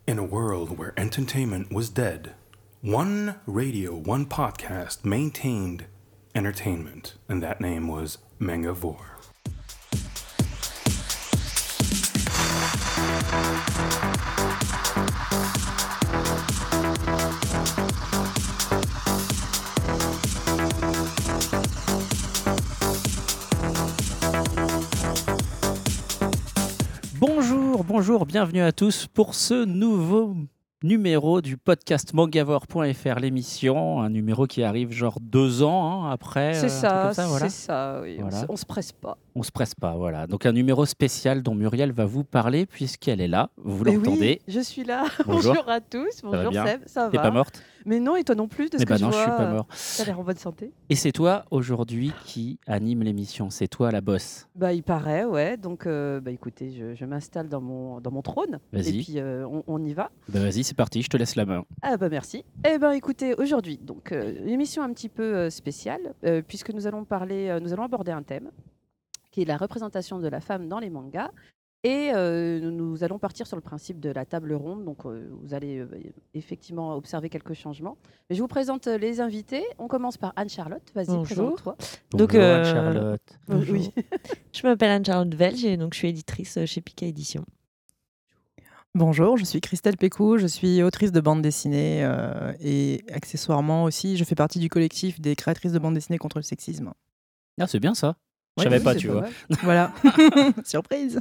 In a world where entertainment was dead, one radio, one podcast maintained entertainment, and that name was Mangavore. Bonjour, bienvenue à tous pour ce nouveau numéro du podcast Mangavore.fr, l'émission, un numéro qui arrive genre 2 ans après. C'est un truc comme ça, voilà. c'est ça, oui. Voilà. On se presse pas. On se presse pas, voilà. Donc un numéro spécial dont Muriel va vous parler puisqu'elle est là, vous Mais l'entendez. oui, je suis là. Bonjour. Bonjour à tous, va bonjour bien Seb, ça T'es va pas morte? Mais non, et toi non plus, de ce Eh que ben je non, vois. je suis pas mort. T'as l'air en bonne santé. Et c'est toi aujourd'hui qui anime l'émission, c'est toi la boss. Bah il paraît, ouais. Donc écoutez, je m'installe dans mon trône. Vas-y. Et puis on y va. Ben vas-y, c'est parti, je te laisse la main. Ah bah merci. Eh ben écoutez, aujourd'hui, donc une émission un petit peu spéciale, puisque nous allons aborder un thème qui est la représentation de la femme dans les mangas. Et nous allons partir sur le principe de la table ronde. Donc, vous allez effectivement observer quelques changements. Mais je vous présente les invités. On commence par Anne-Charlotte. Vas-y, Bonjour. présente-toi. Donc, Bonjour, Anne-Charlotte. Bonjour. Oui. Je m'appelle Anne-Charlotte Velge et donc je suis éditrice chez Pika Édition. Bonjour, je suis Christelle Pécou, je suis autrice de bande dessinée et accessoirement aussi, je fais partie du collectif des créatrices de bande dessinée contre le sexisme. Ah, c'est bien ça. Je Ouais, savais Oui, pas, c'est tu pas vois. mal. Voilà, surprise.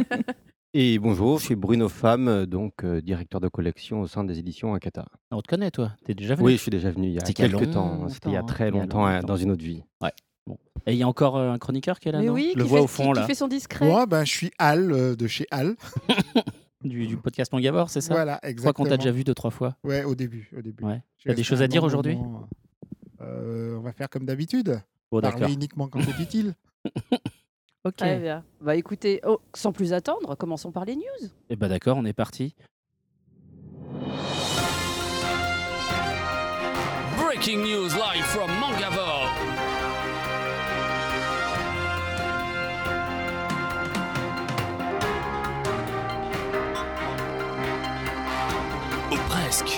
Et bonjour, je suis Bruno Femme, donc directeur de collection au sein des éditions Akata. On te connaît, toi. T'es déjà venu. Oui, je suis déjà venu il y a C'est qu'il y a quelques temps. C'était il y a longtemps, très il y a longtemps, longtemps. dans une autre vie. Et il y a encore un chroniqueur qui est là, Mais non oui, Je le qui vois fait- au fond, qui là, fait son discret. Moi, je suis Al de chez Al. du podcast Mangavore, c'est ça Voilà, Je crois exactement. qu'on t'a déjà vu 2-3 fois. Ouais, au début. Ouais. J'ai T'as des resté choses à un dire long aujourd'hui moment. On va faire comme d'habitude. Bon, d'accord. Parler uniquement quand c'est utile. Ok. Très bien. Bah écoutez, sans plus attendre, commençons par les news. Et bah d'accord, on est parti. Breaking news live from Mangavore. Ou presque.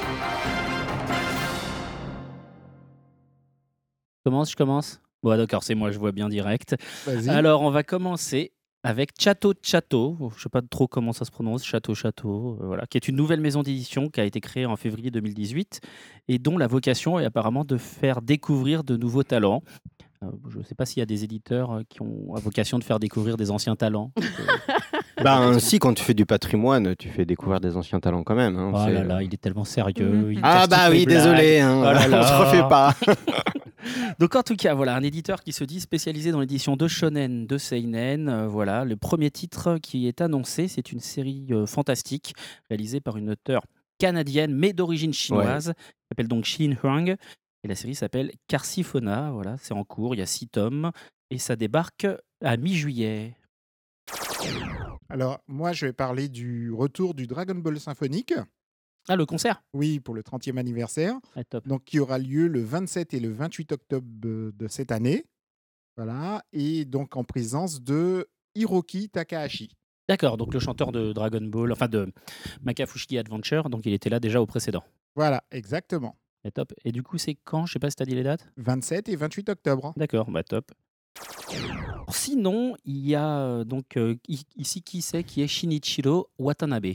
Je commence Bon, d'accord, c'est moi, je vois bien direct. Vas-y. Alors, on va commencer avec Chateau Chateau. Je sais pas trop comment ça se prononce, Chateau Chateau, voilà, qui est une nouvelle maison d'édition qui a été créée en février 2018 et dont la vocation est apparemment de faire découvrir de nouveaux talents. Je ne sais pas s'il y a des éditeurs qui ont la vocation de faire découvrir des anciens talents. Ainsi, quand tu fais du patrimoine, tu fais découvrir des anciens talents quand même. Hein, Oh c'est- là là, il est tellement sérieux. Mhm. il Ah casse bah toutes les oui, blagues. désolé, hein, Oh là là. on se refait pas. Donc en tout cas, voilà, un éditeur qui se dit spécialisé dans l'édition de shonen, de seinen. Voilà, le premier titre qui est annoncé, c'est une série fantastique réalisée par une auteure canadienne mais d'origine chinoise, qui s'appelle donc Shin Huang. Et la série s'appelle Carciphona. Voilà, c'est en cours, il y a 6 tomes et ça débarque à mi-juillet. Alors, moi, je vais parler du retour du Dragon Ball Symphonique. Ah, le concert. Oui, pour le 30e anniversaire. Ah, top. Donc, qui aura lieu le 27 et le 28 octobre de cette année. Voilà. Et donc, en présence de Hiroki Takahashi. D'accord, donc le chanteur de Dragon Ball, enfin de Makafushiki Adventure, donc il était là déjà au précédent. Voilà, exactement. Et top. Et du coup, c'est quand? Je sais pas si tu as dit les dates. 27 et 28 octobre. D'accord, bah top. Sinon, il y a ici qui est Shinichiro Watanabe.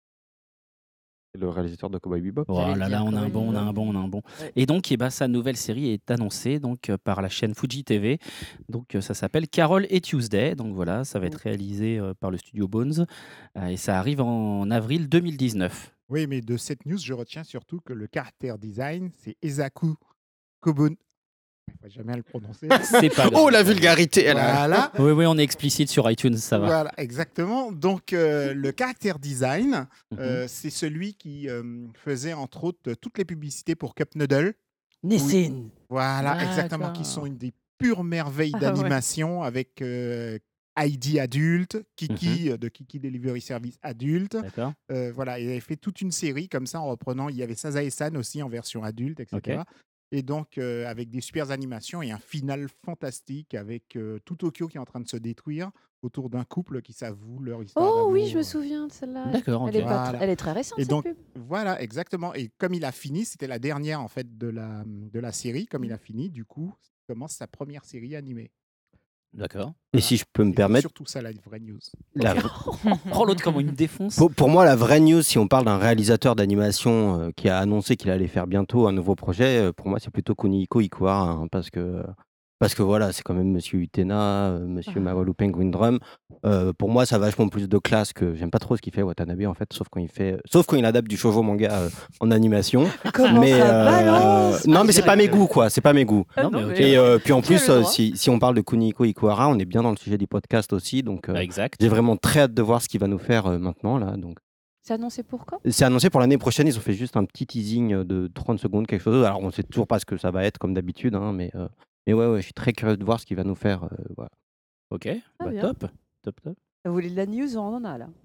Le réalisateur de Cowboy Bebop. Oh là dire là, on a un Cowboy bon, on a un bon, on a un bon. Ouais. Et donc, sa nouvelle série est annoncée donc par la chaîne Fuji TV. Donc, ça s'appelle Carol et Tuesday. Donc voilà, ça va être réalisé par le studio Bones et ça arrive en avril 2019. Oui, mais de cette news, je retiens surtout que le caractère design, c'est Esaku Kobun. Je ne vais jamais à le prononcer. C'est pas grave. Oh, la vulgarité elle a- Voilà. Oui, oui, on est explicite sur iTunes, ça va. Voilà, exactement. Donc, le caractère design, Mhm. c'est celui qui faisait, entre autres, toutes les publicités pour Cup Noodle. Nissin. Voilà, D'accord. exactement, qui sont une des pures merveilles Ah ouais. d'animation avec Heidi adulte, Kiki de Kiki Delivery Service adulte. D'accord. Voilà, il avait fait toute une série comme ça en reprenant. Il y avait Sazae-san aussi en version adulte, etc. Et donc, avec des super animations et un final fantastique avec tout Tokyo qui est en train de se détruire. autour d'un couple qui s'avoue leur histoire Oh oui, d'amour. je me souviens de celle-là. D'accord, ok. Elle est, pas Voilà. elle est très récente, Et cette donc, pub. voilà, exactement. Et comme il a fini, c'était la dernière en fait de la série. Comme il a fini, du coup, il commence sa première série animée. D'accord. Et Voilà. si je peux me Et c'est permettre, surtout ça la vraie news. la- Oh, l'autre, comment il me défonce. pour moi, la vraie news, si on parle d'un réalisateur d'animation qui a annoncé qu'il allait faire bientôt un nouveau projet, pour moi, c'est plutôt Kunihiko Ikuhara, hein, parce que voilà, c'est quand même Monsieur Utena, Monsieur Mawalu Penguin Drum. Pour moi, ça a vachement plus de classe que j'aime pas trop ce qu'il fait Watanabe en fait, sauf quand il adapte du shoujo manga en animation. Comment mais ça balance non, mais c'est pas mes goûts quoi, c'est pas mes goûts. Non, mais ok. Et puis en Tu as plus, le droit. si on parle de Kunihiko Ikuhara, on est bien dans le sujet du podcast aussi, donc Bah, exact. j'ai vraiment très hâte de voir ce qu'il va nous faire maintenant là. Donc C'est annoncé pour quand? c'est annoncé pour l'année prochaine. Ils ont fait juste un petit teasing de 30 secondes, quelque chose. Alors on sait toujours pas ce que ça va être comme d'habitude, hein, mais ouais, je suis très curieux de voir ce qu'il va nous faire. Voilà. Ok, bah, bien. top. Vous voulez de la news? On en a là.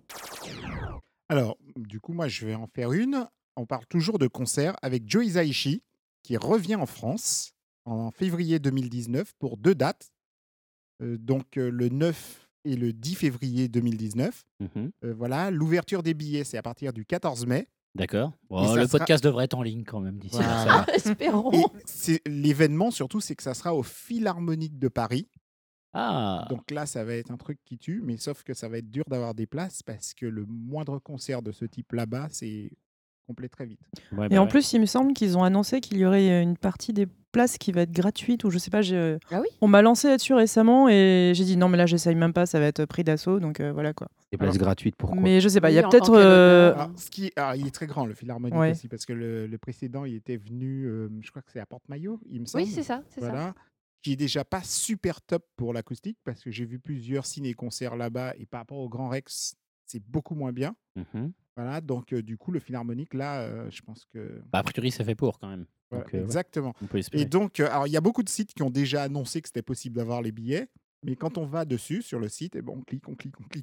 Alors, du coup, moi, je vais en faire une. On parle toujours de concert avec Joe Hisaishi, qui revient en France en février 2019 pour 2 dates. Donc, le 9 et le 10 février 2019. Mhm. Voilà, l'ouverture des billets, c'est à partir du 14 mai. D'accord. Et Bon, ça le sera- podcast devrait être en ligne quand même d'ici là. Voilà. ça va. Espérons. Et l'événement, surtout, c'est que ça sera au Philharmonique de Paris. Ah, Donc là, ça va être un truc qui tue, mais sauf que ça va être dur d'avoir des places parce que le moindre concert de ce type là-bas, c'est complet très vite. ouais, Et bah en ouais. plus, il me semble qu'ils ont annoncé qu'il y aurait une partie des places qui va être gratuite ou je sais pas. Ah oui? On m'a lancé là-dessus récemment et j'ai dit non, mais là, j'essaye même pas, ça va être pris d'assaut. Donc voilà quoi. Des places gratuites, pourquoi Mais je sais pas, il y a Oui, en peut-être. quel honneur. Alors, il est très grand, le Philharmonique Ouais. aussi, parce que le précédent, il était venu, je crois que c'est à Porte-Maillot, il me semble. Oui, c'est ça. Voilà. Qui est déjà pas super top pour l'acoustique, parce que j'ai vu plusieurs ciné-concerts là-bas, et par rapport au Grand Rex, c'est beaucoup moins bien. Mhm. Voilà, donc du coup, le Philharmonique, là, je pense que... Bah, a priori, c'est fait pour quand même. Voilà, Donc, ouais, exactement. on peut espérer. Et donc, alors, il y a beaucoup de sites qui ont déjà annoncé que c'était possible d'avoir les billets, mais quand on va dessus, sur le site, et bon, on clique,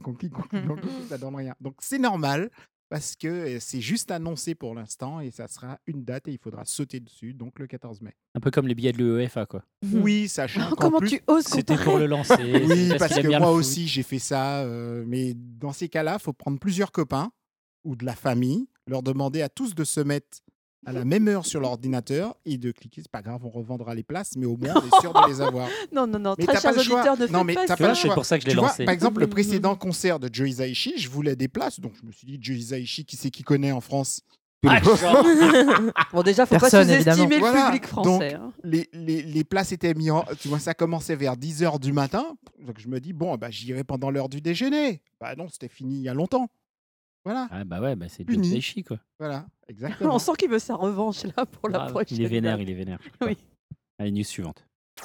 ça donne rien. Donc, c'est normal, parce que c'est juste annoncé pour l'instant, et ça sera une date, et il faudra sauter dessus, donc le 14 mai. Un peu comme les billets de l'UEFA, quoi. Oui, sachant qu'en Comment plus... tu oses C'était comparer? pour le lancer. Oui, c'est parce qu'il aime que bien moi le foot. aussi, j'ai fait ça, mais dans ces cas-là, il faut prendre plusieurs copains ou de la famille, leur demander à tous de se mettre à la même heure sur l'ordinateur et de cliquer. C'est pas grave, on revendra les places, mais au moins, on est sûr de les avoir. Non, Mais très t'as pas chers le choix. auditeurs, ne Non, faites mais pas t'as ça. pas le C'est choix. pour ça que je l'ai Tu vois, lancé. par exemple, le précédent concert de Joe Hisaishi, je voulais des places, donc je me suis dit, Joe Hisaishi, qui c'est qui connaît en France? Ah, genre. Bon, déjà, faut Personne, pas sous-estimer évidemment. le Voilà, public français. hein. les places étaient mises en... Tu vois, ça commençait vers 10h du matin. Donc je me dis, bon, bah, j'irai pendant l'heure du déjeuner. Bah non, c'était fini il y a longtemps. Voilà, Ah, bah ouais, bah, c'est Puni. Joe Hisaishi, quoi. voilà, exactement. On sent qu'il veut sa revanche là pour la Grave. prochaine. Il est vénère, date. il est vénère. Oui. Allez, news suivante.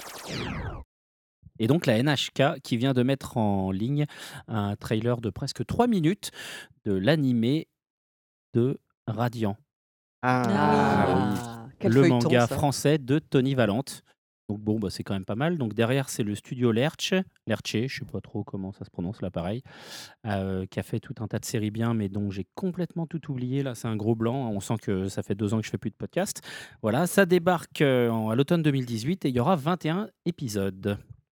Et donc la NHK qui vient de mettre en ligne un trailer de presque 3 minutes de l'animé de Radiant, Ah, quel le feuilleton, manga ça. français de Tony Valente. Donc bon, bah, c'est quand même pas mal. Donc derrière, c'est le studio Lerche, je sais pas trop comment ça se prononce là, pareil, qui a fait tout un tas de séries bien, mais dont j'ai complètement tout oublié. Là, c'est un gros blanc. On sent que ça fait 2 ans que je fais plus de podcast. Voilà, ça débarque à l'automne 2018 et il y aura 21 épisodes.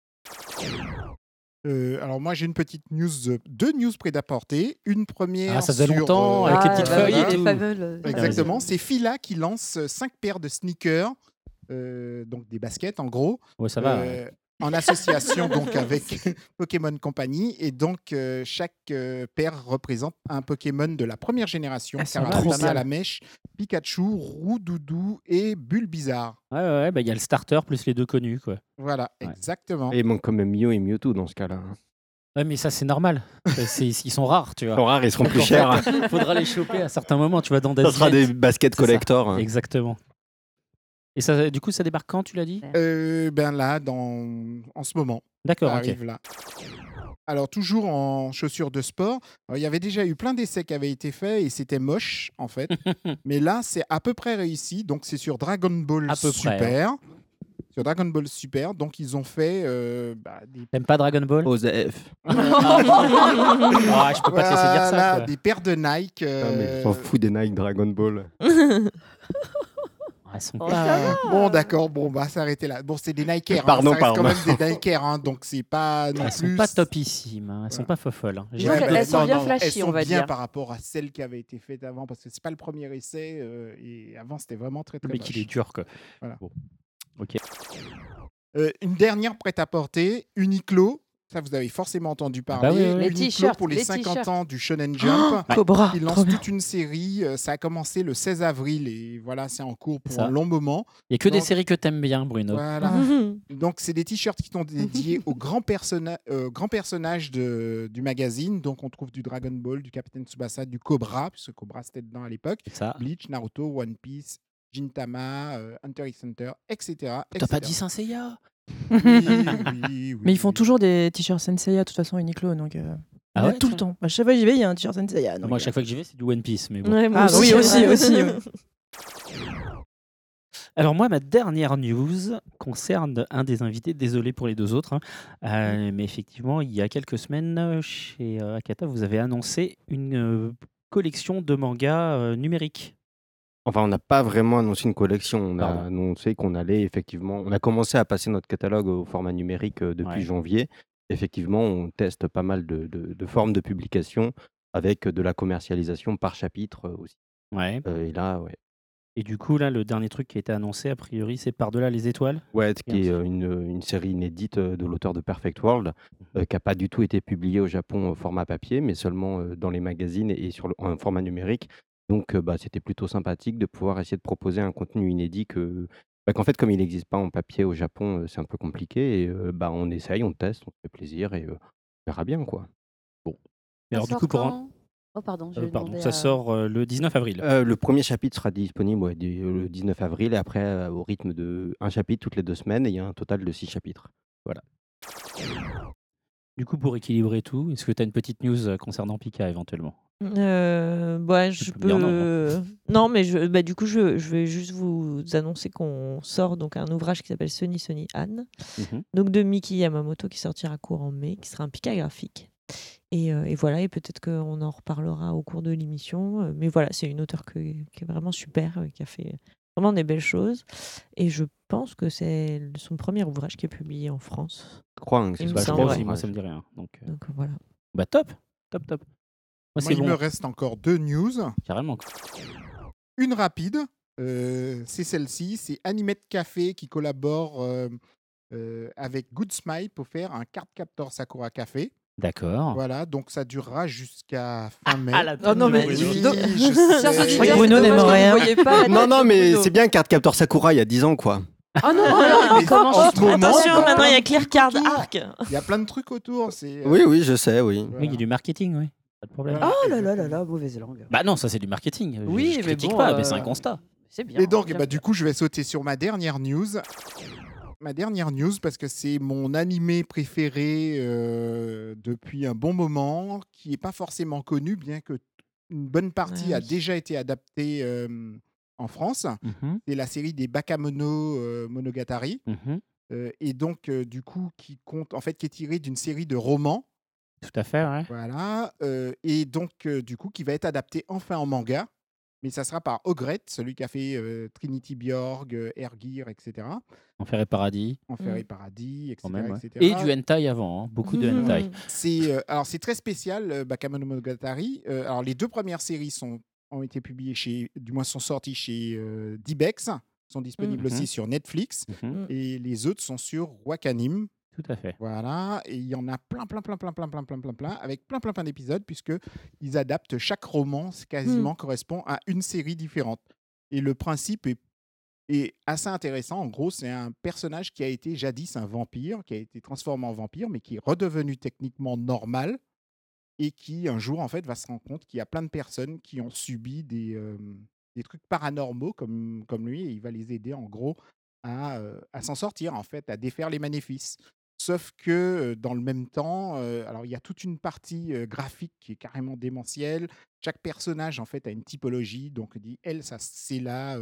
Alors moi j'ai une petite news, 2 news près-d'apporter. Une première Ah, ça faisait sur, longtemps, avec les petites bah oui, feuilles et les tout. fameux. Exactement, c'est Fila qui lance 5 paires de sneakers, donc des baskets en gros, Ouais, ça va. en association donc avec Pokémon Company, et donc chaque paire représente un Pokémon de la première génération, Elles sont trop Carapace à belles. la mèche, Pikachu, Roudoudou et Bulbizarre. Ouais, bah, il y a le starter plus les 2 connus, quoi. Voilà, Ouais. exactement. Et il manque quand même Mew et Mewtwo dans ce cas-là. Hein. Ouais, mais ça, c'est normal. Ils sont rares, tu Ils vois. sont rares, ils seront Donc, plus en chers. fait, faudra les choper à certains moments. Tu vas dans des Ça sera des baskets C'est ça. collector. hein. Exactement. Et ça, du coup, ça débarque quand, tu l'as dit? Ben là, en ce moment. D'accord, Ça ok. arrive là. Alors, toujours en chaussures de sport. Alors, il y avait déjà eu plein d'essais qui avaient été faits et c'était moche, en fait. Mais là, c'est à peu près réussi. Donc, c'est sur Dragon Ball À peu près, Super. Sur Dragon Ball Super. Donc, ils ont fait des... T'aimes pas Dragon Ball? OZF. Ah, je peux pas te laisser dire ça, Voilà, quoi. des paires de Nike. Ah, mais je m'en fous des Nike Dragon Ball. Elles sont Oh, pas. Bon, d'accord, bon, bah, s'arrêter là. Bon, c'est des Nikers, Pardon, ça reste quand pardon. même des Nikers, donc c'est pas non Elles plus. sont pas topissimes, hein. Elles sont Voilà. pas fofolles. Hein. Disons qu'elles ben, sont non, bien non, non, flashy, elles sont on va bien dire. par rapport à celles qui avaient été faites avant, parce que c'est pas le premier essai, et avant c'était vraiment très Le très mec, il est moche. dur, quoi. Voilà. Bon. Ok. Une dernière prêt-à-porter, Uniqlo. Ça, vous avez forcément entendu bah parler. oui, oui, oui. Les Uniqlo t-shirts, pour les les 50 t-shirts. ans du Shonen Jump. Cobra, Il trop lance bien. toute une série. Ça a commencé le 16 avril et voilà, c'est en cours pour Ça. un long moment. Il n'y a que des Donc- séries que t'aimes bien, Bruno. Voilà. Mhm. Donc, c'est des t-shirts qui sont dédiés aux grands personnages du magazine. Donc, on trouve du Dragon Ball, du Captain Tsubasa, du Cobra, puisque Cobra c'était dedans à l'époque. C'est ça. Bleach, Naruto, One Piece, Gintama, Hunter x Hunter, etc. T'as pas dit Saint Seiya? Oui, oui, Mais ils font oui. toujours des t-shirts Senseiya, de toute façon, Uniqlo. Donc, Ah il y en a ouais, tout le tiens. temps. À chaque fois que j'y vais, il y a un t-shirt Senseiya. donc, Moi, à chaque fois que j'y vais, c'est du One Piece. Mais bon. Ouais, moi Ah, oui, aussi. Alors moi, ma dernière news concerne un des invités. Désolé pour les deux autres, hein. Mais effectivement, il y a quelques semaines, chez Akata, vous avez annoncé une collection de mangas numériques. Enfin, on n'a pas vraiment annoncé une collection. On a Pardon. annoncé qu'on allait effectivement. On a commencé à passer notre catalogue au format numérique depuis Ouais. janvier. Effectivement, on teste pas mal de formes de publication avec de la commercialisation par chapitre aussi. Ouais. Et là, ouais. Et du coup, là, le dernier truc qui a été annoncé, a priori, c'est Par-delà les étoiles. Ouais, ce qui est Bien. une série inédite de l'auteur de Perfect World, qui n'a pas du tout été publiée au Japon au format papier, mais seulement dans les magazines et en format numérique. Donc, c'était plutôt sympathique de pouvoir essayer de proposer un contenu inédit qu'en fait, comme il n'existe pas en papier au Japon, c'est un peu compliqué. Et on essaye, on teste, on se fait plaisir et on verra bien, quoi. Bon. Ça Alors, du sort coup, quand Oh, pardon, je vais pardon, demander ça à- sort le 19 avril. Le premier chapitre sera disponible le 19 avril et après, au rythme de un chapitre toutes les 2 semaines, et il y a un total de 6 chapitres. Du coup, pour équilibrer tout, est-ce que tu as une petite news concernant Pika éventuellement? Je peux me dire non, peux. Non, mais du coup, je vais juste vous annoncer qu'on sort donc un ouvrage qui s'appelle Sunny Sunny Anne, Mhm. donc de Miki Yamamoto, qui sortira courant mai, qui sera un Pika graphique. Et voilà, et peut-être qu'on en reparlera au cours de l'émission. Mais voilà, c'est une auteure qui est vraiment super, qui a fait vraiment des belles choses. Et je pense que c'est son premier ouvrage qui est publié en France. Je crois hein, que Il c'est me Bah, je son semble, crois premier ouais. aussi, moi ouvrage. ça me dit rien. Donc, Donc voilà. bah top, top, top. Moi, Moi, c'est il bon, me reste encore 2 news. carrément. Une rapide, c'est celle-ci. C'est Animate Café qui collabore avec Good Smile pour faire un card captor Sakura Café. D'accord. Voilà, donc ça durera jusqu'à fin mai. la Oh non, mais Oui, oui, je Ça, sais. Je crois que Bruno n'aime rien. Non, mais c'est bien Card Captor Sakura il y a 10 ans, quoi. Oh non, mais on commence. en ce moment, Attention, il y a maintenant plein il y a de Clear trucs Card autour. Arc. Il y a plein de trucs autour. Oui, je sais, oui. voilà. Oui, il y a du marketing, oui. Pas de problème. Voilà. Oh là là là là, mauvaise langue. Bah non, ça c'est du marketing. Oui, je mais critique bon, pas, mais c'est un constat. C'est bien. Et donc, j'aime bah, bien. du coup, je vais sauter sur ma dernière news. Ma dernière news, parce que c'est mon animé préféré depuis un bon moment, qui n'est pas forcément connu, bien que une bonne partie a Oui. déjà été adaptée en France. Mhm, C'est la série des Bakemono Monogatari. mhm. Et donc, du coup, qui est tiré d'une série de romans. Tout à fait, ouais. Voilà. Et donc, du coup, qui va être adapté enfin en manga. Mais ça sera par Ogret, celui qui a fait Trinity Bjorg, Ergir, etc. Enfer et paradis, Enfer et Paradis, etc. quand même. Ouais. etc. Et du hentai avant, hein, beaucoup de hentai. C'est très spécial, Bakemono Monogatari. Alors, les 2 premières séries ont été publiées sont sorties chez Dibex, sont disponibles Mhm. aussi sur Netflix. Mhm, Et les autres sont sur Wakanim. tout à fait. Voilà, et il y en a plein, avec plein d'épisodes, puisque ils adaptent chaque roman, quasiment correspond à une série différente. Et le principe est assez intéressant. En gros, c'est un personnage qui a été jadis un vampire, qui a été transformé en vampire, mais qui est redevenu techniquement normal, et qui, un jour, en fait, va se rendre compte qu'il y a plein de personnes qui ont subi des trucs paranormaux comme lui, et il va les aider, en gros, à s'en sortir, en fait, à défaire les maléfices. Sauf que dans le même temps, alors il y a toute une partie graphique qui est carrément démentielle. Chaque personnage, en fait, a une typologie. Donc, il dit, elle, ça, c'est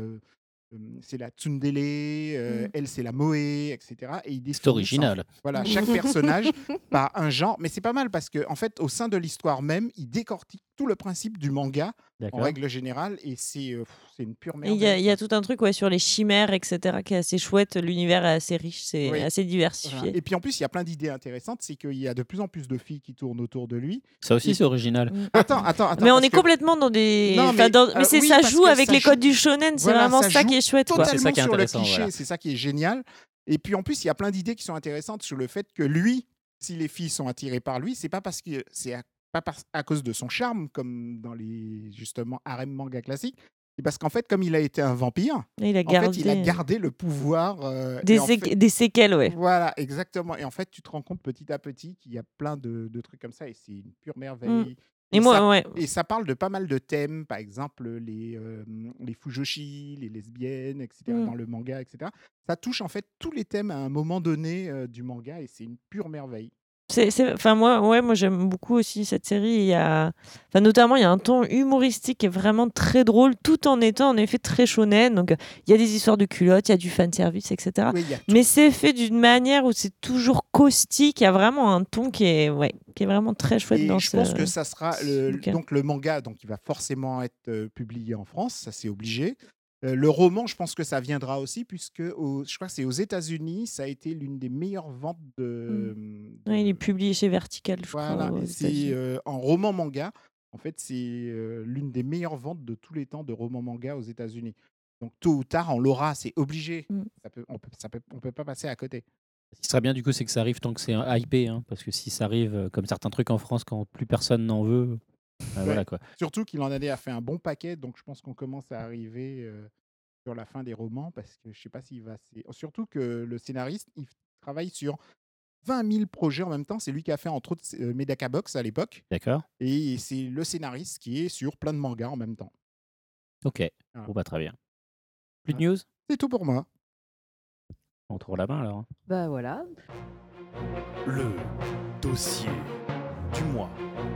la tsundere, elle, c'est la moe, etc. Et il définit C'est original. voilà, chaque personnage par un genre. Mais c'est pas mal parce que, en fait, au sein de l'histoire même, il décortique tout le principe du manga en D'accord. règle générale, et c'est une pure Et il y a merveille. tout un truc sur les chimères, etc., qui est assez chouette. L'univers est assez riche, c'est Oui. assez Voilà. diversifié. Et puis en plus, il y a plein d'idées intéressantes, c'est qu'il y a de plus en plus de filles qui tournent autour de lui. Ça aussi, Et- c'est original. Attends, Mais on parce est que complètement dans des. Non, enfin, mais, mais oui, ça parce joue que avec ça les codes joue- du shonen, c'est voilà, vraiment ça ça qui joue est chouette, quoi. totalement C'est ça qui est sur le intéressant, cliché, voilà. c'est ça qui est génial. Et puis en plus, il y a plein d'idées qui sont intéressantes sur le fait que lui, si les filles sont attirées par lui, c'est pas parce que à cause de son charme, comme dans les justement harem manga classiques. C'est parce qu'en fait, comme il a été un vampire, Et il a en fait, il a gardé gardé le pouvoir. des, et en fait- des séquelles, ouais. Voilà, exactement. Et en fait, tu te rends compte petit à petit qu'il y a plein de trucs comme ça, et c'est une pure merveille. Et moi, ouais. Et ça parle de pas mal de thèmes, par exemple les fujoshi, les lesbiennes, etc., dans le manga, etc. Ça touche en fait tous les thèmes à un moment donné du manga, et c'est une pure merveille. Enfin, moi j'aime beaucoup aussi cette série. Notamment, il y a un ton humoristique qui est vraiment très drôle, tout en étant en effet très shonen. Donc, il y a des histoires de culottes, il y a du fanservice, etc. Oui, il y a tout. Mais c'est fait d'une manière où c'est toujours caustique. Il y a vraiment un ton qui est vraiment très chouette Et dans je pense que ça sera bouquin. donc le manga, donc il va forcément être publié en France, ça c'est obligé. Le roman, je pense que ça viendra aussi, puisque je crois que c'est aux États-Unis, ça a été l'une des meilleures ventes Ouais, il est publié chez Vertical, je Voilà, crois. aux et c'est États-Unis. en roman manga. En fait, c'est l'une des meilleures ventes de tous les temps de roman manga aux États-Unis. Donc tôt ou tard, on l'aura, c'est obligé. On peut pas passer à côté. Ce qui serait bien, du coup, c'est que ça arrive tant que c'est hypé. Hein, parce que si ça arrive comme certains trucs en France quand plus personne n'en veut, voilà quoi. Surtout qu'il en a fait un bon paquet, donc je pense qu'on commence à arriver sur la fin des romans, parce que je sais pas s'il va. Surtout que le scénariste, il travaille sur 20 000 projets en même temps. C'est lui qui a fait entre autres Medaka Box à l'époque. D'accord. Et c'est le scénariste qui est sur plein de mangas en même temps. Ok. Voilà. Bon, bah, très bien. Plus de news? C'est tout pour moi. On tourne la main alors. Hein. Bah voilà. Le dossier du mois.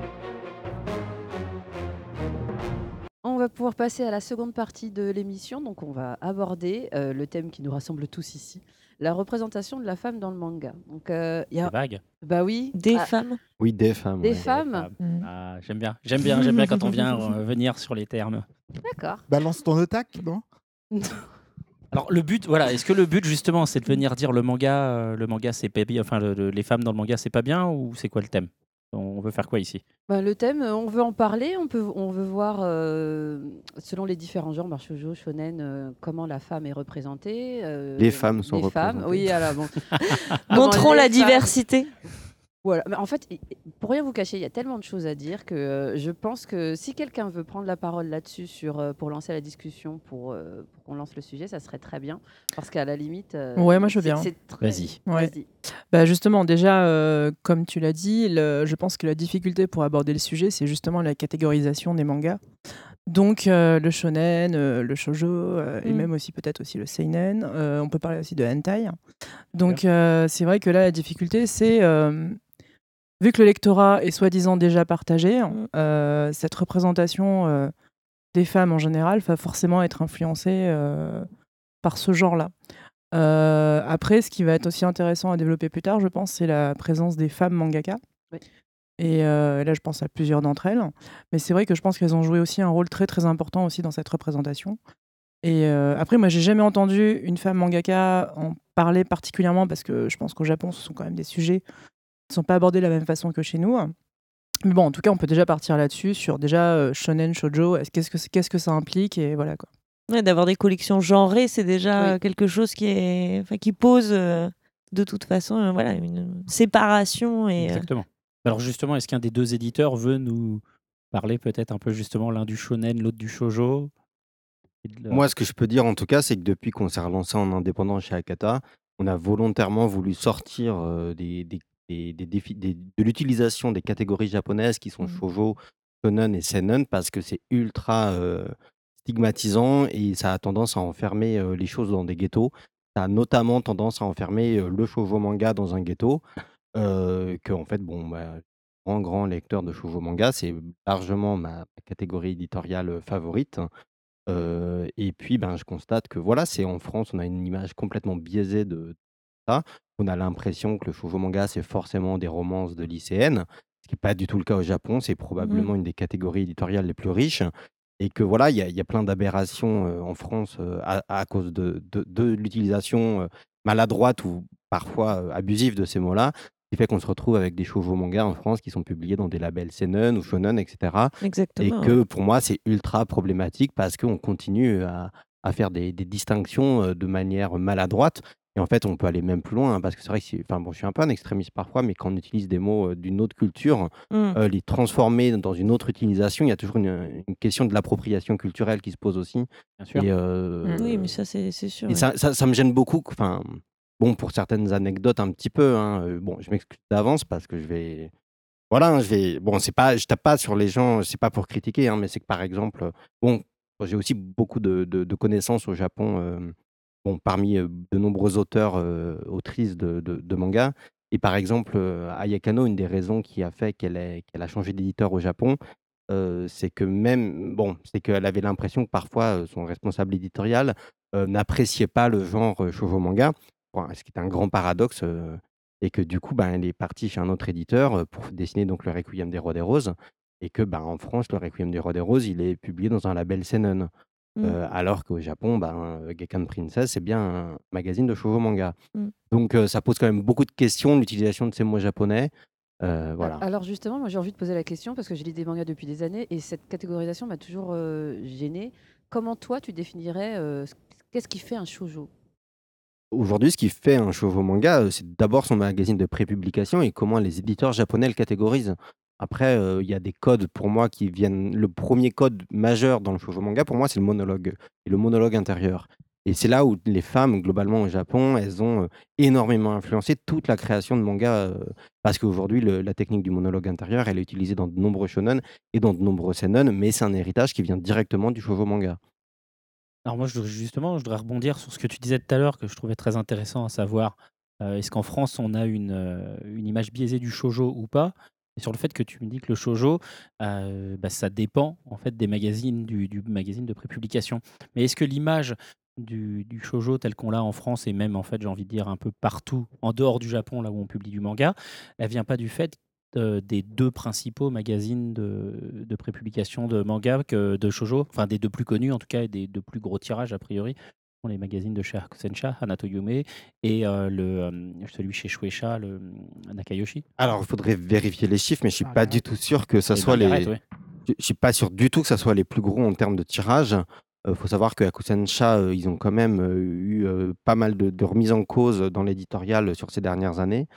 On va pouvoir passer à la seconde partie de l'émission. Donc, on va aborder le thème qui nous rassemble tous ici, la représentation de la femme dans le manga. Donc, il y a... C'est vague. Bah oui. Des femmes. Oui, des femmes. Des ouais. femmes. Ah, j'aime bien quand on vient venir sur les termes. D'accord. Balance ton attaque, non? Alors le but, voilà, est-ce que le but justement, c'est de venir dire le manga c'est pas bien, enfin les femmes dans le manga c'est pas bien, ou c'est quoi le thème? On veut faire quoi ici? Bah, le thème, on veut en parler. On veut voir, selon les différents genres, shoujo, shonen, comment la femme est représentée. Les femmes sont les femmes, représentées. oui, alors bon. Montrons Comment la les femmes- diversité. Voilà. Mais en fait, pour rien vous cacher, il y a tellement de choses à dire que je pense que si quelqu'un veut prendre la parole là-dessus pour lancer la discussion, pour qu'on lance le sujet, ça serait très bien. Parce qu'à la limite. Ouais, moi, je veux bien. Vas-y. Ouais. Vas-y. Bah justement, déjà, comme tu l'as dit, je pense que la difficulté pour aborder le sujet, c'est justement la catégorisation des mangas. Donc le shonen, le shoujo, et même aussi peut-être aussi le seinen. On peut parler aussi de hentai. Donc c'est vrai que là, la difficulté, c'est vu que le lectorat est soi-disant déjà partagé, cette représentation des femmes en général va forcément être influencée par ce genre-là. Après, ce qui va être aussi intéressant à développer plus tard, je pense, c'est la présence des femmes mangaka. Oui. Et là, je pense à plusieurs d'entre elles. Mais c'est vrai que je pense qu'elles ont joué aussi un rôle très très important aussi dans cette représentation. Et après, moi, j'ai jamais entendu une femme mangaka en parler particulièrement, parce que je pense qu'au Japon, ce sont quand même des sujets qui ne sont pas abordés de la même façon que chez nous. Mais bon, en tout cas, on peut déjà partir là-dessus, sur déjà shonen, shoujo, qu'est-ce que ça implique, et voilà quoi. Ouais, d'avoir des collections genrées, c'est déjà Oui. quelque chose qui pose de toute façon voilà, une séparation. Et, Exactement. Alors justement, est-ce qu'un des deux éditeurs veut nous parler peut-être un peu justement, l'un du shonen, l'autre du shoujo? Moi, ce que je peux dire en tout cas, c'est que depuis qu'on s'est relancé en indépendant chez Akata, on a volontairement voulu sortir de l'utilisation des catégories japonaises qui sont shoujo, shonen et seinen, parce que c'est ultra stigmatisant et ça a tendance à enfermer les choses dans des ghettos. Ça a notamment tendance à enfermer le shoujo manga dans un ghetto. Que en fait, grand lecteur de shoujo manga, c'est largement ma catégorie éditoriale favorite. Et puis, je constate que voilà, c'est en France, on a une image complètement biaisée de ça. On a l'impression que le shoujo manga, c'est forcément des romances de lycéennes, ce ce qui n'est pas du tout le cas au Japon. C'est probablement une des catégories éditoriales les plus riches. Et que voilà, il y a plein d'aberrations en France à cause de l'utilisation maladroite ou parfois abusive de ces mots-là, qui fait qu'on se retrouve avec des shoujo mangas en France qui sont publiés dans des labels seinen ou shonen, etc. Et Exactement. que pour moi, c'est ultra problématique parce qu'on continue à faire des distinctions de manière maladroite. Et en fait, on peut aller même plus loin, parce que c'est vrai que enfin, bon, je suis un peu un extrémiste parfois, mais quand on utilise des mots d'une autre culture, les transformer dans une autre utilisation, il y a toujours une question de l'appropriation culturelle qui se pose aussi. Bien sûr. Et, Oui, mais ça, c'est sûr. et ouais. ça me gêne beaucoup. Enfin, bon, pour certaines anecdotes un petit peu, hein, bon, je m'excuse d'avance parce que je vais. Voilà, hein, bon, c'est pas, je tape pas sur les gens, c'est pas pour critiquer, hein, mais c'est que par exemple, bon, j'ai aussi beaucoup de connaissances au Japon, bon, parmi de nombreux auteurs, autrices de mangas. Et par exemple, Aya Kano, une des raisons qui a fait qu'elle a changé d'éditeur au Japon, c'est que c'est qu'elle avait l'impression que parfois son responsable éditorial n'appréciait pas le genre shoujo manga, bon, ce qui est un grand paradoxe. Et que du coup, ben, elle est partie chez un autre éditeur pour dessiner donc le Requiem des Rois des Roses. Et que ben, en France, le Requiem des Rois des Roses, il est publié dans un label seinen. Alors qu'au Japon, ben, Gekkan Princess, c'est bien un magazine de shoujo manga. Donc ça pose quand même beaucoup de questions, l'utilisation de ces mots japonais. Voilà. Alors justement, moi j'ai envie de poser la question parce que je lis des mangas depuis des années et cette catégorisation m'a toujours gênée. Comment toi tu définirais qu'est-ce qui fait un shoujo? Aujourd'hui, ce qui fait un shoujo manga, c'est d'abord son magazine de prépublication et comment les éditeurs japonais le catégorisent. Après, il y a des codes pour moi qui viennent. Le premier code majeur dans le shoujo manga, pour moi, c'est le monologue et le monologue intérieur. Et c'est là où les femmes, globalement au Japon, elles ont énormément influencé toute la création de manga. Parce qu'aujourd'hui, la technique du monologue intérieur, elle est utilisée dans de nombreux shonen et dans de nombreux seinen, mais c'est un héritage qui vient directement du shoujo manga. Alors moi, justement, je voudrais rebondir sur ce que tu disais tout à l'heure, que je trouvais très intéressant, à savoir, est-ce qu'en France, on a une image biaisée du shoujo ou pas? Et sur le fait que tu me dis que le shoujo, ça dépend en fait des magazines, du magazine de prépublication. Mais est-ce que l'image du shoujo tel qu'on l'a en France et même en fait, j'ai envie de dire un peu partout en dehors du Japon, là où on publie du manga, elle vient pas du fait des deux principaux magazines de prépublication de manga de shoujo, enfin des deux plus connus en tout cas et des deux plus gros tirages a priori, sont les magazines de chez Hakusensha, Hanato Yume et celui chez Shueisha, le Nakayoshi. Alors, il faudrait vérifier les chiffres, mais je suis pas Margaret. du tout sûr que ça Et soit Margaret, les. ouais. Je suis pas sûr du tout que ça soit les plus gros en termes de tirage. Faut savoir que Hakusensha, ils ont quand même eu pas mal de remises en cause dans l'éditorial sur ces dernières années.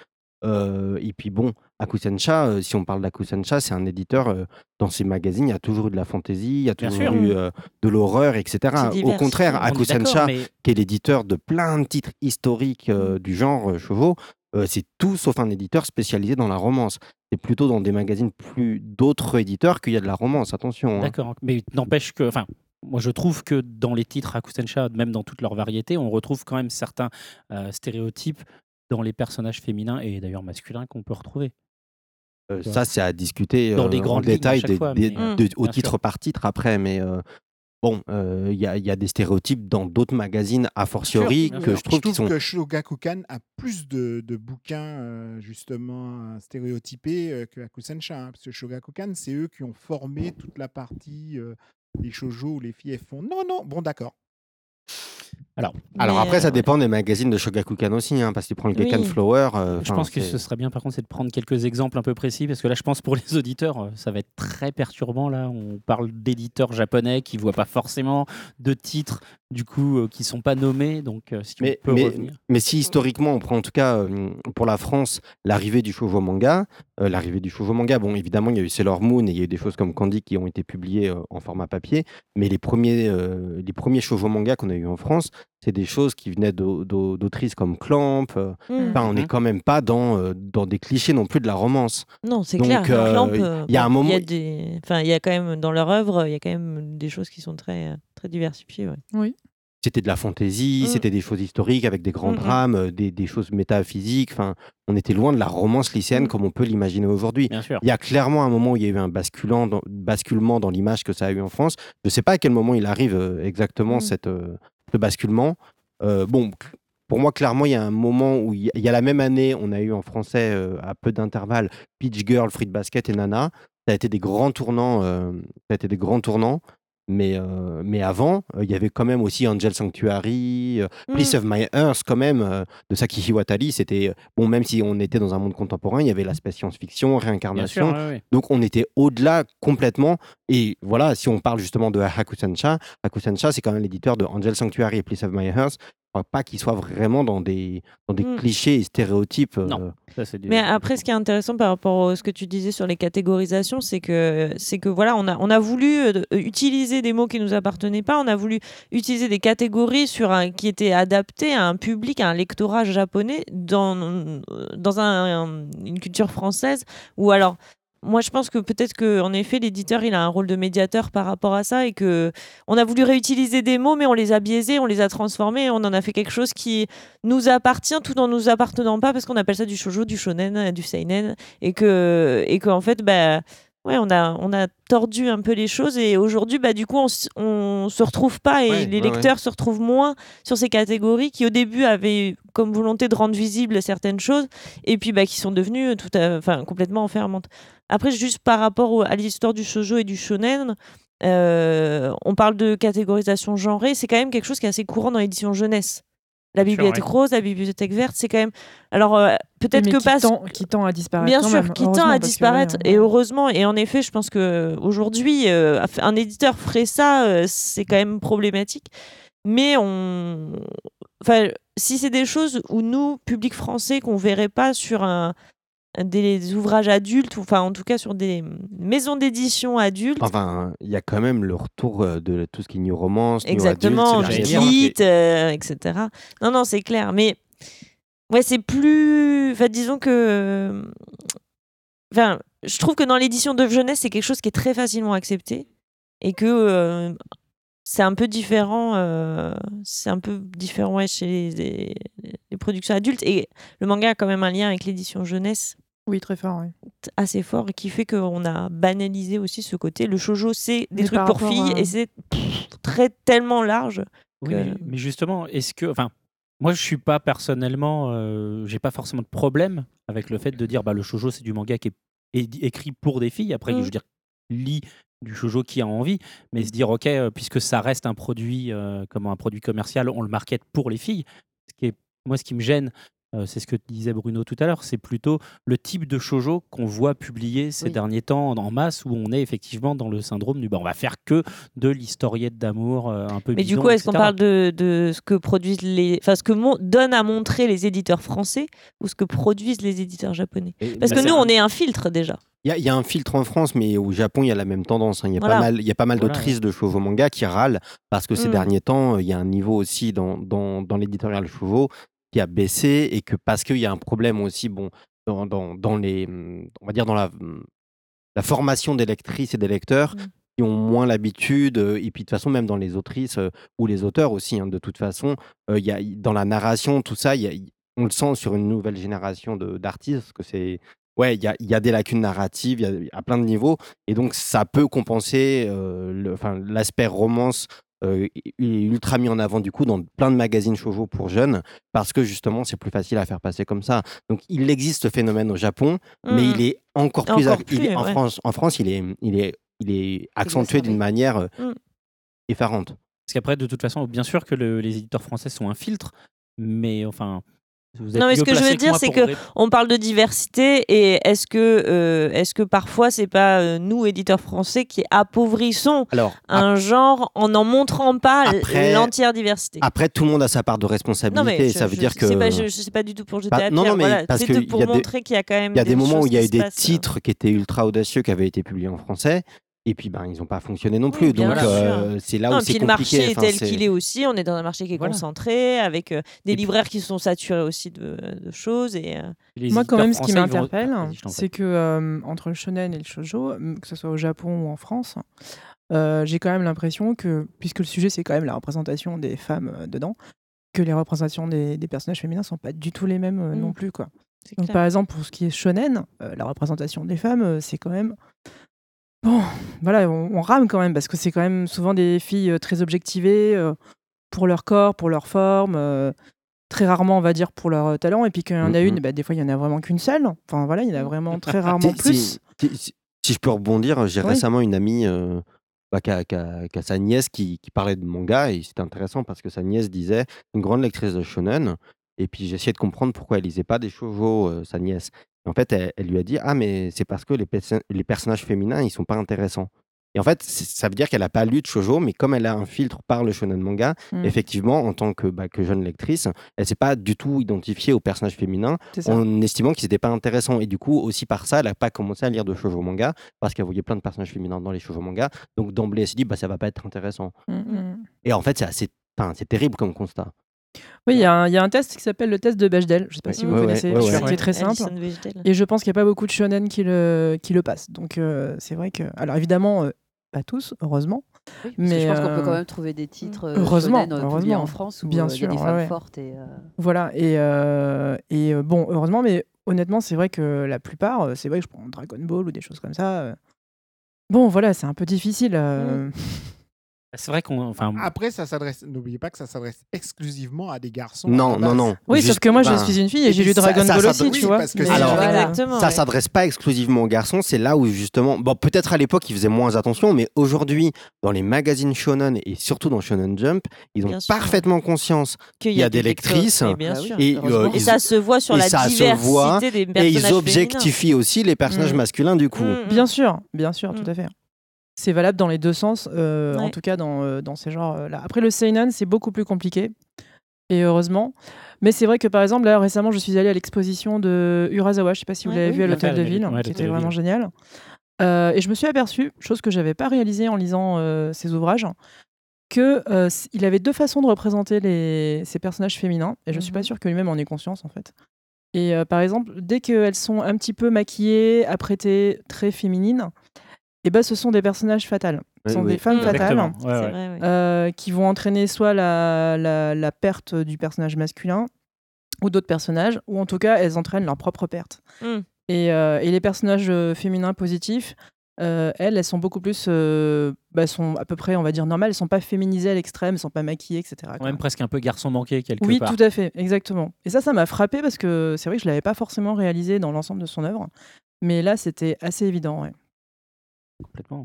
Et puis bon, Hakusensha, si on parle d'Hakusensha, c'est un éditeur, dans ses magazines, il y a toujours eu de la fantaisie, il y a Bien toujours sûr. eu de l'horreur, etc. C'est Au divers. contraire, On est d'accord, Hakusensha, mais qui est l'éditeur de plein de titres historiques du genre shoujo, c'est tout sauf un éditeur spécialisé dans la romance. C'est plutôt dans des magazines d'autres éditeurs qu'il y a de la romance, attention, hein. d'accord, mais n'empêche que, enfin, moi je trouve que dans les titres Hakusensha, même dans toute leur variété, on retrouve quand même certains stéréotypes dans les personnages féminins et d'ailleurs masculins qu'on peut retrouver. Ça, c'est à discuter Dans les en grandes lignes à détail chaque fois, mais, au bien titre sûr. par titre après, mais bon, il y a des stéréotypes dans d'autres magazines a fortiori bien que sûr. je trouve qui sont. que Shogakukan a plus de bouquins justement stéréotypés que Hakusensha, hein, parce que Shogakukan, c'est eux qui ont formé toute la partie des shoujo où les filles elles font non, non, bon d'accord. Alors, Alors Mais, après, ça ouais. dépend des magazines de Shogakukan aussi, hein, parce que tu prends le Gekkan Oui. Flower. je pense que ce serait bien par contre, c'est de prendre quelques exemples un peu précis, parce que là, je pense pour les auditeurs, ça va être très perturbant. Là, on parle d'éditeurs japonais qui ne voient pas forcément de titres, du coup, qui ne sont pas nommés. Donc, si on peut revenir. Mais si historiquement, on prend en tout cas pour la France l'arrivée du shoujo manga, bon, évidemment, il y a eu Sailor Moon et il y a eu des choses comme Candy qui ont été publiées en format papier, mais les premiers shoujo manga qu'on a eu en France, c'est des choses qui venaient d'autrices comme Clamp. Enfin, on n'est quand même pas dans des clichés non plus de la romance. Non, c'est Donc, clair. Clamp, il y a un moment. il y a quand même dans leur œuvre, il y a quand même des choses qui sont très très diversifiées. Ouais. Oui. C'était de la fantaisie, c'était des choses historiques avec des grands drames, des choses métaphysiques. Enfin, on était loin de la romance lycéenne comme on peut l'imaginer aujourd'hui. Bien sûr. Il y a clairement un moment où il y a eu un basculement dans l'image que ça a eu en France. Je ne sais pas à quel moment il arrive exactement ce basculement. Bon, pour moi, clairement, il y a un moment où il y a la même année, on a eu en français, à peu d'intervalle, Peach Girl, Fruit Basket et Nana. Ça a été des grands tournants, mais avant, il y avait quand même aussi Angel Sanctuary, Piece of My Earth quand même, de Sakichi Watari. C'était, bon, même si on était dans un monde contemporain, il y avait l'aspect science-fiction, Bien sûr, réincarnation. ouais. Donc on était au-delà complètement. Et voilà, si on parle justement de Hakusensha, c'est quand même l'éditeur de Angel Sanctuary et Piece of My Earth. Je crois pas qu'il soit vraiment dans des clichés et stéréotypes. Non, ça c'est Mais après, ce qui est intéressant par rapport à ce que tu disais sur les catégorisations, c'est que voilà, on a voulu utiliser des mots qui nous appartenaient pas, on a voulu utiliser des catégories qui étaient adaptées à un public, à un lectorat japonais dans une culture française, ou alors. Moi, je pense que peut-être qu'en effet, l'éditeur, il a un rôle de médiateur par rapport à ça et que on a voulu réutiliser des mots, mais on les a biaisés, on les a transformés, on en a fait quelque chose qui nous appartient tout en nous appartenant pas parce qu'on appelle ça du shoujo, du shonen, du seinen et que en fait, ouais, on a tordu un peu les choses et aujourd'hui, du coup, on se retrouve pas et les lecteurs se retrouvent moins sur ces catégories qui au début avaient comme volonté de rendre visibles certaines choses et puis qui sont devenues complètement enfermantes. Après, juste par rapport à l'histoire du shoujo et du shonen, on parle de catégorisation genrée, c'est quand même quelque chose qui est assez courant dans l'édition jeunesse. La bibliothèque rose, la bibliothèque verte, c'est quand même. Alors, peut-être que qui tend à disparaître. Bien quand sûr, même, qui tend à disparaître. Que, et heureusement, et en effet, je pense qu'aujourd'hui, un éditeur ferait ça, c'est quand même problématique. Mais si c'est des choses où nous, public français, qu'on verrait pas sur des ouvrages adultes, ou en tout cas sur des maisons d'édition adultes. Enfin, il y a quand même le retour de tout ce qui est new romance, exactement, new adulte, Lit, etc. Non, c'est clair. Mais ouais, c'est plus. Disons que. Je trouve que dans l'édition de jeunesse, c'est quelque chose qui est très facilement accepté et que c'est un peu différent. Chez les productions adultes. Et le manga a quand même un lien avec l'édition jeunesse. Oui, très fort, oui. Assez fort et qui fait qu'on a banalisé aussi ce côté. Le shoujo, c'est des trucs pour filles et c'est tellement large. Oui, mais justement, est-ce que... moi, je suis pas personnellement... j'ai pas forcément de problème avec le fait de dire le shoujo, c'est du manga qui est écrit pour des filles. Après, je veux dire, lit du shoujo qui a envie, mais se dire, ok, puisque ça reste un produit, comme un produit commercial, on le market pour les filles. Ce qui me gêne, c'est ce que disait Bruno tout à l'heure, c'est plutôt le type de shoujo qu'on voit publier ces derniers temps en masse, où on est effectivement dans le syndrome du on va faire que de l'historiette d'amour un peu mais bidon, du coup, est-ce etc. qu'on parle de ce que produisent ce que donnent à montrer les éditeurs français ou ce que produisent les éditeurs japonais? Parce que nous, on est un filtre déjà. Il y a un filtre en France, mais au Japon, il y a la même tendance. Il y a pas mal d'autrices de shoujo manga qui râlent parce que ces derniers temps, il y a un niveau aussi dans l'éditorial shoujo qui a baissé et que parce qu'il y a un problème aussi dans les, on va dire dans la formation des lectrices et des lecteurs qui ont moins l'habitude et puis de toute façon même dans les autrices ou les auteurs aussi de toute façon y a, dans la narration tout ça on le sent sur une nouvelle génération d'artistes que c'est il y a des lacunes narratives, il y a plein de niveaux et donc ça peut compenser l'aspect romance il est ultra mis en avant du coup dans plein de magazines shoujo pour jeunes parce que justement c'est plus facile à faire passer comme ça. Donc il existe ce phénomène au Japon, mais il est encore plus en France il est accentué d'une manière effarante. Parce qu'après de toute façon bien sûr que les éditeurs français sont un filtre, mais non, mais ce que je veux dire, c'est qu'on parle de diversité et est-ce que parfois c'est pas nous, éditeurs français, qui appauvrissons un genre en montrant pas l'entière diversité? Après, tout le monde a sa part de responsabilité. Ça veut dire que. Je sais pas du tout pour jeter la pierre. Parce c'est pour montrer qu'il y a quand même. Il y a des moments où il y a eu des titres qui étaient ultra audacieux qui avaient été publiés en français. Et puis, ils n'ont pas fonctionné non plus. Donc, c'est là où c'est compliqué. Le marché est tel qu'il est aussi. On est dans un marché qui est concentré, avec des libraires qui sont saturés aussi de choses. Moi, quand même, ce qui m'interpelle, c'est que entre le shonen et le shoujo, que ce soit au Japon ou en France, j'ai quand même l'impression que, puisque le sujet, c'est quand même la représentation des femmes dedans, que les représentations des personnages féminins ne sont pas du tout les mêmes non plus, quoi. Donc, par exemple, pour ce qui est shonen, la représentation des femmes, c'est quand même... Bon, voilà, on rame quand même parce que c'est quand même souvent des filles très objectivées pour leur corps, pour leur forme. très rarement, on va dire, pour leur talent, et puis qu'il y en a Mhm. une, des fois, il y en a vraiment qu'une seule. Enfin, voilà, il y en a vraiment très rarement plus. Si je peux rebondir, j'ai Oui. récemment une amie qui a sa nièce qui parlait de manga et c'était intéressant parce que sa nièce disait une grande lectrice de shonen et puis j'ai essayé de comprendre pourquoi elle lisait pas des shoujo, sa nièce. Et en fait, elle lui a dit: «Ah mais c'est parce que les personnages féminins, ils sont pas intéressants». Et en fait, ça veut dire qu'elle a pas lu de shoujo, mais comme elle a un filtre par le shonen manga, Mm. effectivement, en tant que jeune lectrice, elle s'est pas du tout identifiée aux personnages féminins C'est ça. en estimant qu'ils n'étaient pas intéressants. Et du coup, aussi par ça, elle n'a pas commencé à lire de shoujo manga parce qu'elle voyait plein de personnages féminins dans les shoujo manga. Donc d'emblée, elle s'est dit, ça va pas être intéressant. Et en fait, c'est terrible comme constat. Oui, il y a un test qui s'appelle le test de Bechdel. Je ne sais pas si vous connaissez, qui est très simple. Alison Bechdel. Et je pense qu'il n'y a pas beaucoup de shonen qui le passent. Donc c'est vrai que... Alors évidemment, pas tous, heureusement. Oui, parce que Mais je pense qu'on peut quand même trouver des titres heureusement, shonen publiés heureusement. en France où Bien il y sûr, a des femmes ouais. fortes. Et, Voilà, et bon, heureusement, mais honnêtement, c'est vrai que la plupart, c'est vrai que je prends Dragon Ball ou des choses comme ça. Bon, voilà, c'est un peu difficile. C'est vrai qu'on. Enfin, Après, n'oubliez pas que ça s'adresse exclusivement à des garçons. Non, à la non, base. non. Oui, Juste- sauf que moi, je ben, suis une fille et et j'ai puis lu Dragon ça Ball s'adresse- aussi, oui, tu vois. parce que Mais, c'est- Alors, Exactement. Ça ouais. s'adresse pas exclusivement aux garçons, c'est là où justement, bon, peut-être à l'époque ils faisaient moins attention, mais aujourd'hui, dans les magazines shonen et surtout dans Shonen Jump, ils ont Bien sûr. parfaitement conscience Qu'il il y a des lectrices, mais bien Bah oui. sûr. et, Heureusement. Et ça se voit sur et la ça se diversité voit, des et personnages ils féminins. objectifient aussi les personnages Mm. masculins du coup. Mm. bien sûr, tout Mm. à fait. C'est valable dans les deux sens, en Ouais. tout cas dans ces genres-là. Après, le seinen, c'est beaucoup plus compliqué, et heureusement. Mais c'est vrai que, par exemple, là, récemment, je suis allée à l'exposition de Urasawa, je ne sais pas si vous Ouais, l'avez oui, vu à bien l'Hôtel fait, de elle Ville, avait- ouais, qui l'Hôtel était de vraiment Ville. génial. Et je me suis aperçue, chose que je n'avais pas réalisée en lisant ses ouvrages, qu'il avait deux façons de représenter ces personnages féminins, et je ne suis pas Mhm. sûre que lui-même en ait conscience, en fait. Et par exemple, dès qu'elles sont un petit peu maquillées, apprêtées, très féminines, ce sont des personnages fatals. Ce sont Oui, des femmes Mm. fatales exactement. Ouais, C'est ouais. vrai, ouais. qui vont entraîner soit la perte du personnage masculin ou d'autres personnages, ou en tout cas, elles entraînent leur propre perte. Mm. Et les personnages féminins positifs, elles sont beaucoup plus... sont à peu près, on va dire, normales. Elles sont pas féminisées à l'extrême, elles sont pas maquillées, etc. quoi. Même presque un peu garçon manqué quelque Oui, part. tout à fait, exactement. Et ça m'a frappé parce que c'est vrai que je l'avais pas forcément réalisé dans l'ensemble de son œuvre. Mais là, c'était assez évident, ouais. Complètement.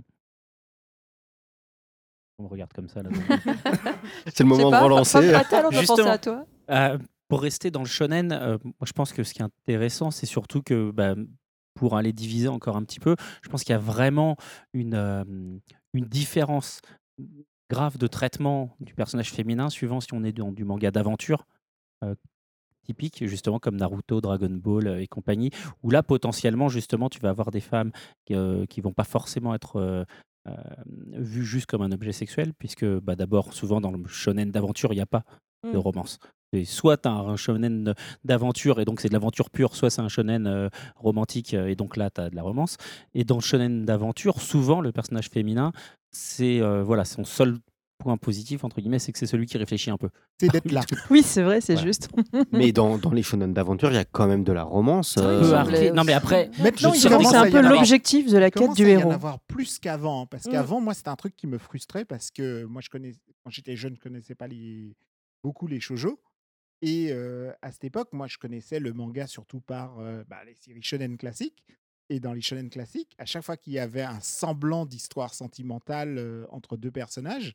On me regarde comme ça là. C'est le moment de relancer. Femme fatale, on a pensé Justement. à toi. Pour rester dans le shonen, moi je pense que ce qui est intéressant, c'est surtout que pour aller diviser encore un petit peu, je pense qu'il y a vraiment une différence grave de traitement du personnage féminin suivant si on est dans du manga d'aventure typique, justement comme Naruto, Dragon Ball et compagnie, où là potentiellement justement tu vas avoir des femmes qui vont pas forcément être vues juste comme un objet sexuel, puisque d'abord souvent dans le shonen d'aventure il n'y a pas de Mm. romance. Et soit tu as un shonen d'aventure et donc c'est de l'aventure pure, soit c'est un shonen romantique et donc là tu as de la romance. Et dans le shonen d'aventure, souvent le personnage féminin, c'est son seul point positif, entre guillemets, c'est que c'est celui qui réfléchit un peu. C'est d'être là. Oui, c'est vrai, c'est Ouais. juste. Mais dans les shonen d'aventure, il y a quand même de la romance. Oui, Peu semblait arcade. Non mais après, Maintenant, Je il dirais que commence c'est à un y peu en avoir- l'objectif de la il quête commence du à y héros. en avoir plus qu'avant. Parce qu'avant, moi, c'était un truc qui me frustrait parce que moi, quand j'étais jeune, je connaissais pas beaucoup les shoujo. Et à cette époque, moi, je connaissais le manga surtout par les séries shonen classiques. Et dans les shonen classiques, à chaque fois qu'il y avait un semblant d'histoire sentimentale entre deux personnages,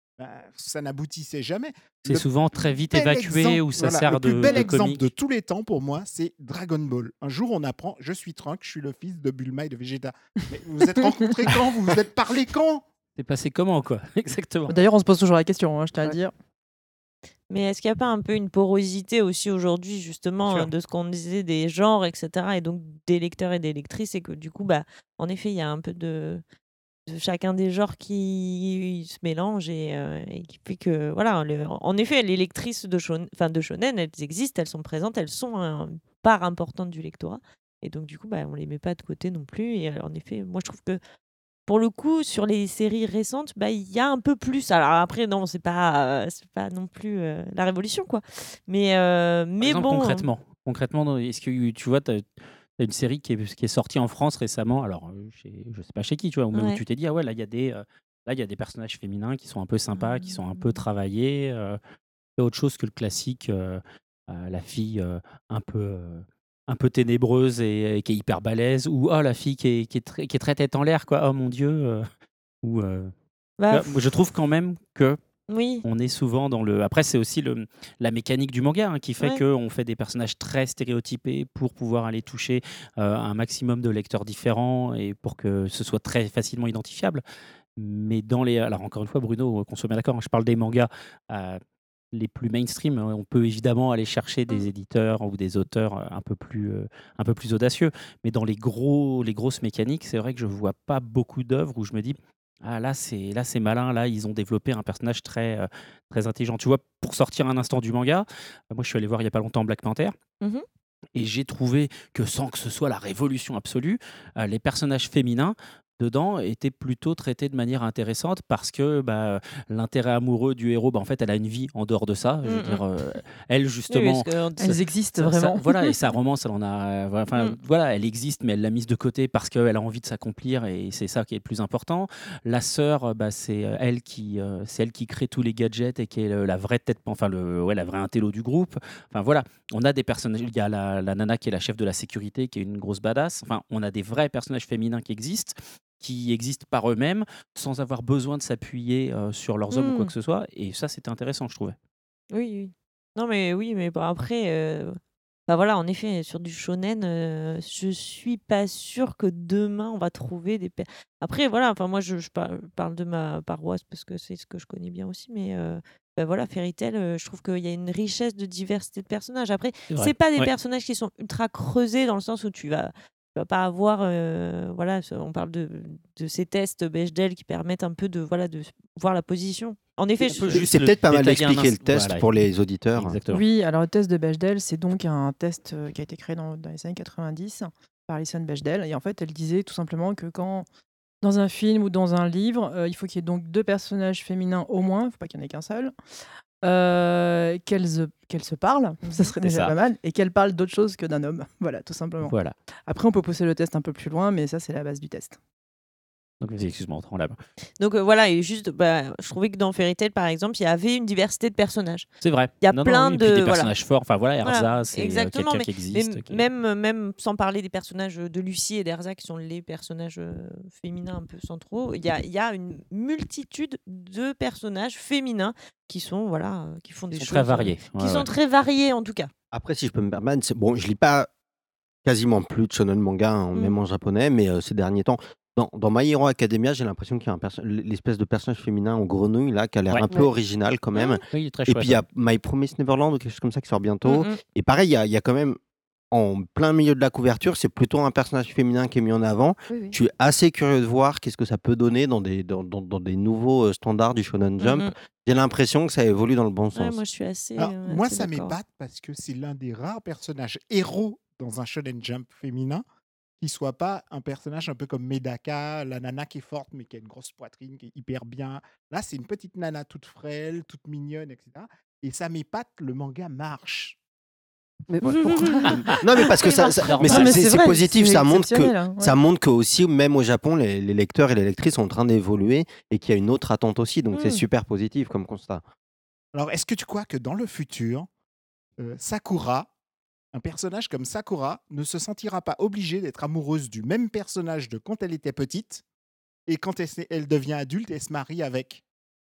ça n'aboutissait jamais. c'est Le souvent très vite bel évacué exemple- ou ça voilà, sert le plus de bel exemple comique. de tous les temps pour moi, c'est Dragon Ball. Un jour, on apprend, je suis Trunks, je suis le fils de Bulma et de Vegeta. Mais vous vous êtes rencontrés quand? Vous vous êtes parlé quand? C'est passé comment quoi? Exactement. D'ailleurs, on se pose toujours la question, je tiens à le Ouais. dire. Mais est-ce qu'il n'y a pas un peu une porosité aussi aujourd'hui, justement, Bien sûr. de ce qu'on disait des genres, etc., et donc des lecteurs et des lectrices, et que du coup, en effet, il y a un peu de chacun des genres qui se mélange et qui fait que, voilà, en effet, les lectrices de shonen, elles existent, elles sont présentes, elles sont une part importante du lectorat. Et donc, du coup, on les met pas de côté non plus. Et en effet, moi, je trouve que pour le coup, sur les séries récentes, il y a un peu plus. Alors après, non, c'est pas non plus la révolution, quoi. Mais Par mais exemple, bon. concrètement, est-ce que tu vois, tu as une série qui est sortie en France récemment, alors je sais pas chez qui, tu vois, où Ouais. tu t'es dit, ah ouais, là il y a des personnages féminins qui sont un peu sympas, qui sont un peu Mmh. travaillés, c'est autre chose que le classique la fille un peu ténébreuse et qui est hyper balèze, ou la fille qui est très tête en l'air, quoi. Oh mon Dieu. Ou, Bah, moi, je trouve quand même que oui. on est souvent dans le. Après, c'est aussi la mécanique du manga qui fait Ouais. qu'on fait des personnages très stéréotypés pour pouvoir aller toucher un maximum de lecteurs différents et pour que ce soit très facilement identifiable. Mais dans les. Alors, encore une fois, Bruno, qu'on soit bien d'accord, je parle des mangas les plus mainstream. On peut évidemment aller chercher des éditeurs ou des auteurs un peu plus audacieux. Mais dans les grosses mécaniques, c'est vrai que je vois pas beaucoup d'œuvres où je me dis. Ah, là c'est malin, là ils ont développé un personnage très intelligent. Tu vois, pour sortir un instant du manga, moi je suis allé voir il y a pas longtemps Black Panther Mhm. et j'ai trouvé que sans que ce soit la révolution absolue, les personnages féminins dedans étaient plutôt traités de manière intéressante parce que l'intérêt amoureux du héros, en fait, elle a une vie en dehors de ça. Je veux dire, elle Oui, justement, parce que Elles existent ça- vraiment. voilà, et sa romance, elle en a. Mm. Voilà, elle existe, mais elle l'a mise de côté parce qu'elle a envie de s'accomplir et c'est ça qui est le plus important. La sœur, c'est elle qui crée tous les gadgets et qui est la vraie tête, la vraie intello du groupe. Enfin voilà, on a des personnages. Il y a la nana qui est la chef de la sécurité, qui est une grosse badass. Enfin, on a des vrais personnages féminins qui existent par eux-mêmes sans avoir besoin de s'appuyer sur leurs hommes ou quoi Mm. que ce soit. Et ça, c'était intéressant, je trouvais. Oui, oui. Non, mais oui, mais bon, après, bah voilà, en effet, sur du shonen, je suis pas sûre que demain on va trouver des. Après, voilà, enfin moi je parle de ma paroisse parce que c'est ce que je connais bien aussi, mais bah voilà, Fairy Tail, je trouve qu'il y a une richesse de diversité de personnages. Après, C'est vrai. c'est pas des Ouais. personnages qui sont ultra creusés dans le sens où tu vas pas avoir, voilà, on parle de ces tests Bechdel qui permettent un peu de voir la position. En effet, On peut je- juste C'est le peut-être pas mal détailler un d'expliquer le instant. test Voilà, pour les auditeurs. Exactement. Oui, alors le test de Bechdel, c'est donc un test qui a été créé dans les années 90 par Alison Bechdel. Et en fait, elle disait tout simplement que quand, dans un film ou dans un livre, il faut qu'il y ait donc 2 personnages féminins au moins, il ne faut pas qu'il n'y en ait qu'un seul, qu'elles se parlent, ça serait C'est déjà ça. pas mal, et qu'elles parlent d'autre chose que d'un homme. Voilà, tout simplement. Voilà. Après, on peut pousser le test un peu plus loin, mais ça, c'est la base du test. Donc, vas-y, excuse-moi, on te rend la main. Donc voilà, et juste, je trouvais que dans Fairy Tail, par exemple, il y avait une diversité de personnages. C'est vrai. Il y a Non, plein oui, et puis de- des voilà. personnages forts. Enfin voilà, Erza, Voilà, c'est exactement, quelqu'un qui existe. Même sans parler des personnages de Lucie et d'Erza, qui sont les personnages féminins un peu centraux, il y a une multitude de personnages féminins qui sont, qui font des Ils sont choses très variés. qui sont très variés en tout cas. Après, si je peux me permettre, bon, je lis pas quasiment plus de shonen manga, même en japonais, mais ces derniers temps, dans My Hero Academia, j'ai l'impression qu'il y a l'espèce de personnage féminin en grenouille là, qui a l'air Ouais. un peu Ouais. original quand même. Oui, il est très Et chouette. puis il y a My Promised Neverland ou quelque chose comme ça qui sort bientôt. Et pareil, il y a quand même en plein milieu de la couverture, c'est plutôt un personnage féminin qui est mis en avant. Oui, oui. Je suis assez curieux de voir qu'est-ce que ça peut donner dans des nouveaux standards du Shonen Jump. J'ai l'impression que ça évolue dans le bon Ouais, sens. moi je suis assez. Alors, moi, assez ça d'accord. m'épate parce que c'est l'un des rares personnages héros dans un Shonen Jump féminin qui soit pas un personnage un peu comme Medaka, la nana qui est forte mais qui a une grosse poitrine, qui est hyper bien. Là, c'est une petite nana toute frêle, toute mignonne, etc. Et ça m'épate, le manga marche. Mais pourquoi Non, mais parce que normal. c'est vrai, positif, c'est ça montre que exceptionnel, hein, ouais. ça montre que aussi même au Japon, les lecteurs et les lectrices sont en train d'évoluer et qu'il y a une autre attente aussi. Donc c'est super positif comme constat. Alors, est-ce que tu crois que dans le futur, Sakura, un personnage comme Sakura, ne se sentira pas obligée d'être amoureuse du même personnage de quand elle était petite et quand elle devient adulte et se marie avec?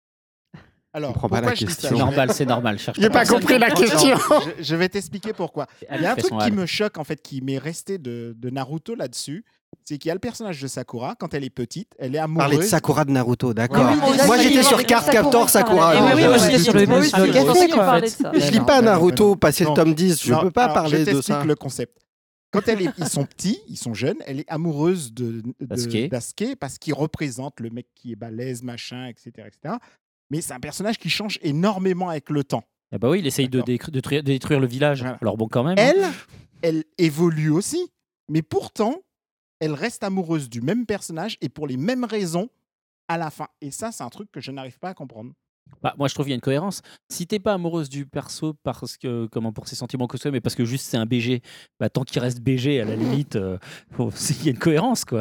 Alors, comprends pas la pourquoi je dis ça? question. C'est normal. Cherche J'ai pas personne. compris la question. Je vais t'expliquer pourquoi. Elle Il y a un fait truc son qui hal. me choque, en fait, qui m'est resté de Naruto là-dessus. C'est qu'il y a le personnage de Sakura, quand elle est petite, elle est amoureuse. Parler de Sakura de Naruto, d'accord. Oui, déjà, Moi je j'étais vais sur parler de Card Sakura, Captor Sakura. Et alors, oui, je- moi, je- j'étais sur le Oui, sur le c'est café, pour ça qu'on quoi, en parlait fait. de ça. Je lis pas Naruto, passer le Non. tome 10, je Non, peux pas alors, parler je de t'explique ça. le concept. Quand ils sont petits, ils sont jeunes, elle est amoureuse d'Asuke parce qu'il représente le mec qui est balèze, machin, etc., etc. Mais c'est un personnage qui change énormément avec le temps. Ah bah oui, il essaye de détruire le village. Voilà. Alors bon, quand même. hein. Elle évolue aussi, mais pourtant, elle reste amoureuse du même personnage et pour les mêmes raisons à la fin. Et ça, c'est un truc que je n'arrive pas à comprendre. Bah, moi, je trouve qu'il y a une cohérence. Si t'es pas amoureuse du perso parce que, pour ses sentiments que mais parce que juste c'est un BG, bah, tant qu'il reste BG, à la limite, il y a une cohérence, quoi.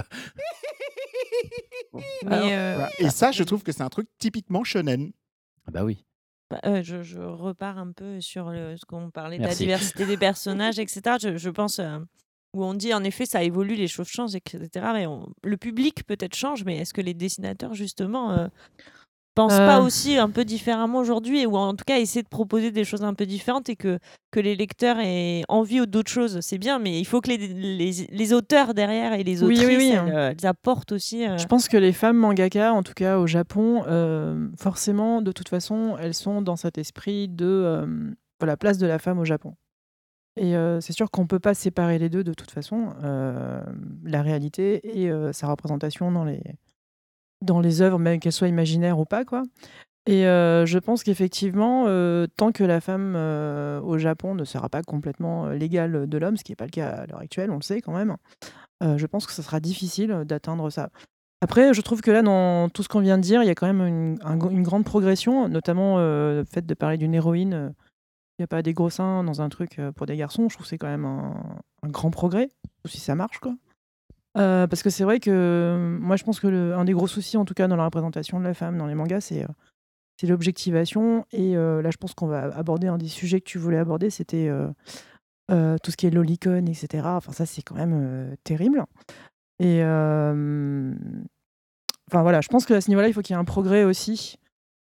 Mais Voilà. Et ça, je trouve que c'est un truc typiquement shonen. Ah bah oui. Je repars un peu sur ce qu'on parlait de la Merci. diversité des personnages, etc. Je pense où on dit en effet ça évolue, les choses changent, etc. Mais le public peut-être change, mais est-ce que les dessinateurs justement pensent pas aussi un peu différemment aujourd'hui, ou en tout cas essaient de proposer des choses un peu différentes et que les lecteurs aient envie d'autres choses? C'est bien, mais il faut que les auteurs derrière et les Oui, autrices, oui. elles apportent aussi. Je pense que les femmes mangaka, en tout cas au Japon, forcément, de toute façon, elles sont dans cet esprit de la place de la femme au Japon. Et c'est sûr qu'on ne peut pas séparer les deux de toute façon, la réalité et sa représentation dans les œuvres, même qu'elles soient imaginaires ou pas, quoi. Et je pense qu'effectivement, tant que la femme au Japon ne sera pas complètement l'égale de l'homme, ce qui n'est pas le cas à l'heure actuelle, on le sait quand même, je pense que ça sera difficile d'atteindre ça. Après, je trouve que là, dans tout ce qu'on vient de dire, il y a quand même une grande progression, notamment le fait de parler d'une héroïne qui n'a pas des gros seins dans un truc pour des garçons. Je trouve que c'est quand même un grand progrès, si ça marche, quoi. Parce que c'est vrai que moi, je pense que un des gros soucis, en tout cas dans la représentation de la femme dans les mangas, c'est l'objectivation. Et là, je pense qu'on va aborder un des sujets que tu voulais aborder, c'était tout ce qui est lolicon, etc. Enfin, ça, c'est quand même terrible. Et enfin voilà, je pense qu'à ce niveau-là, il faut qu'il y ait un progrès aussi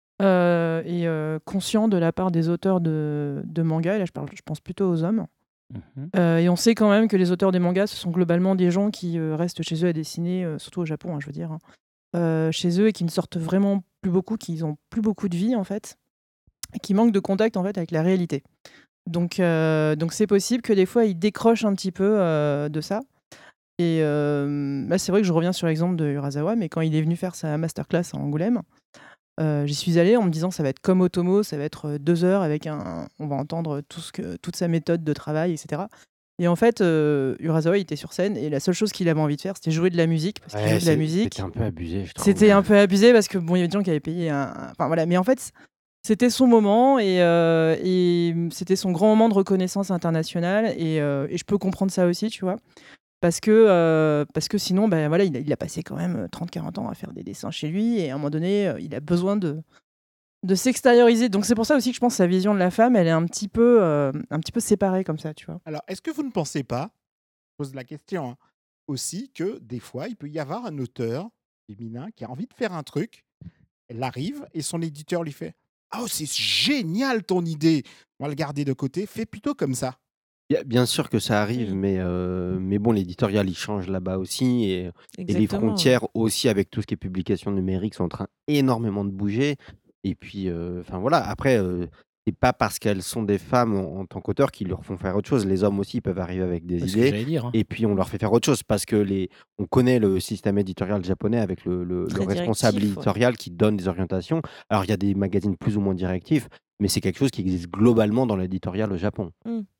et conscient de la part des auteurs de manga. Et là, je pense plutôt aux hommes. Et on sait quand même que les auteurs des mangas, ce sont globalement des gens qui restent chez eux à dessiner, surtout au Japon, hein, je veux dire, chez eux, et qui ne sortent vraiment plus beaucoup, qui n'ont plus beaucoup de vie en fait, et qui manquent de contact en fait avec la réalité. Donc c'est possible que des fois ils décrochent un petit peu de ça. Et là, c'est vrai que je reviens sur l'exemple de Urasawa, mais quand il est venu faire sa masterclass à Angoulême, j'y suis allée en me disant ça va être comme Otomo, ça va être 2 heures avec on va entendre toute sa méthode de travail, etc. Et en fait, Urasawa, il était sur scène et la seule chose qu'il avait envie de faire, c'était jouer de la musique. Parce qu'il jouait de la musique. C'était un peu abusé, je trouve. C'était un peu abusé parce que bon, il y avait des gens qui avaient payé Enfin voilà, mais en fait, c'était son moment et c'était son grand moment de reconnaissance internationale et je peux comprendre ça aussi, tu vois. Parce que sinon, ben voilà, il a passé quand même 30-40 ans à faire des dessins chez lui et à un moment donné, il a besoin de s'extérioriser. Donc c'est pour ça aussi que je pense que sa vision de la femme, elle est un petit peu séparée comme ça, tu vois. Alors, est-ce que vous ne pensez pas, je pose la question, hein, aussi que des fois, il peut y avoir un auteur féminin qui a envie de faire un truc, elle arrive et son éditeur lui fait « Oh, c'est génial ton idée, on va le garder de côté, fais plutôt comme ça. » Bien sûr que ça arrive, mais bon, l'éditorial, il change là-bas aussi et les Exactement, ouais. frontières aussi avec tout ce qui est publication numérique sont en train énormément de bouger et puis, enfin voilà, après, c'est pas parce qu'elles sont des femmes en tant qu'auteurs qu'ils leur font faire autre chose. Les hommes aussi peuvent arriver avec des C'est ce que idées j'allais dire, hein. et puis on leur fait faire autre chose parce que on connaît le système éditorial japonais avec le Très responsable directif, ouais. éditorial qui donne des orientations. Alors il y a des magazines plus ou moins directifs, mais c'est quelque chose qui existe globalement dans l'éditorial au Japon.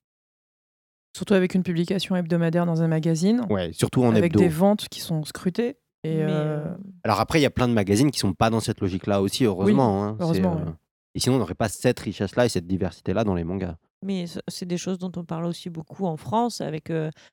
Surtout avec une publication hebdomadaire dans un magazine, Ouais, surtout en avec hebdo. des ventes qui sont scrutées. Et Alors après, il y a plein de magazines qui sont pas dans cette logique-là aussi, heureusement. Hein. heureusement, ouais. Et sinon, on n'aurait pas cette richesse-là et cette diversité-là dans les mangas. Mais c'est des choses dont on parle aussi beaucoup en France avec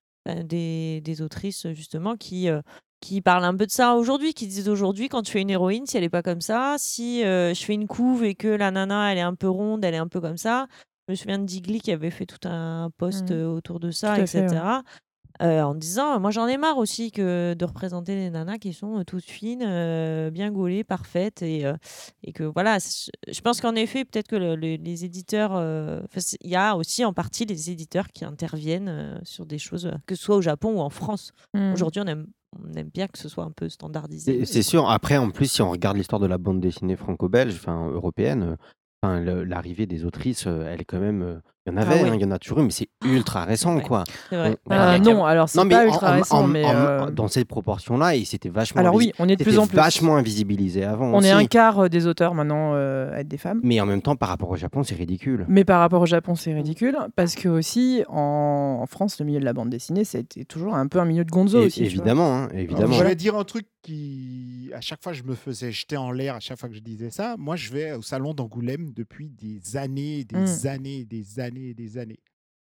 des autrices justement qui parlent un peu de ça aujourd'hui, qui disent aujourd'hui quand tu fais une héroïne, si elle est pas comme ça, si je fais une couve et que la nana elle est un peu ronde, elle est un peu comme ça. Je me souviens de Digli qui avait fait tout un post autour de ça, Tout à fait, etc. En disant moi j'en ai marre aussi de représenter des nanas qui sont toutes fines, bien gaulées, parfaites et que voilà, je pense qu'en effet peut-être que les éditeurs, il y a aussi en partie les éditeurs qui interviennent sur des choses, que ce soit au Japon ou en France. Aujourd'hui on aime bien que ce soit un peu standardisé. C'est sûr. Après, en plus, si on regarde l'histoire de la bande dessinée franco-belge, enfin européenne, l'arrivée des autrices, elle est quand même. Il y en avait, Ah ouais. hein, il y en a toujours eu, mais c'est ultra récent, Ouais. quoi. C'est vrai. Non, alors c'est Non, mais pas ultra récent, mais dans cette proportion-là, et c'était vachement. alors oui, on est de plus en plus. Vachement invisibilisé avant. On aussi. est un quart des auteurs maintenant à être des femmes. Mais en même temps, par rapport au Japon, c'est ridicule. Mais par rapport au Japon, c'est ridicule parce que aussi en France, le milieu de la bande dessinée, ça a été toujours un peu un milieu de gonzo aussi. tu vois. Évidemment, hein, évidemment. Alors, je vais dire un truc qui, à chaque fois, je me faisais jeter en l'air à chaque fois que je disais ça. Moi, je vais au salon d'Angoulême depuis des années, des années, des années, des années. D'accord ?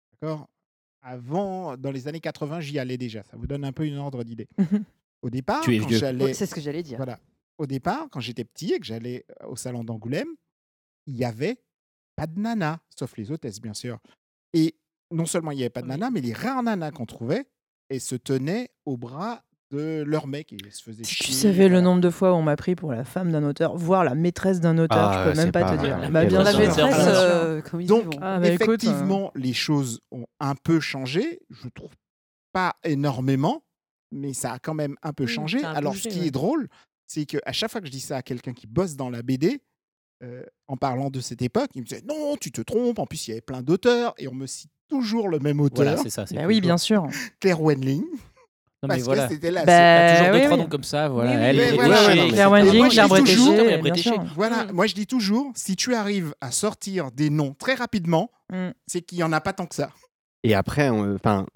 Avant, dans les années 80, j'y allais déjà. Ça vous donne un peu une ordre d'idée. Au départ, Tu es quand vieux. j'allais, C'est ce que j'allais dire. voilà. Au départ, quand j'étais petit et que j'allais au salon d'Angoulême, il n'y avait pas de nana, sauf les hôtesses, bien sûr. Et non seulement il n'y avait pas de nana, mais les rares nanas qu'on trouvait, elles se tenaient au bras de leur mec et elles se faisaient Si chier. tu savais le voilà. nombre de fois où on m'a pris pour la femme d'un auteur, voire la maîtresse d'un auteur, Ah, je peux même c'est pas pas te dire. vrai. Bah, Quelle bien La sûr. horreur. maîtresse, Bien sûr. comme ils Donc, y vont. Ah, bah, écoute, effectivement, les choses ont un peu changé. Je trouve pas énormément, mais ça a quand même un peu Oui, changé. ça a Alors, bougé, ce qui ouais. est drôle, c'est qu'à chaque fois que je dis ça à quelqu'un qui bosse dans la BD, en parlant de cette époque, il me disait non, tu te trompes. En plus, il y avait plein d'auteurs et on me cite toujours le même auteur, Voilà, c'est ça. Bah oui, bien sûr. Claire Wenling, Non, mais parce voilà. que c'était la Bah, Il y a toujours deux, oui, trois oui. noms comme ça. Voilà. Oui, oui, Elle, mais Bretéché, voilà, ouais, non, mais Claire c'est- Wendy, moi, je Claire dis toujours, Bretéché, Claire bien Bretéché. sûr. Voilà, moi je dis toujours, si tu arrives à sortir des noms très rapidement, Mm. c'est qu'il n'y en a pas tant que ça. Et après, enfin,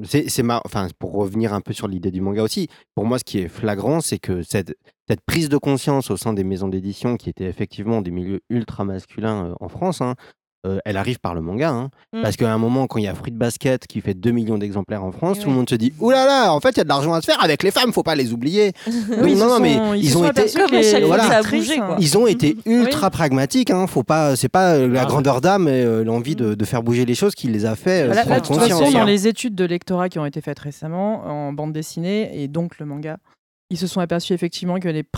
pour revenir un peu sur l'idée du manga aussi, pour moi, ce qui est flagrant, c'est que cette prise de conscience au sein des maisons d'édition, qui étaient effectivement des milieux ultra masculins en France, hein, elle arrive par le manga. Hein. Mm. Parce qu'à un moment, quand il y a Fruit Basket qui fait 2 millions d'exemplaires en France, Et tout le monde se dit ouh là là, en fait, il y a de l'argent à se faire avec les femmes, faut pas les oublier. Oui, non, mais se ils sont ont été. aperçus que Comme à chaque les fois que ça a actrices, bougé, quoi. Ils ont été ultra pragmatiques. Hein. Faut pas, c'est pas la Ah, grandeur d'âme et l'envie de faire bouger les choses qui les a fait Là, prendre de toute conscience. façon, dans hein. les études de lectorat qui ont été faites récemment en bande dessinée et donc le manga, ils se sont aperçus effectivement que les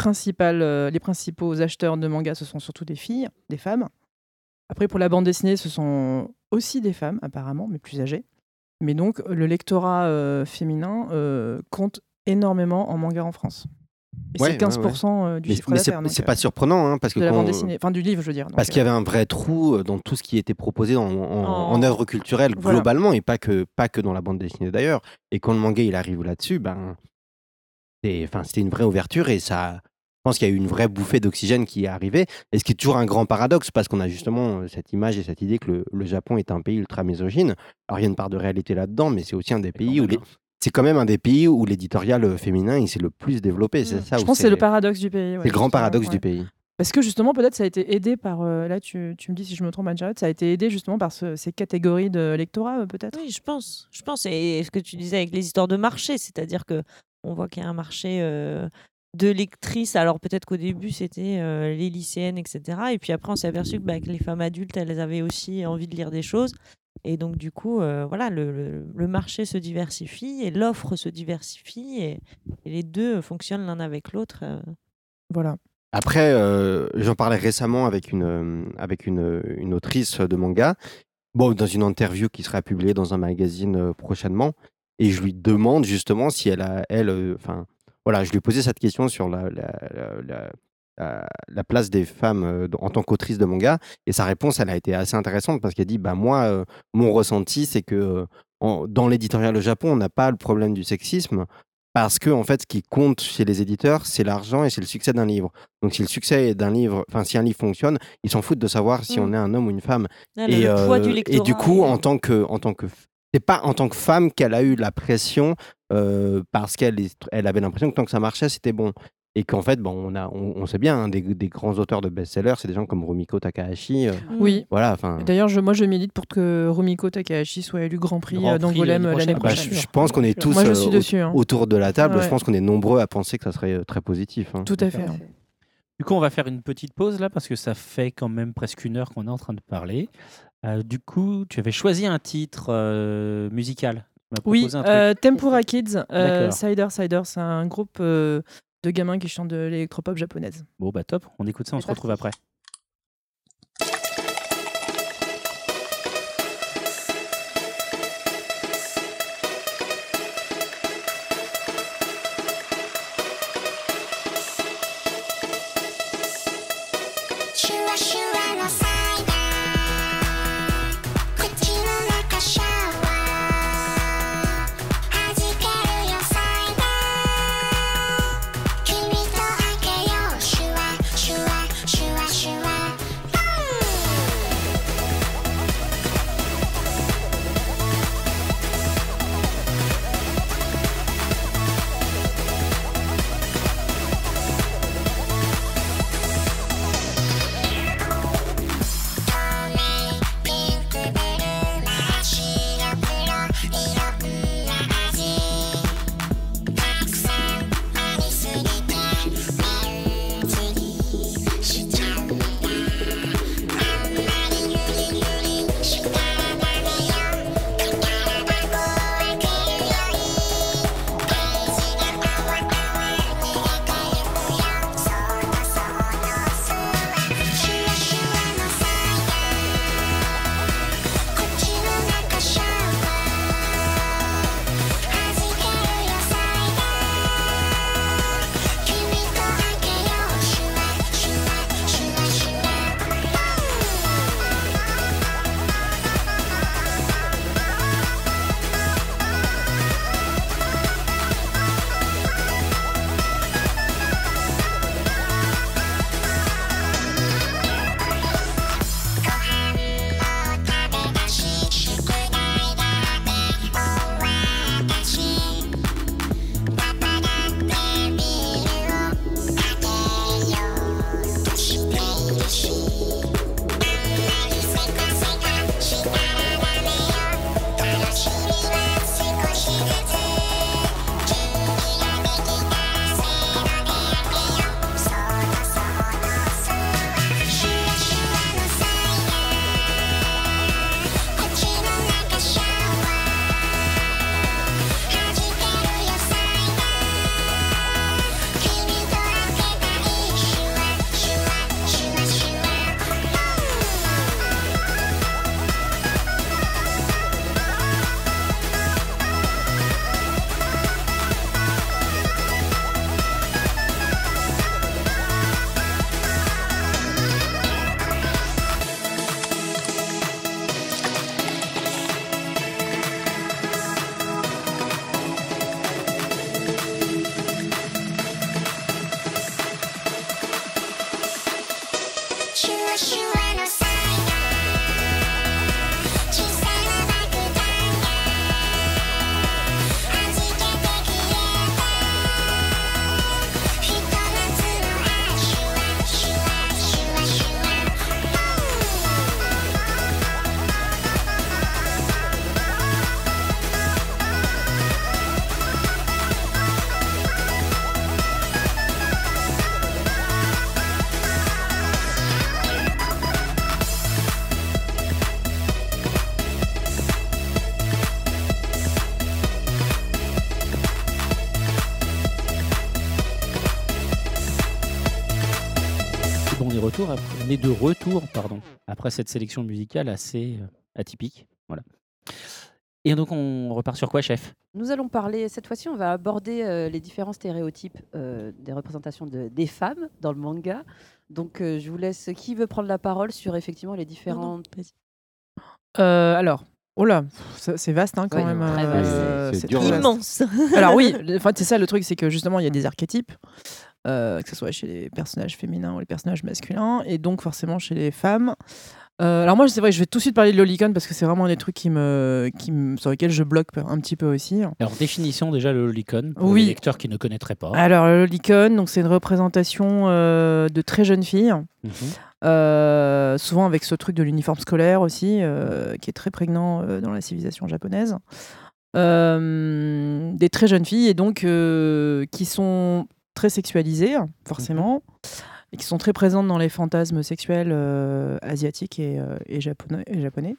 principaux acheteurs de manga, ce sont surtout des filles, des femmes. Après, pour la bande dessinée, ce sont aussi des femmes, apparemment, mais plus âgées. Mais donc, le lectorat féminin compte énormément en manga en France. Et Ouais, c'est 15% du Mais, chiffre mais d'affaires. c'est pas surprenant, hein, parce que de la quand- bande dessinée, enfin du livre, je veux dire. parce qu'il y avait un vrai trou dans tout ce qui était proposé en œuvre culturelle Voilà. globalement et pas que dans la bande dessinée d'ailleurs. Et quand le manga il arrive là-dessus, ben c'était une vraie ouverture et ça. Je pense qu'il y a eu une vraie bouffée d'oxygène qui est arrivée. Et ce qui est toujours un grand paradoxe parce qu'on a justement cette image et cette idée que le Japon est un pays ultra misogyne. Alors il y a une part de réalité là-dedans, mais c'est aussi un des pays où c'est quand même un des pays où l'éditorial féminin il s'est le plus développé. C'est ça. Je où pense que c'est le paradoxe du pays. C'est le grand paradoxe ouais. du pays. Parce que justement, peut-être ça a été aidé par. Là, tu me dis si je me trompe, Anne-Charlotte, ça a été aidé justement par ces catégories de lectorat, peut-être. Oui, je pense. Et ce que tu disais avec les histoires de marché, c'est-à-dire que on voit qu'il y a un marché de lectrices. Alors peut-être qu'au début c'était les lycéennes, etc. Et puis après on s'est aperçu que les femmes adultes, elles avaient aussi envie de lire des choses. Et donc du coup, voilà, le marché se diversifie et l'offre se diversifie et les deux fonctionnent l'un avec l'autre. Voilà. Après, j'en parlais récemment avec une autrice de manga, dans une interview qui sera publiée dans un magazine prochainement, et je lui demande justement si je lui ai posé cette question sur la place des femmes en tant qu'autrice de manga, et sa réponse, elle a été assez intéressante parce qu'elle dit, moi, mon ressenti, c'est que dans l'éditorial au Japon, on n'a pas le problème du sexisme. Parce que, en fait, ce qui compte chez les éditeurs, c'est l'argent et c'est le succès d'un livre. Donc, si le succès d'un livre, si un livre fonctionne, ils s'en foutent de savoir si on est un homme ou une femme. Le poids du lectorat. Et du coup, c'est pas en tant que femme qu'elle a eu la pression parce qu'elle avait l'impression que tant que ça marchait, c'était bon. Et qu'en fait, on sait bien, hein, des grands auteurs de best-sellers, c'est des gens comme Rumiko Takahashi. Oui. Voilà, D'ailleurs, moi, je milite pour que Rumiko Takahashi soit élu Grand Prix d'Angoulême l'année prochaine. Je pense qu'on est tous moi, je suis dessus, hein. autour de la table. Ouais. Je pense qu'on est nombreux à penser que ça serait très positif. Hein. Tout à fait. Du coup, on va faire une petite pause là parce que ça fait quand même presque 1 heure qu'on est en train de parler. Du coup, tu avais choisi un titre musical. Tu m'as Oui, proposé un truc. Tempura Kids, D'accord. Cider, c'est un groupe de gamins qui chantent de l'électropop japonaise. Bon, bah top, on écoute ça, on se retrouve après. Shua de retour, après cette sélection musicale assez atypique. Voilà. Et donc, on repart sur quoi, chef ? Nous allons parler, cette fois-ci, on va aborder les différents stéréotypes des représentations des femmes dans le manga. Donc, je vous laisse, qui veut prendre la parole sur effectivement les différentes... Alors, oh là, c'est vaste quand Ouais, même. très vaste. C'est c'est dur, très ouais. vaste. Immense. Alors oui, en fait, c'est ça le truc, c'est que justement, il y a des archétypes, que ce soit chez les personnages féminins ou les personnages masculins, et donc forcément chez les femmes. Alors moi, c'est vrai, je vais tout de suite parler de Lolicon parce que c'est vraiment un des trucs sur lesquels je bloque un petit peu aussi. Alors, définition déjà le Lolicon, pour Oui. les lecteurs qui ne connaîtraient pas. Alors, le Lolicon, donc c'est une représentation de très jeunes filles, souvent avec ce truc de l'uniforme scolaire aussi, qui est très prégnant dans la civilisation japonaise. Des très jeunes filles et donc qui sont très sexualisées, forcément, et qui sont très présentes dans les fantasmes sexuels asiatiques et japonais.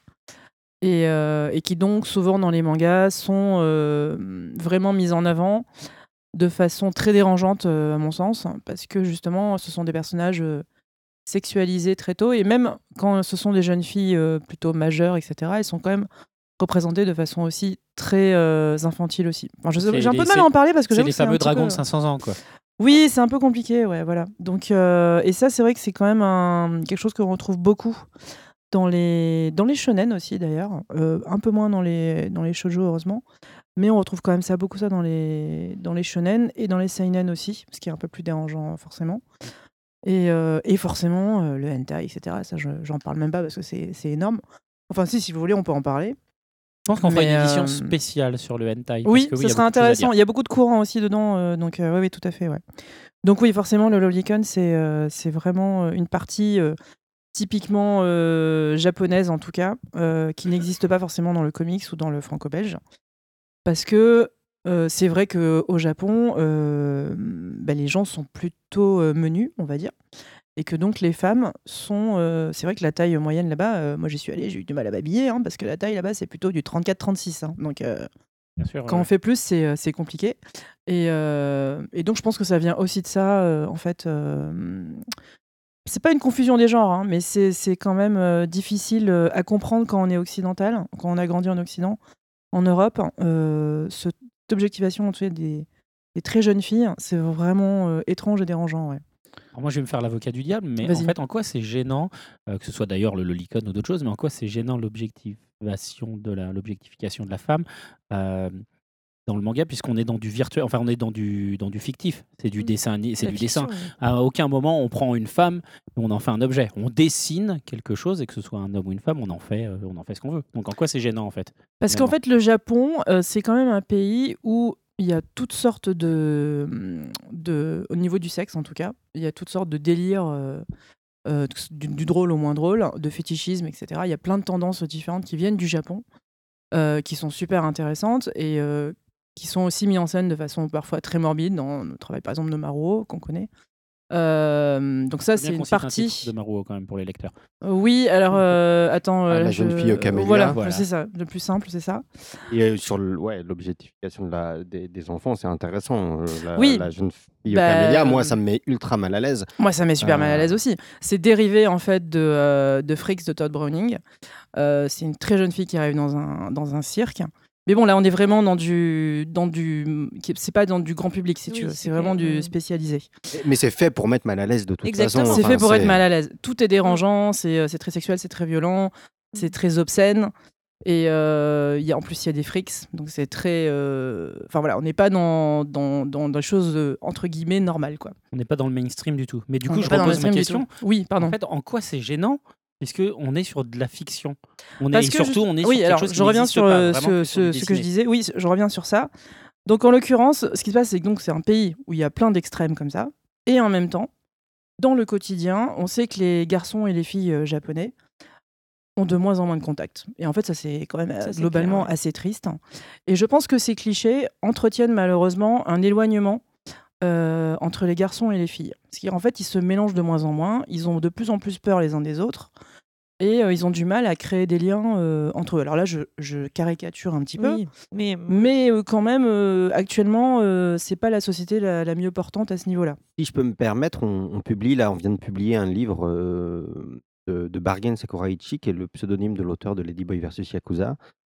Et qui donc souvent dans les mangas sont vraiment mises en avant de façon très dérangeante à mon sens, parce que justement ce sont des personnages sexualisés très tôt, et même quand ce sont des jeunes filles plutôt majeures, etc., elles sont quand même représentées de façon aussi très infantile aussi. Enfin, j'ai un peu de mal à en parler parce que C'est j'avoue les que c'est un fameux petit dragons peu- de 500 ans, quoi. Oui, c'est un peu compliqué, ouais, voilà. Donc, et ça, c'est vrai que c'est quand même quelque chose qu'on retrouve beaucoup dans les shonen aussi, d'ailleurs. Un peu moins dans les shoujo, heureusement. Mais on retrouve quand même beaucoup ça dans les shonen et dans les seinen aussi, ce qui est un peu plus dérangeant, forcément. Et forcément, le hentai, etc. Ça, j'en parle même pas parce que c'est énorme. Enfin, si vous voulez, on peut en parler. Je pense qu'on fera une Mais, édition spéciale sur le hentai. Oui, parce que ce il y a serait beaucoup de choses à intéressant. dire. Il y a beaucoup de courants aussi dedans, donc oui, tout à fait, ouais. Donc oui, forcément, le Lolicon, c'est vraiment une partie typiquement japonaise, en tout cas, qui n'existe pas forcément dans le comics ou dans le franco-belge. Parce que c'est vrai qu'au Japon, les gens sont plutôt menus, on va dire. Et que donc les femmes sont... c'est vrai que la taille moyenne là-bas, moi j'y suis allée, j'ai eu du mal à m'habiller, parce que la taille là-bas c'est plutôt du 34-36. Donc Bien sûr, quand on fait plus, c'est compliqué. Et donc je pense que ça vient aussi de ça, en fait. C'est pas une confusion des genres, mais c'est quand même difficile à comprendre quand on est occidental, quand on a grandi en Occident, en Europe. Cette objectivation des très jeunes filles, c'est vraiment étrange et dérangeant, ouais. Alors moi, je vais me faire l'avocat du diable, mais en Vas-y. fait, en quoi c'est gênant, que ce soit d'ailleurs le Lolicon ou d'autres choses, mais en quoi c'est gênant l'objectivation l'objectification de la femme dans le manga, puisqu'on est dans du virtuel, enfin on est dans du fictif, c'est du dessin, c'est du dessin. À aucun moment on prend une femme, et on en fait un objet. On dessine quelque chose, et que ce soit un homme ou une femme, on en fait ce qu'on veut. Donc en quoi c'est gênant en fait ? Parce qu'en fait, le Japon, c'est quand même un pays où il y a toutes sortes au niveau du sexe en tout cas, il y a toutes sortes de délires, du drôle au moins drôle, de fétichisme, etc. Il y a plein de tendances différentes qui viennent du Japon, qui sont super intéressantes et qui sont aussi mises en scène de façon parfois très morbide dans le travail par exemple de Maruo, qu'on connaît. Donc ça, c'est une partie. de Maruo quand même pour les lecteurs. Oui, alors attends. La jeune fille au camélia. Voilà, Voilà. c'est ça, le plus simple, c'est ça. Et sur l'objectification des enfants, c'est intéressant. Oui. La jeune fille au Bah, camélia, moi, ça me met ultra mal à l'aise. Moi, ça met super mal à l'aise aussi. C'est dérivé en fait de Freaks de Todd Browning. C'est une très jeune fille qui arrive dans un cirque. Mais bon, là, on est vraiment c'est pas dans du grand public, si tu veux. C'est vraiment du spécialisé. Mais c'est fait pour mettre mal à l'aise de toute Exactement. façon. C'est Enfin, fait pour être mal à l'aise. Tout est dérangeant, c'est très sexuel, c'est très violent, c'est très obscène. Et en plus, il y a des freaks, donc c'est très... Enfin voilà, on n'est pas dans des choses, entre guillemets, normales, quoi. On n'est pas dans le mainstream du tout. Mais du On coup, n'est je pas dans le repose ma mainstream du question. tout. Oui, pardon. En fait, en quoi c'est gênant ? Puisqu'on est sur de la fiction. On Parce est que surtout, on est oui, sur quelque alors, chose qui je reviens n'existe sur pas, vraiment que ce du que je dessiné. disais. Oui, je reviens sur ça. Donc, en l'occurrence, ce qui se passe, c'est que donc, c'est un pays où il y a plein d'extrêmes comme ça. Et en même temps, dans le quotidien, on sait que les garçons et les filles japonais ont de moins en moins de contacts. Et en fait, ça, c'est quand même Ça, c'est globalement clair, ouais. assez triste. Et je pense que ces clichés entretiennent malheureusement un éloignement entre les garçons et les filles. Parce qu'en fait, ils se mélangent de moins en moins. Ils ont de plus en plus peur les uns des autres. et ils ont du mal à créer des liens entre eux. Alors là, je caricature un petit peu, Oui, mais mais quand même, actuellement, c'est pas la société la mieux portante à ce niveau-là. Si je peux me permettre, on vient de publier un livre de Bargen Sakuraichi, qui est le pseudonyme de l'auteur de Ladyboy vs Yakuza,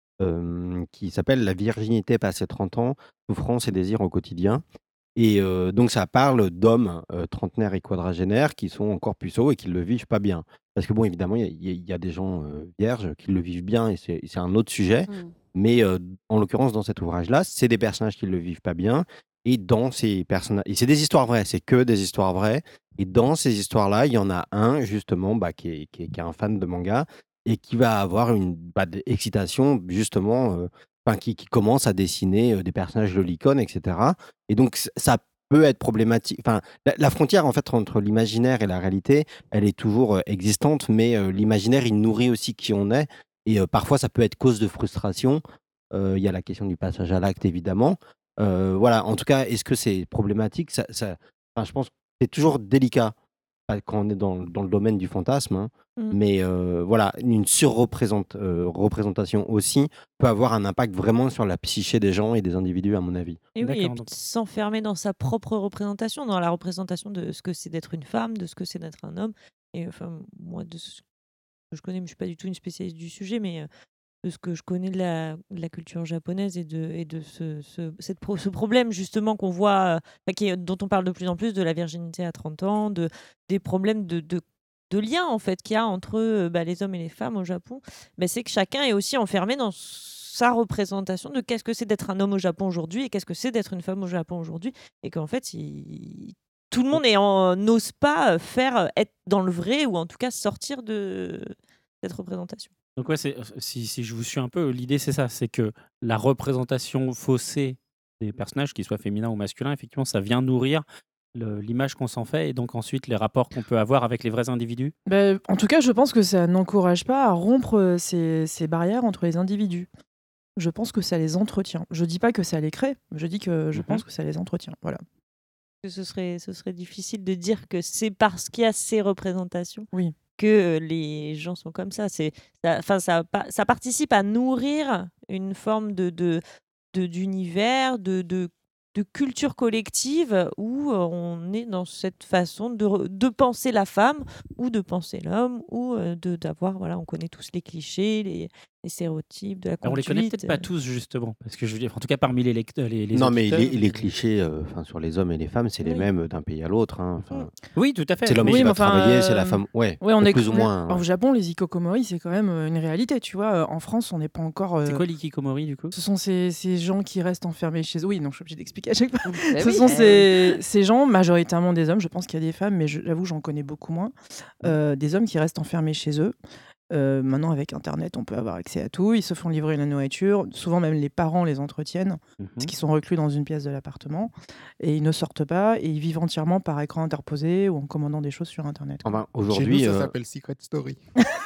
qui s'appelle La virginité passé 30 ans, souffrance et désir au quotidien. Et donc ça parle d'hommes trentenaires et quadragénaires qui sont encore puceaux et qui le vivent pas bien. Parce que bon, évidemment, il y a des gens vierges qui le vivent bien et c'est un autre sujet. Mais en l'occurrence, dans cet ouvrage-là, c'est des personnages qui le vivent pas bien. Et dans ces personnages, et c'est des histoires vraies, c'est que des histoires vraies. Et dans ces histoires-là, il y en a un justement qui est un fan de manga et qui va avoir une excitation justement, qui commence à dessiner des personnages lolicones, etc. Et donc ça peut être problématique. Enfin, la frontière en fait entre l'imaginaire et la réalité, elle est toujours existante, mais l'imaginaire il nourrit aussi qui on est. Et parfois ça peut être cause de frustration. Il y a la question du passage à l'acte évidemment. Voilà. En tout cas, est-ce que c'est problématique? Enfin, je pense que c'est toujours délicat quand on est dans le domaine du fantasme, hein. Mais voilà, une représentation aussi peut avoir un impact vraiment sur la psyché des gens et des individus, à mon avis. Et oui, et D'accord, puis donc s'enfermer dans sa propre représentation, dans la représentation de ce que c'est d'être une femme, de ce que c'est d'être un homme. Et enfin, moi, de ce que je connais, mais je suis pas du tout une spécialiste du sujet, mais de ce que je connais de la culture japonaise et de ce problème justement qu'on voit, dont on parle de plus en plus, de la virginité à 30 ans, des problèmes de lien en fait qu'il y a entre les hommes et les femmes au Japon, c'est que chacun est aussi enfermé dans sa représentation de qu'est-ce que c'est d'être un homme au Japon aujourd'hui et qu'est-ce que c'est d'être une femme au Japon aujourd'hui, et qu'en fait tout le monde n'ose pas être dans le vrai, ou en tout cas sortir de cette représentation. Donc ouais, si je vous suis un peu, l'idée c'est ça, c'est que la représentation faussée des personnages, qu'ils soient féminins ou masculins, effectivement, ça vient nourrir l'image qu'on s'en fait et donc ensuite les rapports qu'on peut avoir avec les vrais individus. En tout cas, je pense que ça n'encourage pas à rompre ces barrières entre les individus. Je pense que ça les entretient. Je dis pas que ça les crée, je dis que je pense que ça les entretient. Voilà. Ce serait difficile de dire que c'est parce qu'il y a ces représentations Oui. que les gens sont comme ça. Ça participe à nourrir une forme d'univers, de culture collective où on est dans cette façon de penser la femme ou de penser l'homme, ou d'avoir, voilà, on connaît tous les clichés, les stéréotypes de la conduite. On les connaît peut-être pas tous justement, parce que je veux dire, en tout cas parmi les lecteurs, les Non, mais auditeurs, les clichés sur les hommes et les femmes, c'est les Oui. mêmes d'un pays à l'autre, hein. Enfin, Oui, tout à fait. c'est l'homme mais- Oui, qui mais va enfin, travailler, c'est la femme. Ouais, Ouais, on est plus ou moins. Au Japon, les hikikomori, c'est quand même une réalité, tu vois. En France, on n'est pas encore. C'est quoi l'ikikomori du coup? Ce sont ces gens qui restent enfermés chez eux. Oui, non, je suis obligée d'expliquer à chaque fois. Bah Ce oui. sont ces gens, majoritairement des hommes, je pense qu'il y a des femmes, mais j'avoue, j'en connais beaucoup moins. Des hommes qui restent enfermés chez eux. Maintenant, avec Internet, on peut avoir accès à tout. Ils se font livrer la nourriture. Souvent, même les parents les entretiennent, parce qu'ils sont reclus dans une pièce de l'appartement. Et ils ne sortent pas, et ils vivent entièrement par écran interposé ou en commandant des choses sur Internet. Enfin, Chez nous, aujourd'hui. ça s'appelle Secret Story.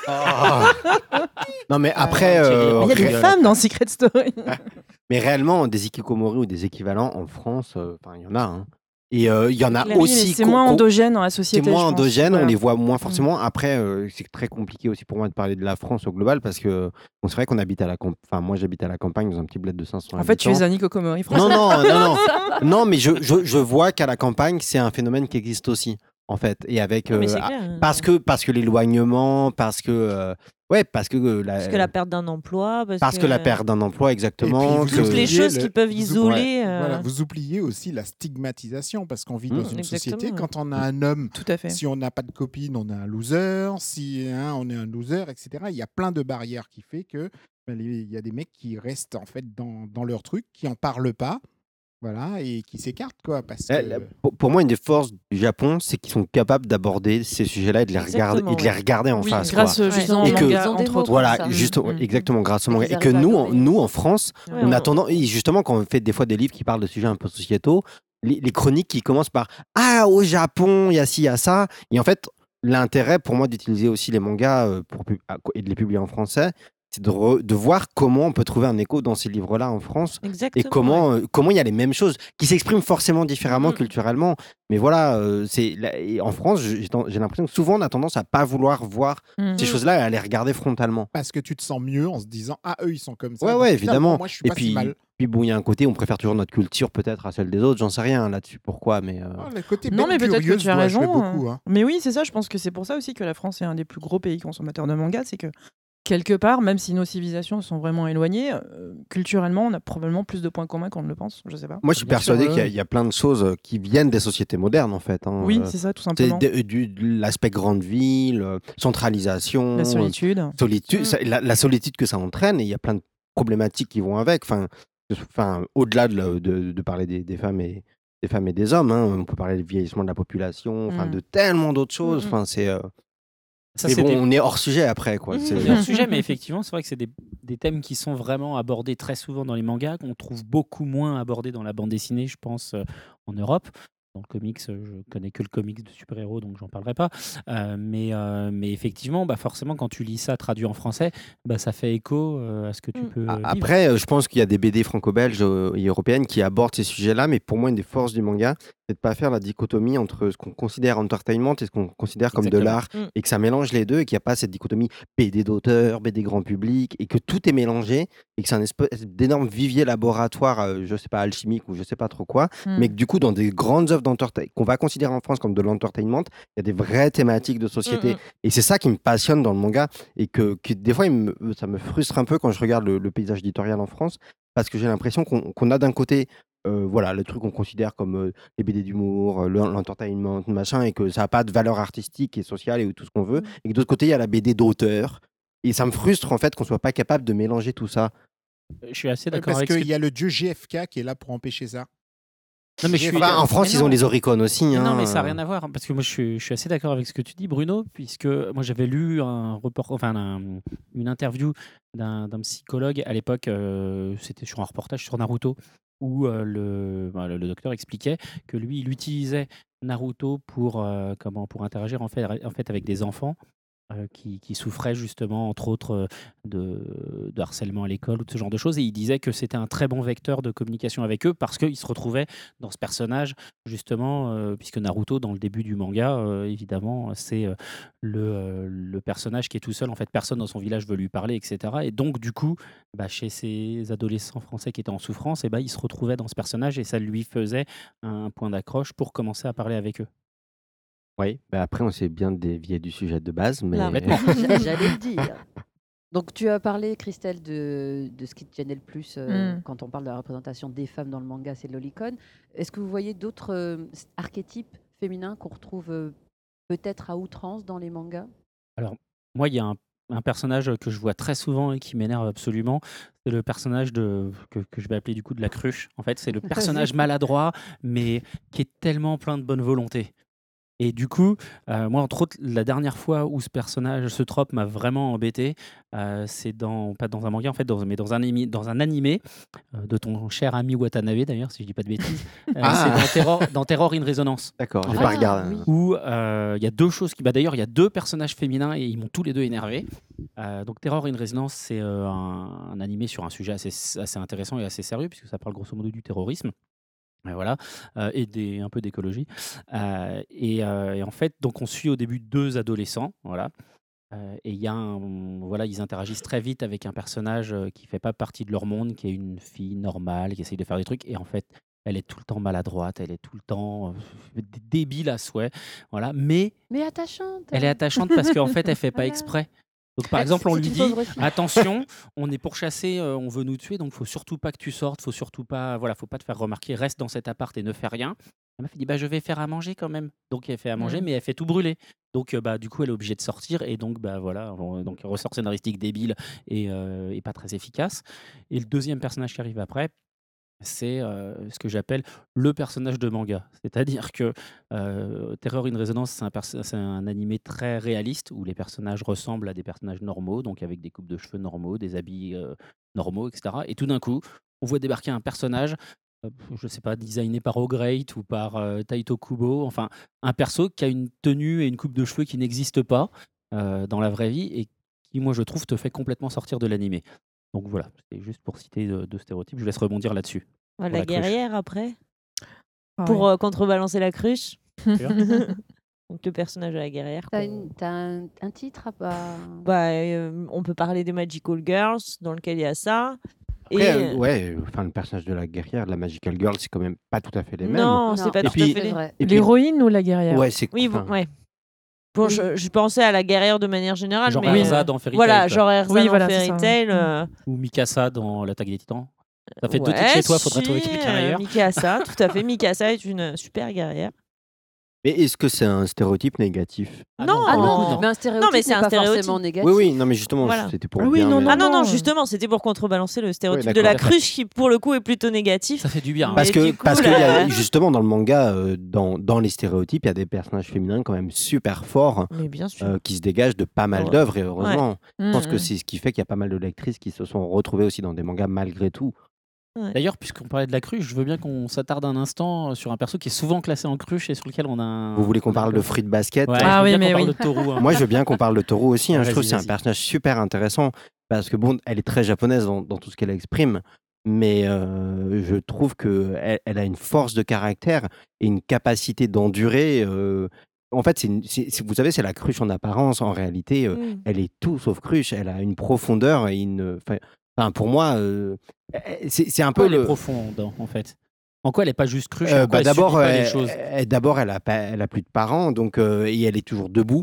Non, mais après. Il y a des femmes dans Secret Story. Mais réellement, des hikikomori ou des équivalents en France, il y en a, hein. Et il y en a clair. Oui, aussi. C'est moins endogène dans la société. C'est moins je pense. endogène, Voilà. on les voit moins forcément. Après, c'est très compliqué aussi pour moi de parler de la France au global parce que c'est vrai qu'on habite à la campagne. Enfin, moi, j'habite à la campagne dans un petit bled de 500 En fait, tu es habitants. un hikikomori français. Non, mais je vois qu'à la campagne, c'est un phénomène qui existe aussi, en fait. Et avec. Mais c'est clair. Parce que l'éloignement, parce que. Parce que la perte d'un emploi. Parce que la perte d'un emploi, exactement. Et puis, vous que- Toutes les oubliez choses qui peuvent isoler. Voilà, vous oubliez aussi la stigmatisation parce qu'on vit dans une société. Exactement. Quand on a un homme, Tout à fait. si on n'a pas de copine, on est un loser. Si on est un loser, etc. Il y a plein de barrières qui fait que il y a des mecs qui restent en fait dans leur truc, qui en parlent pas, voilà, et qui s'écartent quoi. Parce que Pour moi, une des forces du Japon, c'est qu'ils sont capables d'aborder ces sujets-là et de les regarder, Exactement, et de les regarder en Oui, face. grâce quoi. justement Et au que- manga, Ils ont des entre mots autres. pour Voilà, ça. justement, exactement, grâce au Et manga. qu'ils Et que arrivent à nous, coder. nous, en France, Ouais, on a tendance, et justement, quand on fait des fois des livres qui parlent de sujets un peu sociétaux, les chroniques qui commencent par Ah, au Japon, il y a ci, il y a ça. Et en fait, l'intérêt pour moi d'utiliser aussi les mangas et de les publier en français, c'est de voir comment on peut trouver un écho dans ces livres-là en France et Exactement. comment il y a les mêmes choses qui s'expriment forcément différemment Mm. culturellement. Mais voilà, et en France, j'ai l'impression que souvent on a tendance à pas vouloir voir Mm. ces choses-là et à les regarder frontalement. Parce que tu te sens mieux en se disant ah eux ils sont comme ça. Ouais, donc ouais, finalement, évidemment. moi je suis Et pas si mal. puis bon, il y a un côté, on préfère toujours notre culture peut-être à celle des autres, j'en sais rien là-dessus pourquoi, mais Ah, le côté Non, bête mais peut-être que curieuse tu as doit jouer raison. beaucoup. Hein. Mais oui, c'est ça. Je pense que c'est pour ça aussi que la France est un des plus gros pays consommateurs de manga. C'est que quelque part, même si nos civilisations sont vraiment éloignées, culturellement, on a probablement plus de points communs qu'on ne le pense. Je sais pas. moi je suis Bien sûr, persuadé qu'il y a plein de choses qui viennent des sociétés modernes en fait. Hein. Oui, c'est ça, tout C'est simplement. de l'aspect grande ville, centralisation, La solitude. solitude, la solitude que ça entraîne, et il y a plein de problématiques qui vont avec. Enfin, au-delà de parler des femmes et des hommes, hein, on peut parler du vieillissement de la population, enfin Mm. de tellement d'autres choses. Mm. Enfin, c'est. Ça, Mais c'est bon, des- on est hors sujet après, quoi. Mhm. C'est- On est hors sujet, mais effectivement, c'est vrai que c'est des thèmes qui sont vraiment abordés très souvent dans les mangas, qu'on trouve beaucoup moins abordés dans la bande dessinée, je pense, en Europe. Dans le comics, je connais que le comics de super-héros, donc j'en parlerai pas. Mais effectivement, bah forcément, quand tu lis ça traduit en français, bah ça fait écho à ce que tu peux vivre. Après, je pense qu'il y a des BD franco-belges et européennes qui abordent ces sujets-là, mais pour moi, une des forces du manga, c'est de pas faire la dichotomie entre ce qu'on considère entertainment et ce qu'on considère comme de Exactement. l'art, Mm. et que ça mélange les deux, et qu'il n'y a pas cette dichotomie BD d'auteur, BD grand public, et que tout est mélangé, et que c'est un espèce d'énorme vivier laboratoire, je sais pas, alchimique ou je sais pas trop quoi, mais que du coup, dans des grandes œuvres qu'on va considérer en France comme de l'entertainment, il y a des vraies thématiques de société. Mm, Et c'est ça qui me passionne dans le manga, et que des fois, ça me frustre un peu quand je regarde le paysage éditorial en France, parce que j'ai l'impression qu'on a d'un côté voilà, le truc qu'on considère comme les BD d'humour, l'entertainment, machin, et que ça n'a pas de valeur artistique et sociale et tout ce qu'on veut, et que d'autre côté, il y a la BD d'auteur. Et ça me frustre en fait qu'on soit pas capable de mélanger tout ça. Je suis assez Ouais, d'accord parce avec ce qu'il que y a le dieu GFK qui est là pour empêcher ça. Non, mais je suis... Enfin, en France, mais ils non. ont les Oricon aussi. Mais hein. non, mais ça n'a rien à voir, parce que moi je suis assez d'accord avec ce que tu dis, Bruno, puisque moi j'avais lu une interview d'un psychologue à l'époque, c'était sur un reportage sur Naruto, où le docteur expliquait que lui, il utilisait Naruto pour interagir en fait avec des enfants. Qui souffraient justement, entre autres, de harcèlement à l'école ou de ce genre de choses. Et il disait que c'était un très bon vecteur de communication avec eux parce qu'il se retrouvait dans ce personnage, justement, puisque Naruto, dans le début du manga, évidemment, c'est le personnage qui est tout seul. En fait, personne dans son village veut lui parler, etc. Et donc, du coup, bah, chez ces adolescents français qui étaient en souffrance, et bah, il se retrouvait dans ce personnage et ça lui faisait un point d'accroche pour commencer à parler avec eux. Oui, bah après, on s'est bien dévié du sujet de base, mais. Là, J'allais le dire. Donc, tu as parlé, Christelle, de ce qui te gênait le plus quand on parle de la représentation des femmes dans le manga, c'est l'Olicon. Est-ce que vous voyez d'autres archétypes féminins qu'on retrouve peut-être à outrance dans les mangas? Alors, moi, il y a un personnage que je vois très souvent et qui m'énerve absolument. C'est le personnage que je vais appeler du coup de la cruche. En fait, c'est le personnage maladroit, mais qui est tellement plein de bonne volonté. Et du coup, moi, entre autres, la dernière fois où ce trope m'a vraiment embêté, c'est pas dans un manga, en fait, mais dans un animé de ton cher ami Watanabe, d'ailleurs, si je dis pas de bêtises. C'est dans Terror in Resonance. D'accord, En j'ai fait, pas regardé. oui. Où il y a deux choses d'ailleurs, il y a deux personnages féminins et ils m'ont tous les deux énervé. Donc Terror in Resonance, c'est un animé sur un sujet assez intéressant et assez sérieux, puisque ça parle grosso modo du terrorisme. Voilà, et un peu d'écologie. Et en fait, donc on suit au début deux adolescents, voilà. Et il y a voilà, ils interagissent très vite avec un personnage qui fait pas partie de leur monde, qui est une fille normale, qui essaye de faire des trucs. Et en fait, elle est tout le temps maladroite, elle est tout le temps débile à souhait, voilà. Mais Mais attachante. elle est attachante parce qu'en fait, elle fait pas Voilà. exprès. Donc par Ouais, exemple, on c'est lui une dit pauvre fille. attention, on est pourchassé, on veut nous tuer, donc faut surtout pas que tu sortes, faut surtout pas, voilà, faut pas te faire remarquer, reste dans cet appart et ne fais rien. La meuf elle dit bah je vais faire à manger quand même. Donc elle fait à manger, mais elle fait tout brûler. Donc bah du coup elle est obligée de sortir et donc bah voilà, donc ressort scénaristique débile et pas très efficace. Et le deuxième personnage qui arrive après, c'est ce que j'appelle le personnage de manga. C'est-à-dire que Terror in Resonance, c'est un animé très réaliste où les personnages ressemblent à des personnages normaux, donc avec des coupes de cheveux normaux, des habits normaux, etc. Et tout d'un coup, on voit débarquer un personnage, je ne sais pas, designé par O'Great ou par Taito Kubo, enfin un perso qui a une tenue et une coupe de cheveux qui n'existent pas dans la vraie vie et qui, moi, je trouve, te fait complètement sortir de l'animé. Donc voilà, c'est juste pour citer deux stéréotypes. Je vous laisse rebondir là-dessus. La Pour la cruche. guerrière après, Ah pour ouais. contrebalancer la cruche. Sûr. Donc le personnage de la guerrière. T'as un titre On peut parler des Magical Girls, dans lequel il y a ça. Après, le personnage de la guerrière, de la Magical Girl, c'est quand même pas tout à fait les mêmes. Non, c'est pas Et tout puis- à fait les... vrai. Et puis- L'héroïne ou la guerrière? Ouais, c'est Oui, enfin, ouais. Bon, Oui. je pensais à la guerrière de manière générale, Genre mais Erza dans Fairy voilà, Tail, quoi. genre Erza Oui, dans voilà, c'est Fairy ça. Tail. Ou Mikasa dans l'attaque des Titans. Ça fait 2 titres chez toi, faudrait trouver quelqu'un ailleurs. Mikasa, tout à fait. Mikasa est une super guerrière. Mais est-ce que c'est un stéréotype négatif? Non. Ah pour le coup, non, mais un stéréotype Non, mais c'est n'est un pas stéréotype. forcément négatif. Oui, non, mais justement, Voilà. c'était pour Ah oui, bien. non, mais- Ah non, non. justement, c'était pour contrebalancer le stéréotype Ouais, de la d'accord. cruche qui, pour le coup, est plutôt négatif. Ça fait du bien. hein. Mais Parce que, du coup, parce qu'il y a, là- justement, dans le manga, dans les stéréotypes, il y a des personnages féminins quand même super forts Mais bien sûr. qui se dégagent de pas mal Ouais. d'œuvres, et heureusement. Je pense que Mhm. c'est ce qui fait qu'il y a pas mal de lectrices qui se sont retrouvées aussi dans des mangas malgré tout. D'ailleurs, puisqu'on parlait de la cruche, je veux bien qu'on s'attarde un instant sur un perso qui est souvent classé en cruche et sur lequel on a un... Vous voulez qu'on parle de Fruit Basket? Ouais, Ah je veux oui, bien mais qu'on parle oui. de Toru. hein. Moi, je veux bien qu'on parle de Toru aussi. Ouais, Je trouve que c'est un vas-y. personnage super intéressant parce que, bon, elle est très japonaise dans tout ce qu'elle exprime, mais je trouve qu'elle a une force de caractère et une capacité d'endurer. En fait, vous savez, c'est la cruche en apparence. En réalité, Mm. elle est tout sauf cruche. Elle a une profondeur et enfin, pour moi, c'est un peu Pourquoi elle est le. profonde, en fait? En quoi elle est pas juste cruche? En quoi elle D'abord, subit pas les choses? elle a plus de parents, donc et elle est toujours debout.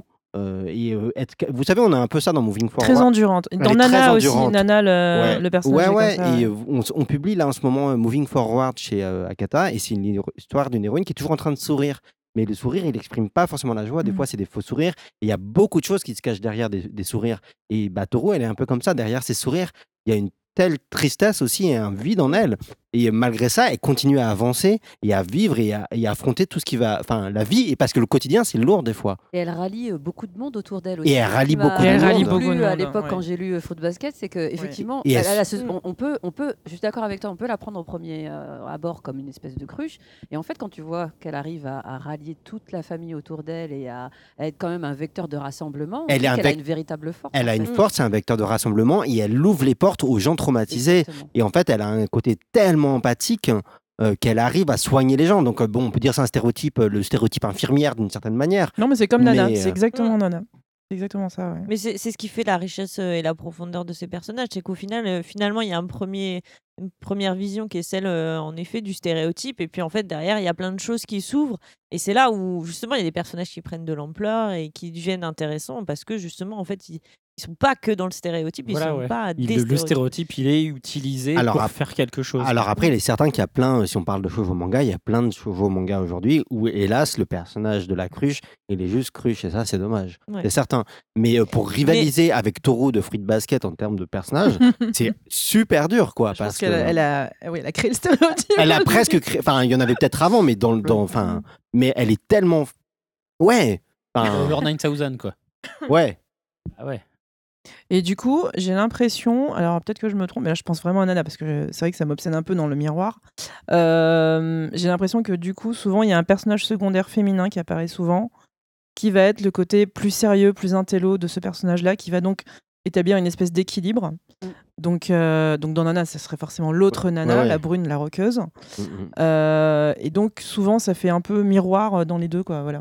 Vous savez, on a un peu ça dans Moving Forward. Très endurante. Elle Dans est très Nana aussi, endurante. Nana, le personnage. Ouais, est comme ça, et ouais. on publie là en ce moment Moving Forward chez Akata, et c'est une histoire d'une héroïne qui est toujours en train de sourire. Mais le sourire, il n'exprime pas forcément la joie. Des fois, c'est des faux sourires. Et il y a beaucoup de choses qui se cachent derrière des sourires. Et Toru, elle est un peu comme ça. Derrière ces sourires, il y a une telle tristesse aussi et un vide en elle. Et malgré ça, elle continue à avancer et à vivre et à affronter tout ce qui va. Enfin, la vie, et parce que le quotidien, c'est lourd des fois. Et elle rallie beaucoup de monde autour d'elle aussi. Et elle rallie Ce qui m'a beaucoup de Elle rallie monde. beaucoup de plu à monde, l'époque ouais. quand j'ai lu Fruit Basket, c'est que effectivement, Et elle elle a s- on peut, je suis d'accord avec toi, on peut la prendre au premier abord comme une espèce de cruche. Et en fait, quand tu vois qu'elle arrive à rallier toute la famille autour d'elle et à être quand même un vecteur de rassemblement, on Elle dit est un qu'elle a vec- une véritable force. Elle en a fait. une force, c'est un vecteur de rassemblement et elle ouvre les portes aux gens traumatisés. Exactement. Et en fait, elle a un côté tellement empathique qu'elle arrive à soigner les gens. Donc, bon, on peut dire c'est un stéréotype, le stéréotype infirmière d'une certaine manière. Non, mais c'est comme Nana. Mais, C'est exactement Nana. C'est exactement ça, ouais. Mais c'est ce qui fait la richesse et la profondeur de ces personnages, c'est qu'au final, finalement, il y a une première vision qui est celle, en effet, du stéréotype, et puis en fait, derrière, il y a plein de choses qui s'ouvrent, et c'est là où, justement, il y a des personnages qui prennent de l'ampleur et qui deviennent intéressants, parce que, justement, en fait, ils sont pas que dans le stéréotype, ils Voilà, sont ouais. pas des Le stéréotypes. stéréotype, il est utilisé Alors, pour faire quelque chose. Alors après, il est certain qu'il y a plein, si on parle de shoujo manga, il y a plein de shoujo manga aujourd'hui où, hélas, le personnage de la cruche, il est juste cruche, et ça, c'est dommage. Ouais. C'est certain. Mais pour rivaliser avec Toru de Fruit Basket en termes de personnage, c'est super dur, quoi. Je pense parce qu'elle que elle a créé le stéréotype. elle a presque créé. Enfin, il y en avait peut-être avant, mais mais elle est tellement. Ouais. Enfin, Over 9000, quoi. ouais. Ah ouais. Et du coup, j'ai l'impression, alors peut-être que je me trompe, mais là je pense vraiment à Nana parce que c'est vrai que ça m'obsède un peu dans le miroir. J'ai l'impression que du coup, souvent il y a un personnage secondaire féminin qui apparaît souvent, qui va être le côté plus sérieux, plus intello de ce personnage-là, qui va donc établir une espèce d'équilibre. Donc dans Nana, ce serait forcément l'autre Nana, Ouais. la brune, la roqueuse. Mm. Et donc souvent, ça fait un peu miroir dans les deux, quoi. Voilà.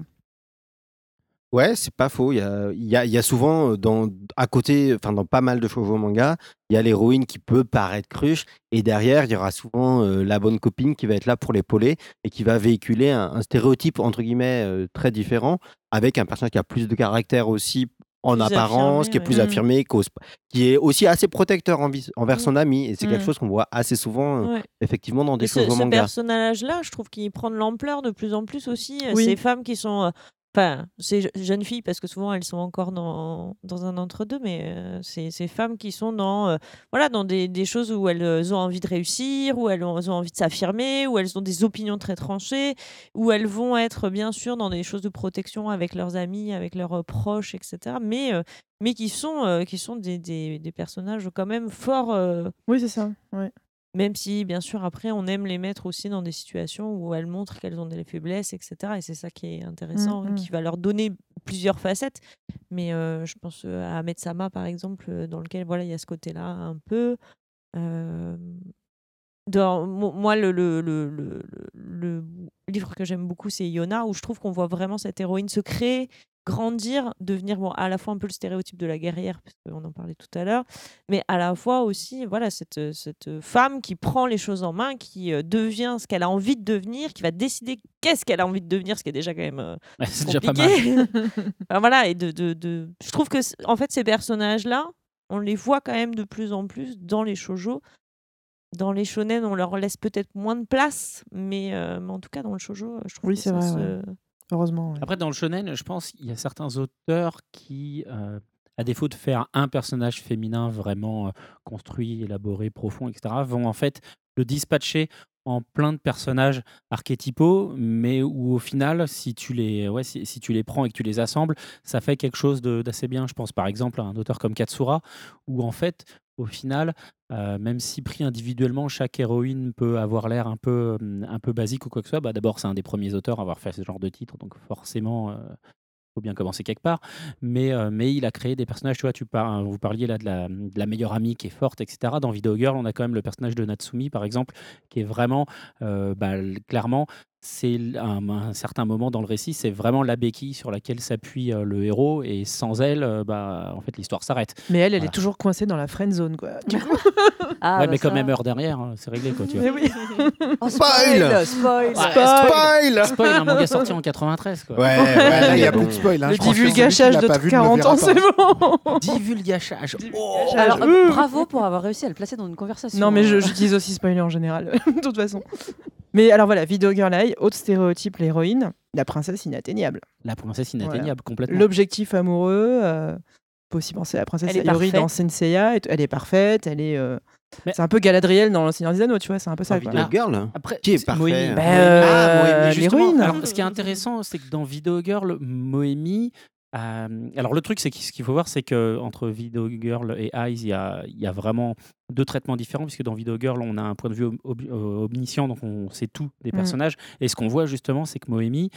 Ouais, c'est pas faux. Il y a souvent, à côté, enfin, dans pas mal de shoujo manga, il y a l'héroïne qui peut paraître cruche, et derrière, il y aura souvent la bonne copine qui va être là pour l'épauler et qui va véhiculer un stéréotype, entre guillemets, très différent, avec un personnage qui a plus de caractère aussi en Plus apparence, affirmé, qui est ouais. plus affirmé, qui est aussi assez protecteur envers son ami. Et c'est quelque Mm. chose qu'on voit assez souvent, Ouais. effectivement, dans des Et shoujo ce manga. personnage-là, je trouve qu'il prend de l'ampleur de plus en plus aussi. Oui. Ces femmes qui sont. Enfin, ces jeunes filles, parce que souvent elles sont encore dans un entre-deux, mais ces femmes qui sont voilà, dans des choses où elles ont envie de réussir, où elles ont envie de s'affirmer, où elles ont des opinions très tranchées, où elles vont être bien sûr dans des choses de protection avec leurs amis, avec leurs proches, etc. Mais qui sont des personnages quand même forts. Oui, c'est ça. Ouais. Même si, bien sûr, après, on aime les mettre aussi dans des situations où elles montrent qu'elles ont des faiblesses, etc. Et c'est ça qui est intéressant, Mm, mm. qui va leur donner plusieurs facettes. Mais je pense à Ahmed Sama, par exemple, dans lequel il y a ce côté-là un peu. Euh, moi, le livre que j'aime beaucoup, c'est Yona, où je trouve qu'on voit vraiment cette héroïne se créer, grandir, devenir à la fois un peu le stéréotype de la guerrière, parce qu'on en parlait tout à l'heure, mais à la fois aussi cette femme qui prend les choses en main, qui devient ce qu'elle a envie de devenir, qui va décider qu'est-ce qu'elle a envie de devenir, ce qui est déjà quand même C'est déjà pas compliqué. mal. Voilà, et je trouve que en fait ces personnages-là, on les voit quand même de plus en plus dans les shoujo. Dans les shonen, on leur laisse peut-être moins de place, mais en tout cas dans le shoujo, je trouve Oui, que c'est ça vrai. se... Heureusement. ouais. Après, dans le shonen, je pense qu'il y a certains auteurs qui, à défaut de faire un personnage féminin vraiment construit, élaboré, profond, etc., vont en fait le dispatcher en plein de personnages archétypaux, mais où au final, si tu les prends et que tu les assembles, ça fait quelque chose d'assez bien. Je pense par exemple à un auteur comme Katsura, où en fait, au final, même si pris individuellement, chaque héroïne peut avoir l'air un peu basique ou quoi que ce soit. Bah, d'abord, c'est un des premiers auteurs à avoir fait ce genre de titre, donc forcément, faut bien commencer quelque part. Mais il a créé des personnages. Tu vois, vous parliez là de la meilleure amie qui est forte, etc. Dans Video Girl, on a quand même le personnage de Natsumi, par exemple, qui est vraiment, clairement, c'est un certain moment dans le récit, c'est vraiment la béquille sur laquelle s'appuie le héros, et sans elle, en fait, l'histoire s'arrête. Mais elle Voilà. est toujours coincée dans la friend zone, quoi. Du coup, Ah, Ouais, bah mais quand ça. même heure derrière, hein, c'est réglé, quoi. Tu vois. mais oui. Oh, Spoil spoil. Ouais, Spoil Spoil, un manga sorti en 93, quoi. Ouais, là, il n'y a bon. plus de spoil. Hein, Le je pense que divulgachage celui qui de l'a pas vu ne le 40 verra ans, pas. c'est bon. Divulgachage. Oh Alors, bravo pour avoir réussi à le placer dans une conversation. Non, mais j'utilise aussi spoiler en général, de toute façon. Mais alors voilà, Video Girl Eye, autre stéréotype, l'héroïne, la princesse inatteignable. La princesse inatteignable, complètement. L'objectif amoureux, peut aussi penser à la princesse Elle est Sayori dans parfaite. Senseiya. Elle est parfaite, elle est. Mais- C'est un peu Galadriel dans Le Seigneur des Anneaux, tu vois, c'est un peu ça. Video Quoi. Girl Après, Qui est c'est parfait Moemi. Bah, Mais justement, l'héroïne. alors, ce qui est intéressant, c'est que dans Video Girl, Moemi. Alors le truc, c'est que ce qu'il faut voir, c'est que entre Video Girl et Eyes, il y a vraiment deux traitements différents, puisque dans Video Girl, on a un point de vue omniscient, donc on sait tout des personnages. Et ce qu'on voit justement, c'est que Moemi,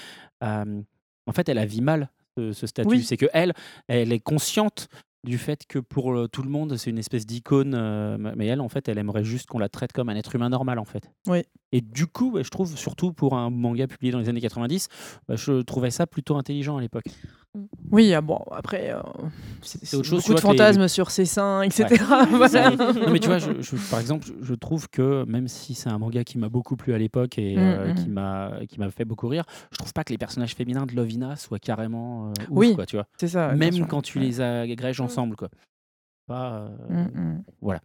en fait, elle a vit mal ce statut. Oui. C'est que elle est consciente du fait que pour tout le monde, c'est une espèce d'icône, mais elle, en fait, elle aimerait juste qu'on la traite comme un être humain normal, en fait. Oui. Et du coup, je trouve, surtout pour un manga publié dans les années 90, je trouvais ça plutôt intelligent à l'époque. Oui, bon, après, c'est autre chose, beaucoup de tu vois, que fantasmes sur ses seins, etc. Ouais. Voilà. Non, mais tu vois, par exemple, je trouve que même si c'est un manga qui m'a beaucoup plu à l'époque et qui m'a fait beaucoup rire, je trouve pas que les personnages féminins de Lovina soient carrément ouf, Oui, quoi, tu vois. c'est ça. bien Même sûr. quand tu les agrèges ensemble, quoi. Pas, voilà.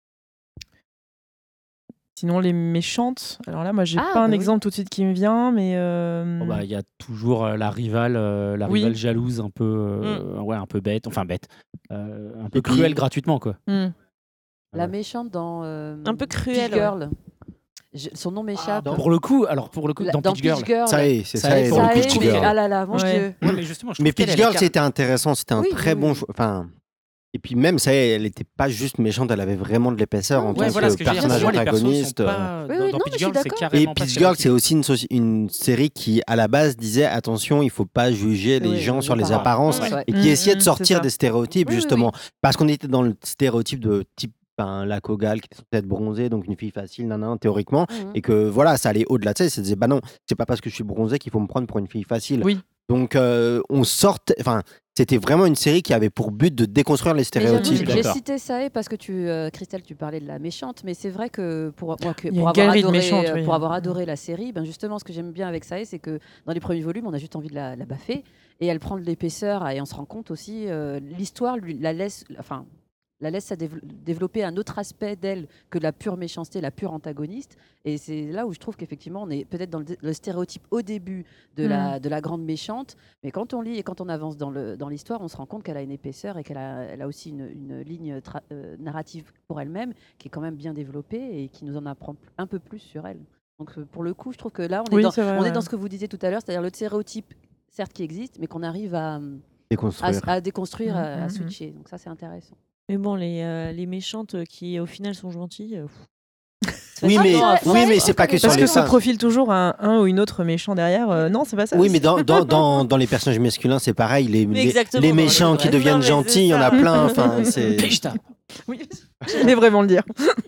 Sinon, les méchantes. Alors là, moi, j'ai Ah, pas un bah oui. exemple tout de suite qui me vient, mais. Bon, bah, il y a toujours la rivale Oui. jalouse, un peu, un peu bête, enfin bête, un peu Et puis- cruelle gratuitement, quoi. hmm. La méchante dans. Un peu cruelle, Peach Girl. Son nom m'échappe. Pour le coup, dans dans Peach Girl. Ça y est, c'est Ça ça y y est, est, pour dans le coup, Peach je mais- Girl. ah là là, mon Ouais. Dieu. Ouais, mais justement, je Mais trouve Peach qu'elle, elle Girl, est c'était intéressant, c'était un Oui, très oui, bon oui. choix. Enfin, et puis même, ça y est, elle était pas juste méchante, elle avait vraiment de l'épaisseur en Ouais, tant voilà ce que que je veux dire. personnage Moi, les persos sont antagoniste. pas... Oui, dans oui, non, Peach mais je Girl, suis c'est d'accord. carrément Et pas Peach Girl, c'est stéréotypé. aussi une série qui, à la base, disait attention, il faut pas juger les Oui, gens sur les parents. apparences Ouais. et qui essayait de c'est sortir ça. des stéréotypes, Oui, oui, justement. Parce qu'on était dans le stéréotype de type la Kogal qui était censée être bronzée, donc une fille facile, théoriquement, Mhm. et que voilà, ça allait au-delà de ça. Ils se disaient, bah non, c'est pas parce que je suis bronzée qu'il faut me prendre pour une fille facile. Oui. Donc, on sortait. Enfin, c'était vraiment une série qui avait pour but de déconstruire les Mais j'avoue, stéréotypes. je suis j'ai d'accord. cité ça parce que Christelle, tu parlais de la méchante, mais c'est vrai que pour Il y a une avoir galerie de adoré, méchantes, oui. pour avoir adoré la série, ben justement, ce que j'aime bien avec Sae, c'est que dans les premiers volumes, on a juste envie de la baffer et elle prend de l'épaisseur et on se rend compte aussi, l'histoire la laisse développer un autre aspect d'elle que la pure méchanceté, la pure antagoniste. Et c'est là où je trouve qu'effectivement, on est peut-être dans le stéréotype au début de la grande méchante, mais quand on lit et quand on avance dans l'histoire, on se rend compte qu'elle a une épaisseur et qu'elle a aussi une ligne narrative pour elle-même qui est quand même bien développée et qui nous en apprend un peu plus sur elle. Donc pour le coup, je trouve que là, on est, Oui, dans, c'est vrai, on est ouais. dans ce que vous disiez tout à l'heure, c'est-à-dire le stéréotype, certes, qui existe, mais qu'on arrive à Déconstruire. déconstruire, à Mhm. switcher. Donc ça, c'est intéressant. Mais bon, les méchantes qui au final sont gentilles, Oui, mais, c'est pas que sur Parce les que se singes. profile toujours un ou une autre méchant derrière. Non, c'est pas ça. Oui, mais dans les personnages masculins, c'est pareil. Mais exactement, Les dans le méchants qui vrai. deviennent Non, mais gentils, c'est il y en a ça. plein. Enfin, c'est... Oui, j'allais vraiment le dire.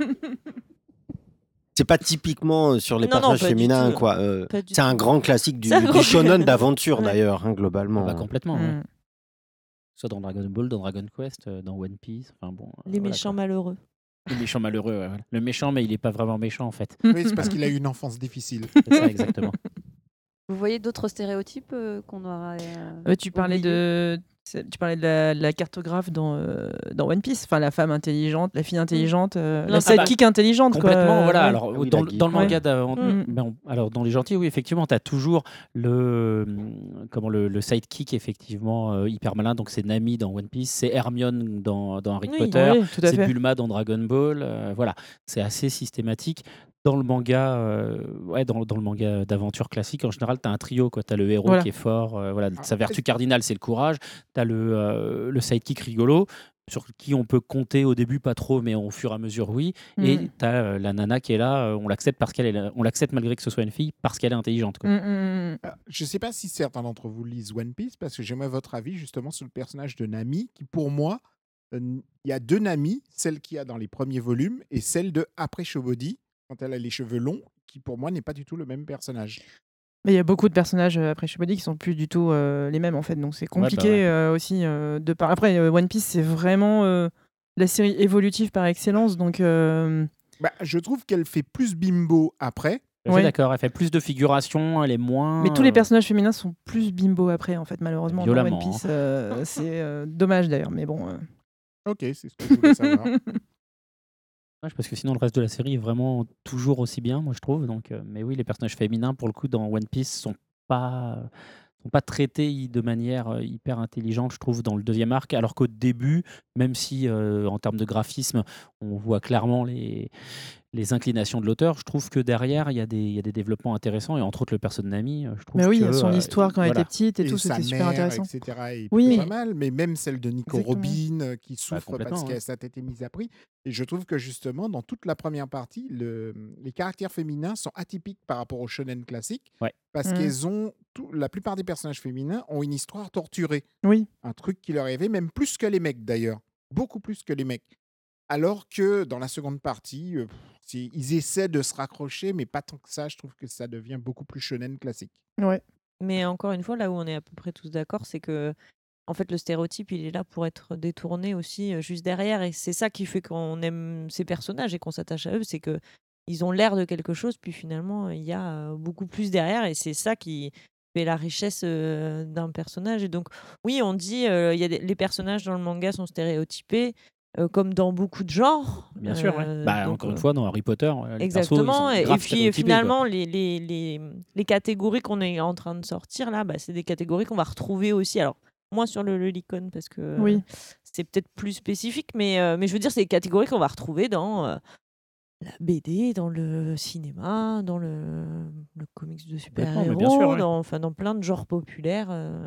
C'est pas typiquement sur les Non, non, personnages pas du féminins, tout. quoi. Pas du C'est un tout. grand classique du C'est un grand shonen classique. d'aventure, Ouais. d'ailleurs, complètement. Bah, complètement. ouais. Mm. Soit dans Dragon Ball, dans Dragon Quest, dans One Piece. Enfin, bon, Les voilà, méchants quoi. malheureux. Le méchant malheureux. Ouais, voilà. Le méchant, mais il est pas vraiment méchant en fait. Oui, c'est parce qu'il a eu une enfance difficile. C'est ça, exactement. Vous voyez d'autres stéréotypes qu'on aura Tu parlais de la cartographe dans One Piece, enfin la femme intelligente, la fille intelligente, la sidekick intelligente. Complètement, quoi. voilà. Ouais. Alors, oui, dans, la geek, dans le manga, ouais. alors dans les gentils, oui, effectivement, tu as toujours le sidekick, effectivement, hyper malin. Donc, c'est Nami dans One Piece, c'est Hermione dans Harry Oui, Potter, Oui, tout à c'est fait. Bulma dans Dragon Ball. Voilà, c'est assez systématique. Dans le manga, dans le manga d'aventure classique, en général, tu as un trio. Tu as le héros Voilà. qui est fort. Voilà, sa vertu cardinale, c'est le courage. Tu as le sidekick rigolo, sur qui on peut compter au début, pas trop, mais au fur et à mesure, oui. Et tu as la nana qui est là, on l'accepte parce qu'elle est là, on l'accepte malgré que ce soit une fille, parce qu'elle est intelligente. Quoi. Je ne sais pas si certains d'entre vous lisent One Piece, parce que j'aimerais votre avis justement sur le personnage de Nami, qui pour moi, il y a deux Nami, celle qu'il y a dans les premiers volumes et celle de après Shobody, quand elle a les cheveux longs, qui pour moi n'est pas du tout le même personnage. Mais il y a beaucoup de personnages après Shibodi qui sont plus du tout les mêmes en fait, donc c'est compliqué aussi de par. Après One Piece c'est vraiment la série évolutive par excellence, donc. Je trouve qu'elle fait plus bimbo après. Je suis d'accord, elle fait plus de figuration, elle est moins. Mais tous les personnages féminins sont plus bimbo après en fait, malheureusement dans Violemment, One Piece. C'est dommage d'ailleurs, mais bon. Ok, c'est ce que je voulais savoir. Parce que sinon le reste de la série est vraiment toujours aussi bien, moi je trouve. Donc, mais oui, les personnages féminins pour le coup dans One Piece sont pas traités de manière hyper intelligente, je trouve, dans le deuxième arc. Alors qu'au début, même si en termes de graphisme, on voit clairement les inclinations de l'auteur, je trouve que derrière il y a des développements intéressants et entre autres le perso de Nami, je trouve Mais oui, que son histoire quand elle était petite et tout, sa c'était super mère, intéressant. etc. est Oui. pas mal, mais même celle de Nico Exactement. Robin qui souffre complètement, parce que sa tête est mise à prix. Et je trouve que justement, dans toute la première partie, les caractères féminins sont atypiques par rapport au shonen classique, Ouais. parce qu'elles ont la plupart des personnages féminins ont une histoire torturée, Oui. un truc qui leur est arrivé, même plus que les mecs d'ailleurs, beaucoup plus que les mecs. Alors que dans la seconde partie, ils essaient de se raccrocher, mais pas tant que ça. Je trouve que ça devient beaucoup plus shonen classique. Ouais. Mais encore une fois, là où on est à peu près tous d'accord, c'est que en fait, le stéréotype, il est là pour être détourné aussi juste derrière. Et c'est ça qui fait qu'on aime ces personnages et qu'on s'attache à eux. C'est que ils ont l'air de quelque chose, puis finalement, il y a beaucoup plus derrière. Et c'est ça qui fait la richesse d'un personnage. Et donc, oui, on dit les personnages dans le manga sont stéréotypés. Comme dans beaucoup de genres. Bien sûr, ouais. Donc, encore une fois, dans Harry Potter, les exactement. persos, ils sont Et grave puis stéréotypés, finalement, les catégories qu'on est en train de sortir là, c'est des catégories qu'on va retrouver aussi. Alors, moins sur le Lolicon parce que Oui. c'est peut-être plus spécifique, mais je veux dire, c'est des catégories qu'on va retrouver dans la BD, dans le cinéma, dans le comics de Complètement, mais super-héros, bien sûr, ouais. dans plein de genres populaires.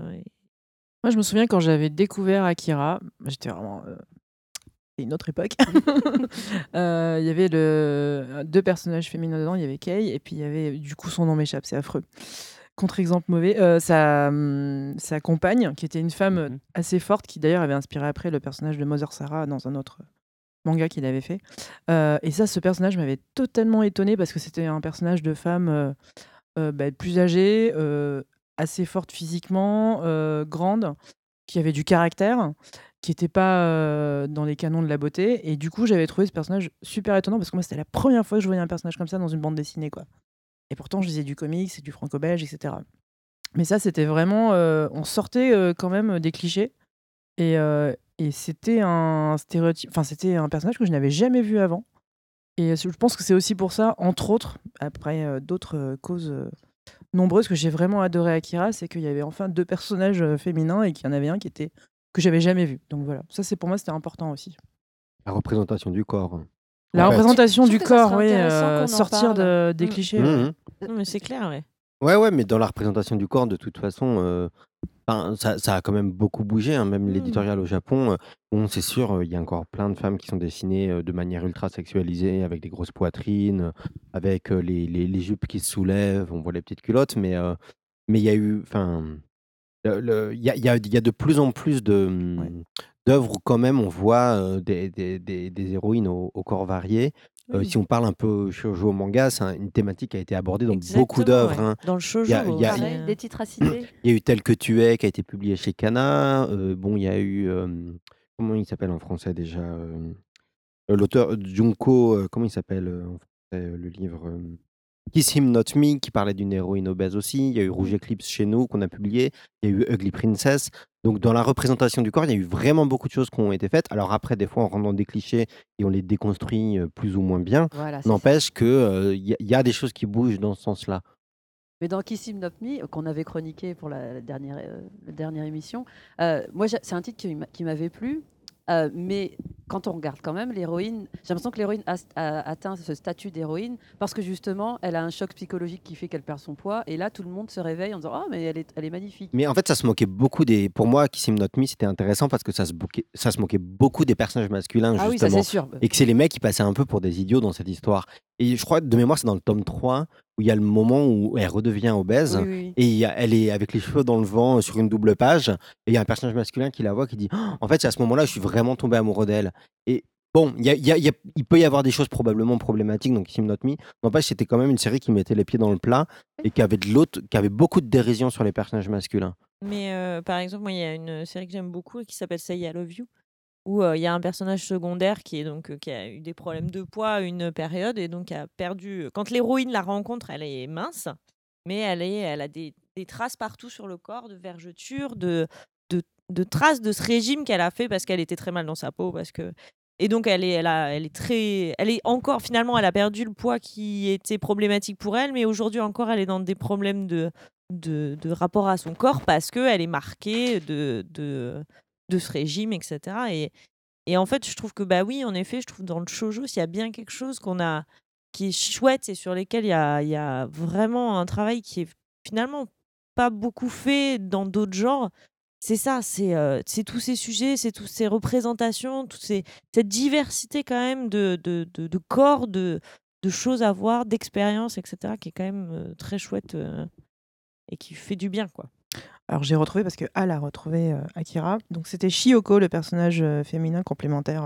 Moi, je me souviens quand j'avais découvert Akira, j'étais vraiment. C'est une autre époque. Il y avait deux personnages féminins dedans. Il y avait Kei et puis il y avait, du coup, son nom m'échappe, c'est affreux. Contre-exemple mauvais, sa compagne, qui était une femme assez forte, qui d'ailleurs avait inspiré après le personnage de Mother Sarah dans un autre manga qu'il avait fait. Et ça, ce personnage m'avait totalement étonnée parce que c'était un personnage de femme plus âgée, assez forte physiquement, grande, qui avait du caractère, qui n'était pas dans les canons de la beauté. Et du coup, j'avais trouvé ce personnage super étonnant parce que moi, c'était la première fois que je voyais un personnage comme ça dans une bande dessinée, quoi. Et pourtant, je lisais du comics, du franco-belge, etc. Mais ça, c'était vraiment... on sortait quand même des clichés. Et c'était un stéréotype... Enfin, c'était un personnage que je n'avais jamais vu avant. Et je pense que c'est aussi pour ça, entre autres, après d'autres causes nombreuses, que j'ai vraiment adoré Akira, c'est qu'il y avait enfin deux personnages féminins et qu'il y en avait un que j'avais jamais vu. Donc voilà, ça c'est pour moi c'était important aussi. La représentation du corps. La représentation du corps, oui, sortir des clichés. Mmh. Non, mais c'est clair, ouais. Ouais, mais dans la représentation du corps, de toute façon, ça a quand même beaucoup bougé, hein, même l'éditorial au Japon. Bon, c'est sûr, il y a encore plein de femmes qui sont dessinées de manière ultra sexualisée, avec des grosses poitrines, avec les jupes qui se soulèvent, on voit les petites culottes, mais il y a eu, enfin, il y a de plus en plus Ouais. d'œuvres où quand même on voit des héroïnes au corps varié. Oui. Si on parle un peu shoujo manga, c'est une thématique qui a été abordée dans beaucoup Exactement, d'œuvres. ouais. Hein. Dans le Il y shoujo a, il y a- aussi. Pareil, des titres à citer. il y a eu Tel que tu es qui a été publié chez Kana. Bon, il y a eu comment il s'appelle en français déjà l'auteur Junko, comment il s'appelle en français, le livre Kiss Him Not Me qui parlait d'une héroïne obèse aussi. Il y a eu Rouge Eclipse chez nous qu'on a publié. Il y a eu Ugly Princess. Donc dans la représentation du corps, il y a eu vraiment beaucoup de choses qui ont été faites. Alors après, des fois, on rentre dans des clichés et on les déconstruit plus ou moins bien. Voilà, c'est ça. N'empêche qu'il y a des choses qui bougent dans ce sens-là. Mais dans Kiss Him Not Me, qu'on avait chroniqué pour la dernière émission, moi, c'est un titre qui m'avait plu. Mais quand on regarde quand même l'héroïne, j'ai l'impression que l'héroïne a atteint ce statut d'héroïne parce que justement, elle a un choc psychologique qui fait qu'elle perd son poids. Et là, tout le monde se réveille en disant « Oh, mais elle est magnifique ». Mais en fait, ça se moquait beaucoup des. Pour moi, Kiss Him Not Me, c'était intéressant parce que ça se moquait beaucoup des personnages masculins, Ah oui, ça justement. c'est sûr. Et que c'est les mecs qui passaient un peu pour des idiots dans cette histoire. Et je crois, de mémoire, c'est dans le tome 3 où il y a le moment où elle redevient obèse. Oui, oui. Et elle est avec les cheveux dans le vent sur une double page. Et il y a un personnage masculin qui la voit qui dit oh, en fait, c'est à ce moment-là, je suis vraiment tombé amoureux d'elle. Et bon, il peut y avoir des choses probablement problématiques dans Kiss Him Not Me. N'empêche, c'était quand même une série qui mettait les pieds dans le plat et qui avait beaucoup de dérision sur les personnages masculins. Mais par exemple, moi, il y a une série que j'aime beaucoup et qui s'appelle Say I Love You, où il y a un personnage secondaire qui a eu des problèmes de poids à une période et donc a perdu. Quand l'héroïne la rencontre, elle est mince, mais elle a des traces partout sur le corps, de vergetures, de traces de ce régime qu'elle a fait parce qu'elle était très mal dans sa peau, et donc elle est encore finalement elle a perdu le poids qui était problématique pour elle, mais aujourd'hui encore elle est dans des problèmes de rapport à son corps parce qu'elle est marquée de ce régime, etc. Et en fait, je trouve que, bah oui, en effet, je trouve dans le shoujo, s'il y a bien quelque chose qui est chouette et sur lesquels il y a vraiment un travail qui est finalement pas beaucoup fait dans d'autres genres, c'est ça, c'est tous ces sujets, c'est toutes ces représentations, cette diversité quand même de corps, de choses à voir, d'expériences, etc., qui est quand même très chouette et qui fait du bien, quoi. Alors j'ai retrouvé parce que Al a retrouvé Akira. Donc c'était Shiyoko, le personnage féminin complémentaire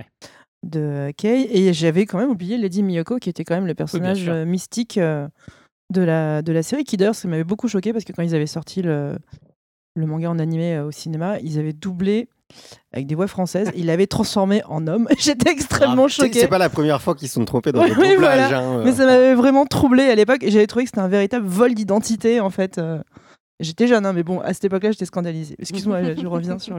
de Kei. Et j'avais quand même oublié Lady Miyoko, qui était quand même le personnage mystique de la série, qui d'ailleurs ça m'avait beaucoup choqué parce que quand ils avaient sorti le manga en animé au cinéma, ils avaient doublé avec des voix françaises. Ils l'avaient transformé en homme. J'étais extrêmement choquée. C'est pas la première fois qu'ils se sont trompés dans le Oui, doublage. voilà. Hein, Mais ça m'avait vraiment troublée à l'époque. Et j'avais trouvé que c'était un véritable vol d'identité, en fait. J'étais jeune, hein, mais bon, à cette époque-là, j'étais scandalisée. Excuse-moi, je reviens sur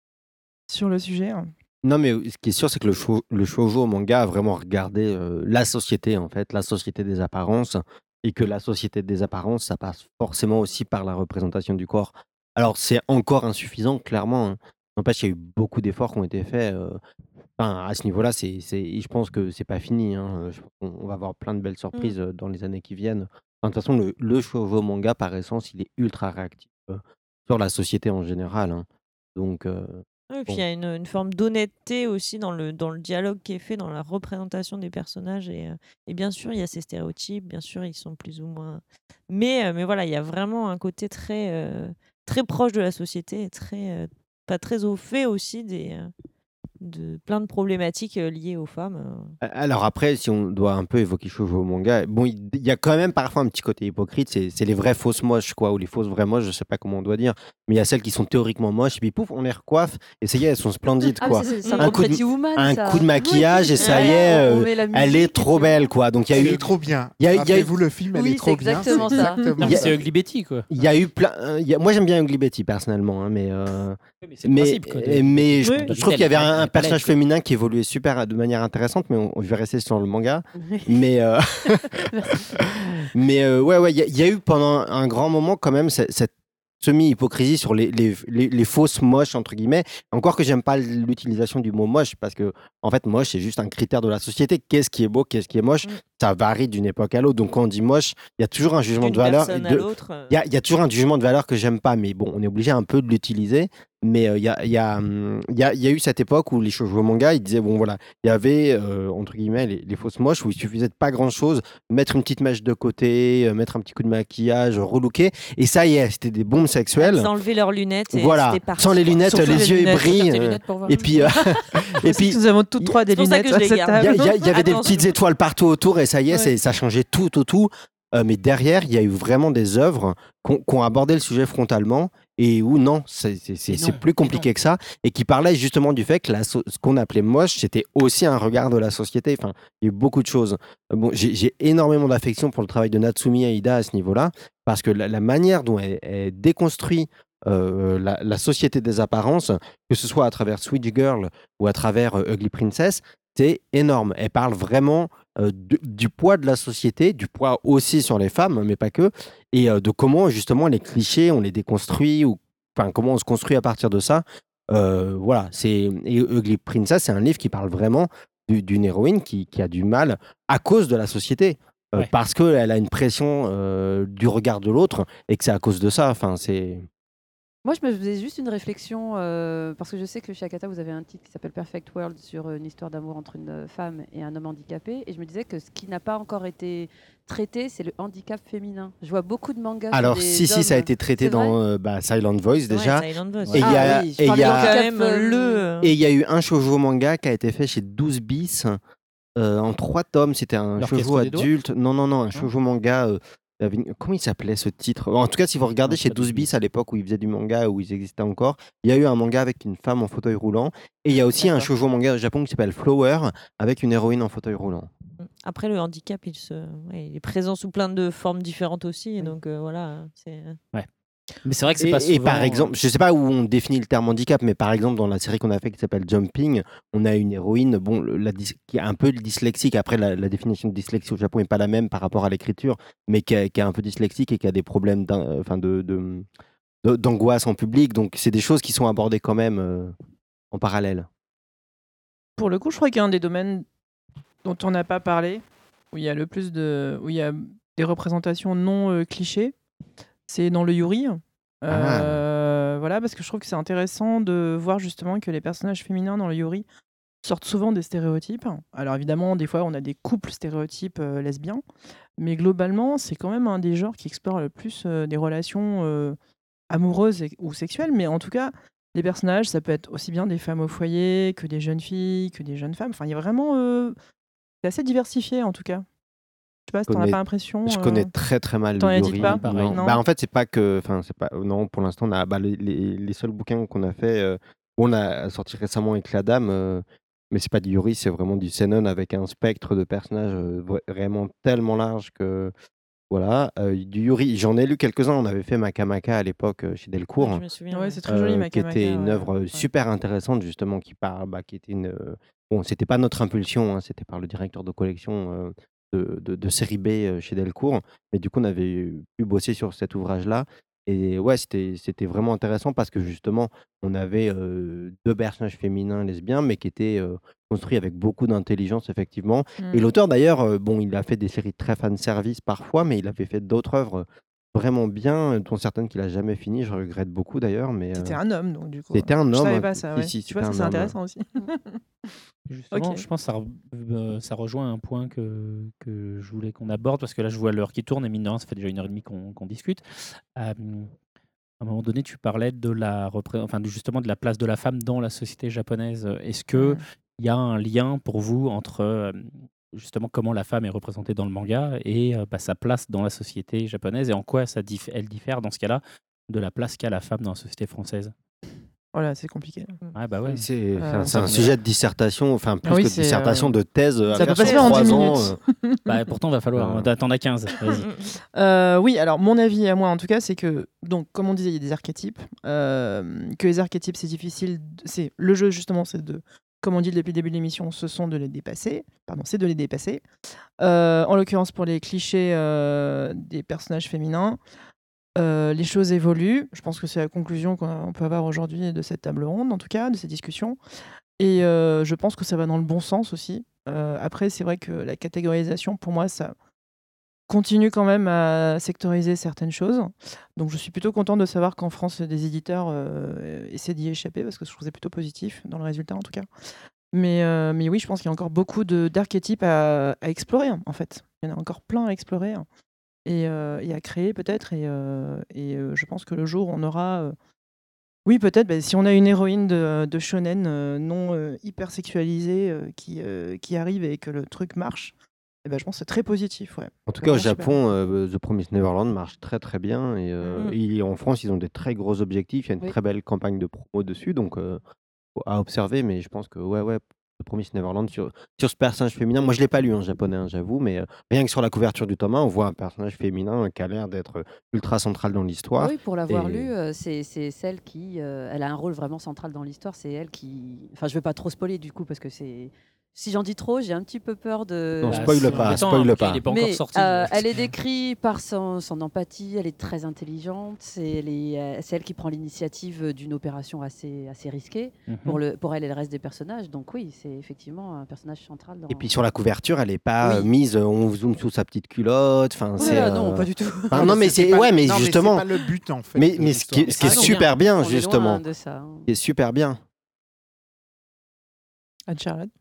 le sujet. Non, mais ce qui est sûr, c'est que le shoujo manga a vraiment regardé la société, en fait, la société des apparences, et que la société des apparences, ça passe forcément aussi par la représentation du corps. Alors, c'est encore insuffisant, clairement. Hein. N'empêche, il y a eu beaucoup d'efforts qui ont été faits. À ce niveau-là, je pense que c'est pas fini. Hein. On va avoir plein de belles surprises dans les années qui viennent. De toute façon, le shoujo manga, par essence, il est ultra réactif sur la société en général. Hein. Donc, Et puis il y a une forme d'honnêteté aussi dans le dialogue qui est fait, dans la représentation des personnages. Et bien sûr, il y a ces stéréotypes, bien sûr, ils sont plus ou moins. Mais voilà, il y a vraiment un côté très, très proche de la société et pas très au fait aussi de plein de problématiques liées aux femmes. Alors après, si on doit un peu évoquer shoujo manga, bon, il y a quand même parfois un petit côté hypocrite, c'est les vraies fausses moches, quoi, ou les fausses vraies moches, je sais pas comment on doit dire, mais il y a celles qui sont théoriquement moches, et puis pouf, on les recoiffe, et ça y est, elles sont splendides, quoi. C'est un coup de maquillage, et ça y est, elle est trop belle, quoi. Donc il y a Elle eu est trop bien. Il y a eu- Rappelez-vous le film, elle Oui, est trop c'est bien. exactement ça. Non, mais c'est Ugly Betty, quoi. Il y a eu plein. Moi, j'aime bien Ugly Betty personnellement, hein, mais C'est le principe, quoi. mais je Oui. trouve qu'il y avait un Palette, personnage quoi. féminin qui évoluait de manière intéressante, mais je vais rester sur le manga. Mais ouais, il y a eu pendant un grand moment quand même cette semi-hypocrisie sur les fausses moches, entre guillemets. Encore que j'aime pas l'utilisation du mot moche, parce que, en fait, moche, c'est juste un critère de la société. Qu'est-ce qui est beau, qu'est-ce qui est moche? ça varie d'une époque à l'autre. Donc quand on dit moche, il y a toujours un jugement D'une de valeur. personne à l'autre. Il y a toujours un jugement de valeur que j'aime pas, mais bon, on est obligé un peu de l'utiliser. Mais il y a eu cette époque où les shoujo manga, ils disaient, bon voilà, il y avait, entre guillemets, les fausses moches, où il suffisait de pas grand-chose, mettre une petite mèche de côté, mettre un petit coup de maquillage, relooker, et ça y est, c'était des bombes sexuelles. Ils enlevaient leurs lunettes et Voilà, c'était parti. sans les lunettes, Surtout les yeux lunettes. brillent. Tes lunettes pour voir. Et puis, et puis Nous avons toutes trois des C'est pour ça que lunettes je à les cette garde. table. il y avait des Attention. petites étoiles partout autour et ça y est, Ouais. ça changeait tout. Mais derrière, il y a eu vraiment des œuvres qui ont abordé le sujet frontalement et où non, c'est plus compliqué que ça et qui parlaient justement du fait que ce qu'on appelait moche, c'était aussi un regard de la société. Enfin, il y a eu beaucoup de choses. Bon, j'ai énormément d'affection pour le travail de Natsumi Aida à ce niveau-là parce que la manière dont elle déconstruit la société des apparences, que ce soit à travers Switch Girl ou à travers Ugly Princess, c'est énorme. Elle parle vraiment du poids de la société, du poids aussi sur les femmes, mais pas que, et de comment justement les clichés, on les déconstruit, ou enfin comment on se construit à partir de ça. Voilà, et Ugly Princess, c'est un livre qui parle vraiment d'une héroïne qui a du mal à cause de la société. Parce qu'elle a une pression du regard de l'autre et que c'est à cause de ça. Enfin, c'est... Moi, je me faisais juste une réflexion, parce que je sais que chez Akata, vous avez un titre qui s'appelle Perfect World sur une histoire d'amour entre une femme et un homme handicapé. Et je me disais que ce qui n'a pas encore été traité, c'est le handicap féminin. Je vois beaucoup de mangas. Alors, sur des si, ça a hommes. été traité C'est dans Silent Voice déjà. Ouais, Silent Voice. Et il y a- oui, je et parlais il y a- handicap, quand même Et il y a eu un shoujo manga qui a été fait chez 12 bis en 3 tomes. C'était un L'Orchestre shoujo des doigts adulte. Non, un shoujo manga. Comment il s'appelait ce titre? En tout cas, si vous regardez Non, chez pas 12 12 bis à l'époque où ils faisaient du manga, où ils existaient encore, il y a eu un manga avec une femme en fauteuil roulant. Et il y a aussi un D'accord. shoujo manga au Japon qui s'appelle Flower avec une héroïne en fauteuil roulant. Après, le handicap, il est présent sous plein de formes différentes aussi. Et donc, voilà. Mais c'est vrai que c'est pas Et souvent. par exemple, je sais pas où on définit le terme handicap, mais par exemple, dans la série qu'on a fait qui s'appelle Jumping, on a une héroïne qui est un peu dyslexique. Après, la définition de dyslexie au Japon n'est pas la même par rapport à l'écriture, mais qui est un peu dyslexique et qui a des problèmes d'angoisse en public. Donc, c'est des choses qui sont abordées quand même en parallèle. Pour le coup, je crois qu'il y a un des domaines dont on n'a pas parlé, où il y a où il y a des représentations non clichés, c'est dans le Yuri. Voilà, parce que je trouve que c'est intéressant de voir justement que les personnages féminins dans le Yuri sortent souvent des stéréotypes. Alors évidemment, des fois, on a des couples stéréotypes lesbiens, mais globalement, c'est quand même un des genres qui explore le plus des relations amoureuses ou sexuelles, mais en tout cas, les personnages, ça peut être aussi bien des femmes au foyer que des jeunes filles, que des jeunes femmes. Enfin, il y a vraiment... c'est assez diversifié, en tout cas. Je sais pas si t'en as connais- pas l'impression. Je connais très très mal t'en le édites Yuri. pas Non. Non. Bah, en fait, c'est pas que. Enfin, c'est pas. Non, pour l'instant, on a les seuls bouquins qu'on a fait. On a sorti récemment avec la dame, mais c'est pas du Yuri, c'est vraiment du seinen avec un spectre de personnages vraiment tellement large que. Voilà. Du Yuri, j'en ai lu quelques-uns. On avait fait Makamaka à l'époque chez Delcourt. Je me souviens. Ouais, c'est très joli, qui Makamaka. était une ouais. œuvre Ouais. super intéressante justement qui était une bon, c'était pas notre impulsion, hein, c'était par le directeur de collection de série B chez Delcourt, mais du coup on avait pu bosser sur cet ouvrage-là et ouais, c'était vraiment intéressant parce que justement on avait 2 personnages féminins lesbiens mais qui étaient construits avec beaucoup d'intelligence effectivement. Et Mm. l'auteur d'ailleurs, bon, il a fait des séries très fan service parfois, mais il avait fait d'autres œuvres vraiment bien, dont certaines qu'il a jamais finies. Je regrette beaucoup d'ailleurs, mais C'était un homme, donc du coup. c'était un Je homme. savais pas ça. Ouais. Si, Tu vois, c'était ça un c'est homme. intéressant aussi. Justement, Ok. je pense que ça rejoint un point que je voulais qu'on aborde, parce que là, je vois l'heure qui tourne, et mine de rien, ça fait déjà 1h30 qu'on discute. À un moment donné, tu parlais justement de la place de la femme dans la société japonaise. Est-ce qu'il y a un lien pour vous entre justement comment la femme est représentée dans le manga et sa place dans la société japonaise, et en quoi elle diffère dans ce cas-là de la place qu'a la femme dans la société française? Voilà, c'est compliqué. Ah bah ouais. C'est ça, un on est- sujet de dissertation, enfin plus oui, que de c'est, dissertation, de thèse à ça peut faire pas se sur faire en 3 10 ans. minutes. Bah, pourtant, va falloir. Euh. T'en as 15. Vas-y. Oui, alors mon avis à moi en tout cas, c'est que, donc, comme on disait, il y a des archétypes. Que les archétypes, c'est difficile. C'est le jeu justement, c'est de, comme on dit depuis le début de l'émission, c'est de les dépasser. En l'occurrence, pour les clichés des personnages féminins, les choses évoluent. Je pense que c'est la conclusion qu'on peut avoir aujourd'hui de cette table ronde, en tout cas, de cette discussion. Et je pense que ça va dans le bon sens aussi. Après, c'est vrai que la catégorisation, pour moi, ça continue quand même à sectoriser certaines choses. Donc je suis plutôt contente de savoir qu'en France, des éditeurs essaient d'y échapper, parce que je trouve c'est plutôt positif dans le résultat en tout cas. Mais oui, je pense qu'il y a encore beaucoup d'archétypes à explorer, en fait. Il y en a encore plein à explorer et à créer peut-être. Je pense que le jour où on aura... oui, peut-être, si on a une héroïne de shonen non hyper sexualisée qui arrive et que le truc marche, je pense que c'est très positif. Ouais. En tout C'est cas, au vraiment super. Japon, The Promised Neverland marche très très bien. Et en France, ils ont des très gros objectifs. Il y a une Oui. très belle campagne de promo dessus. Donc, à observer. Mais je pense que, ouais, The Promised Neverland sur ce personnage féminin. Moi, je ne l'ai pas lu en japonais, hein, j'avoue. Mais rien que sur la couverture du tome 1, on voit un personnage féminin qui a l'air d'être ultra central dans Ah l'histoire. oui, pour l'avoir Et- lu, c'est celle qui, elle a un rôle vraiment central dans l'histoire. C'est elle qui, enfin, je veux pas trop spoiler du coup parce que c'est, si j'en dis trop, j'ai un petit peu peur de. Non, spoil c'est pas, embêtant, spoil hein, pas. Il n'est pas Mais encore sorti. elle est décrite par son empathie, elle est très intelligente, c'est elle qui prend l'initiative d'une opération assez risquée Mhm. pour elle et le reste des personnages. Donc oui, c'est effectivement un personnage central dans. Et puis sur la couverture, elle n'est pas Oui. mise, on zoome sous sa petite culotte. Enfin, Oh là c'est. là, non, pas du tout. Enfin, non, mais c'est. pas- Ouais, mais non, justement. c'est pas le but en fait. Mais de ce qui est l'histoire. Ah non, super bien, on est justement. loin de ça. Hein. Ce qui est super bien. Anne-Charlotte.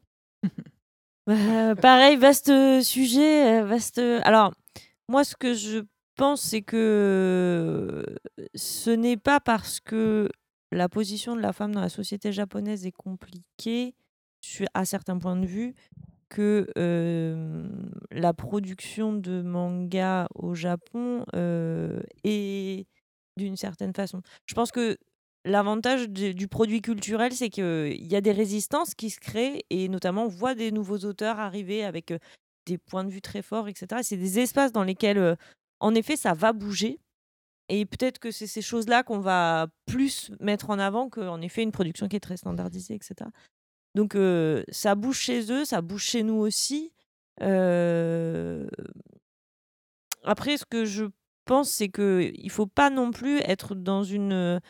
Pareil, vaste sujet, vaste. Alors, moi, ce que je pense, c'est que ce n'est pas parce que la position de la femme dans la société japonaise est compliquée, à certains points de vue, que la production de manga au Japon est d'une certaine façon. Je pense que l'avantage du produit culturel, c'est qu'il y a des résistances qui se créent et notamment on voit des nouveaux auteurs arriver avec des points de vue très forts, etc. C'est des espaces dans lesquels, en effet, ça va bouger. Et peut-être que c'est ces choses-là qu'on va plus mettre en avant qu'en effet une production qui est très standardisée, etc. Donc ça bouge chez eux, ça bouge chez nous aussi. Après, ce que je pense, c'est qu'il ne faut pas non plus être dans une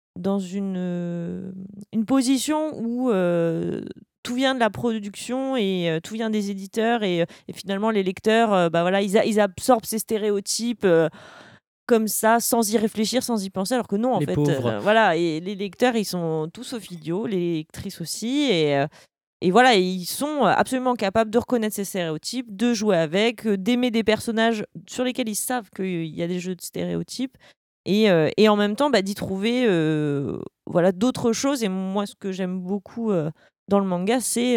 position où tout vient de la production et tout vient des éditeurs et finalement les lecteurs, voilà, ils absorbent ces stéréotypes comme ça, sans y réfléchir, sans y penser, alors que non, en Les fait, pauvres. voilà, et les lecteurs, ils sont tous au idiot, les lectrices aussi, et voilà, et ils sont absolument capables de reconnaître ces stéréotypes, de jouer avec, d'aimer des personnages sur lesquels ils savent qu'il y a des jeux de stéréotypes, et en même temps d'y trouver voilà, d'autres choses. Et moi, ce que j'aime beaucoup dans le manga, c'est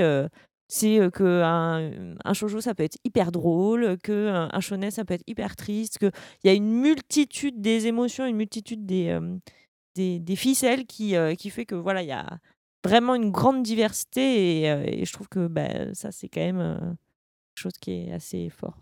qu'un shoujo, ça peut être hyper drôle, qu'un shonen, ça peut être hyper triste, qu'il y a une multitude des émotions, une multitude des ficelles qui fait que voilà, il y a vraiment une grande diversité et je trouve que ça, c'est quand même quelque chose qui est assez fort.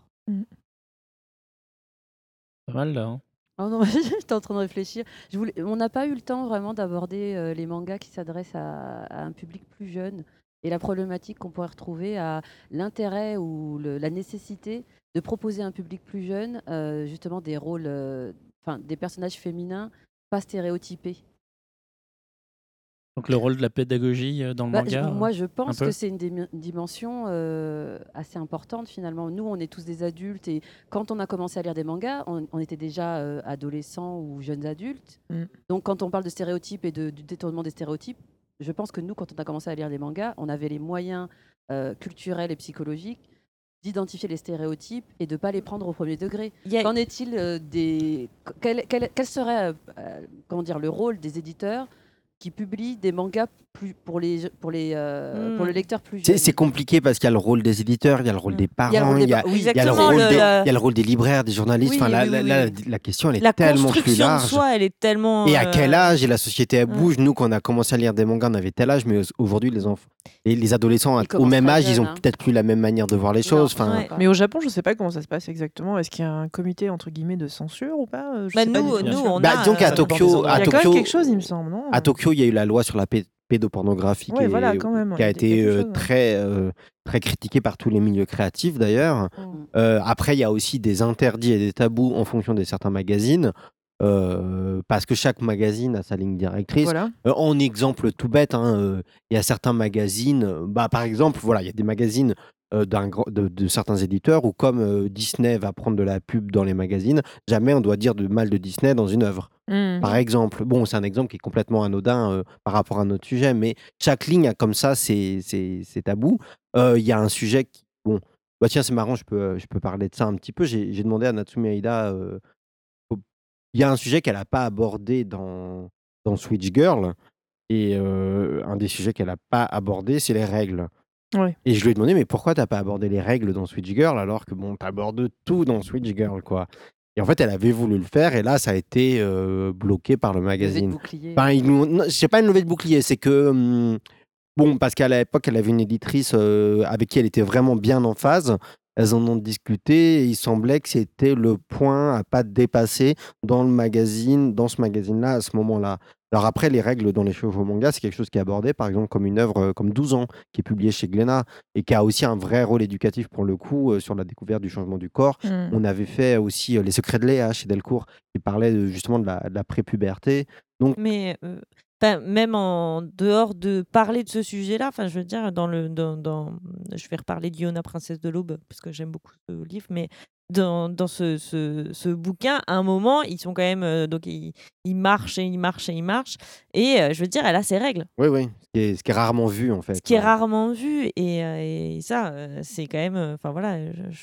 Pas mal là. Hein. Oh non, j'étais en train de réfléchir. On n'a pas eu le temps vraiment d'aborder les mangas qui s'adressent à un public plus jeune et la problématique qu'on pourrait retrouver à l'intérêt ou la nécessité de proposer à un public plus jeune justement des rôles, enfin des personnages féminins pas stéréotypés. Donc le rôle de la pédagogie dans le manga. Moi, je pense peu que c'est une dimension assez importante finalement. Nous, on est tous des adultes et quand on a commencé à lire des mangas, on était déjà adolescents ou jeunes adultes. Donc, quand on parle de stéréotypes et du détournement des stéréotypes, je pense que nous, quand on a commencé à lire des mangas, on avait les moyens culturels et psychologiques d'identifier les stéréotypes et de ne pas les prendre au premier degré. Qu'en est-il quel serait comment dire, le rôle des éditeurs qui publient des mangas pour le lecteur plus jeune. C'est compliqué parce qu'il y a le rôle des éditeurs, il y a le rôle des parents, il y a le rôle des libraires, des journalistes. Oui, enfin, la question, elle est tellement plus large. En soi, elle est tellement... Et à quel âge? Et la société, elle bouge. Nous, quand on a commencé à lire des mangas, on avait tel âge, mais aujourd'hui, les enfants et les adolescents, au même âge, ils ont peut-être plus la même manière de voir les choses. Enfin, mais au Japon, je ne sais pas comment ça se passe exactement. Est-ce qu'il y a un comité entre guillemets de censure ou pas? Nous, on a... Donc à Tokyo, il y a quand même quelque chose, il me semble, non? À Tokyo, il y a eu la loi sur la pédopornographie qui a été très critiquée par tous les milieux créatifs d'ailleurs. Après, il y a aussi des interdits et des tabous en fonction de certains magazines. Parce que chaque magazine a sa ligne directrice. Voilà. En exemple tout bête, il y a certains magazines, par exemple, voilà, il y a des magazines de certains éditeurs, ou comme Disney va prendre de la pub dans les magazines, jamais on doit dire de mal de Disney dans une œuvre. Par exemple, bon, c'est un exemple qui est complètement anodin par rapport à notre sujet, mais chaque ligne a comme ça ses tabous. Il y a un sujet qui, bon, bah tiens, c'est marrant, je peux parler de ça un petit peu. J'ai demandé à Natsumi Aida, il y a un sujet qu'elle n'a pas abordé dans Switch Girl, et un des sujets qu'elle n'a pas abordé, c'est les règles. Ouais. Et je lui ai demandé, mais pourquoi t'as pas abordé les règles dans Switch Girl alors que bon, t'abordes tout dans Switch Girl, quoi. Et en fait, elle avait voulu le faire, et là, ça a été bloqué par le Levée de magazine. bouclier. Enfin, non, c'est pas une levée de bouclier, c'est que bon, parce qu'à l'époque, elle avait une éditrice avec qui elle était vraiment bien en phase. Elles en ont discuté, et il semblait que c'était le point à pas dépasser dans ce magazine-là, à ce moment-là. Alors après, les règles dans les shoujo manga, c'est quelque chose qui est abordé, par exemple, comme une œuvre comme 12 ans, qui est publiée chez Glénat, et qui a aussi un vrai rôle éducatif pour le coup, sur la découverte du changement du corps. On avait fait aussi Les Secrets de Léa chez Delcourt, qui parlait justement de la prépuberté. Donc, Mais même en dehors de parler de ce sujet-là, enfin, je veux dire, je vais reparler d'Iona, Princesse de l'Aube, parce que j'aime beaucoup ce livre, mais dans ce bouquin, à un moment, ils sont quand même, donc ils marchent et ils marchent et ils marchent, et je veux dire, elle a ses règles. oui, ce qui est rarement vu, en fait. Ce qui est rarement vu, et ça, c'est quand même, enfin voilà,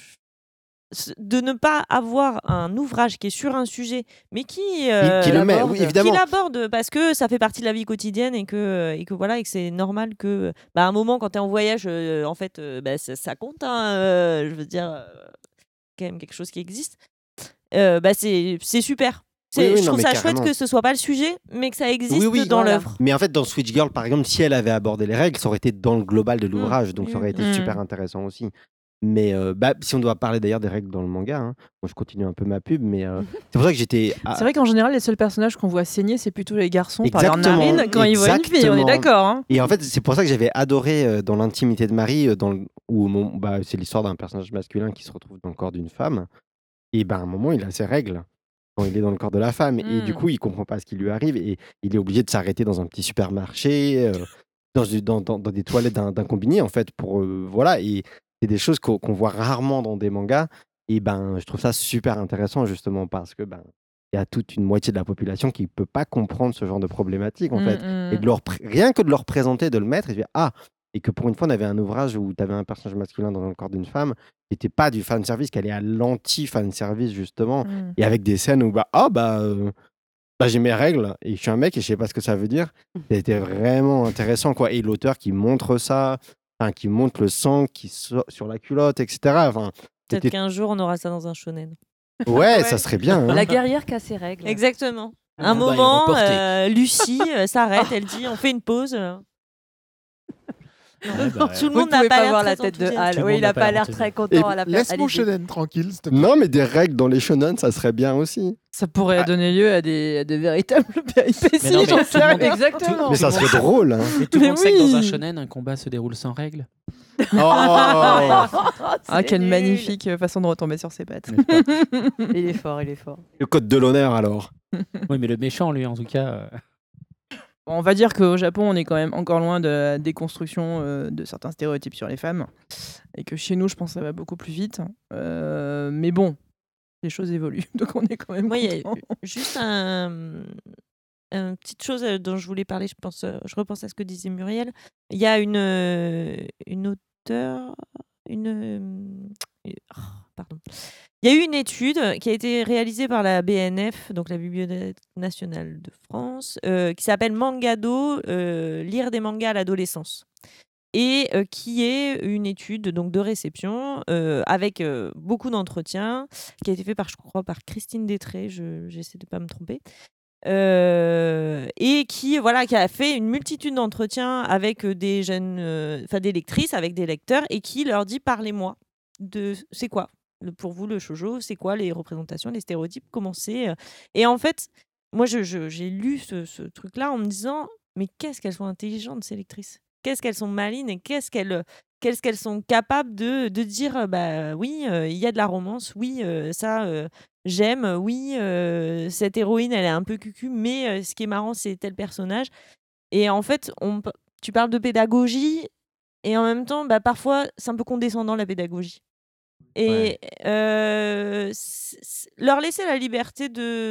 de ne pas avoir un ouvrage qui est sur un sujet, mais qui le met, oui, évidemment. qui l'aborde parce que ça fait partie de la vie quotidienne, et que voilà, et que c'est normal que à un moment, quand tu es en voyage, en fait, ça compte, hein, je veux dire, quand même quelque chose qui existe. C'est super. Oui, Je non, trouve mais ça chouette carrément. que ce soit pas le sujet, mais que ça existe Oui, dans voilà. l'œuvre. Mais en fait, dans Switch Girl, par exemple, si elle avait abordé les règles, ça aurait été dans le global de l'ouvrage, donc ça aurait été super intéressant aussi. Mais si on doit parler d'ailleurs des règles dans le manga, hein, moi je continue un peu ma pub, mais c'est pour ça que j'étais. C'est vrai qu'en général, les seuls personnages qu'on voit saigner, c'est plutôt les garçons par leur Exactement, narine quand ils voient une fille, on est exactement. d'accord. Hein. Et en fait, c'est pour ça que j'avais adoré dans L'intimité de Marie, où c'est l'histoire d'un personnage masculin qui se retrouve dans le corps d'une femme. Et à un moment, il a ses règles quand il est dans le corps de la femme. Et du coup, il comprend pas ce qui lui arrive. Et il est obligé de s'arrêter dans un petit supermarché, dans des toilettes d'un combiné, en fait, voilà. Et c'est des choses qu'on voit rarement dans des mangas. Et je trouve ça super intéressant, justement, parce que il y a toute une moitié de la population qui peut pas comprendre ce genre de problématique, en fait. Et rien que de leur présenter, de le mettre, et et que pour une fois, on avait un ouvrage où tu avais un personnage masculin dans le corps d'une femme qui n'était pas du fan-service, qui allait à l'anti-fan-service, justement, et avec des scènes où j'ai mes règles et je suis un mec et je sais pas ce que ça veut dire. C'était vraiment intéressant, quoi. Et l'auteur qui montre ça, qui montre le sang qui sort sur la culotte, etc. Enfin, Peut-être c'était- qu'un jour, on aura ça dans un shonen. ouais, ça serait bien. Hein. La guerrière qui a ses règles. Exactement. Ah Un bah, il est moment, reporté. Lucie s'arrête, elle dit on fait une pause. Ouais, Tout le Vous monde ne n'a pouvez pas pas l'air voir la très tête de enthousiaste. Hal. Tout le Oui, monde il n'a n'a pas pas l'air l'air enthousiaste. très content à la place. Laisse mon shonen tranquille, s'il te plaît. Non, mais des règles dans les shonen, ça serait bien aussi. Ça pourrait donner lieu à des véritables péripéties, Mais non, mais j'en tout sais le rien. monde- Exactement. Mais ça serait drôle. Hein. Mais tout le Mais monde sait que dans un oui. shonen, un combat se déroule sans règles. Oh Ah, quelle nul. magnifique façon de retomber sur ses pattes. N'est-ce pas Il est fort, il est fort. Le code de l'honneur, alors. Oui, mais le méchant, lui, en tout cas. Bon, on va dire qu'au Japon, on est quand même encore loin de la déconstruction de certains stéréotypes sur les femmes. Et que chez nous, je pense que ça va beaucoup plus vite. Mais bon, les choses évoluent. Donc on est quand même Moi, il y a content. juste une petite chose dont je voulais parler, je repense à ce que disait Muriel. Il y a une auteure, pardon. Il y a eu une étude qui a été réalisée par la BNF, donc la Bibliothèque nationale de France, qui s'appelle Mangado, lire des mangas à l'adolescence. Et qui est une étude donc, de réception avec beaucoup d'entretiens, qui a été fait je crois, par Christine Détré, j'essaie de ne pas me tromper, et qui a fait une multitude d'entretiens avec des jeunes, des lectrices, avec des lecteurs, et qui leur dit parlez-moi de c'est quoi pour vous le shoujo, c'est quoi les représentations, les stéréotypes, comment c'est Et en fait, moi j'ai lu ce truc-là en me disant mais qu'est-ce qu'elles sont intelligentes ces lectrices, qu'est-ce qu'elles sont malines, et qu'est-ce qu'elles sont capables de dire oui, il y a de la romance, oui, ça j'aime, oui, cette héroïne elle est un peu cucu, mais ce qui est marrant c'est tel personnage. Et en fait tu parles de pédagogie, Et en même temps, parfois, c'est un peu condescendant la pédagogie. Et leur laisser la liberté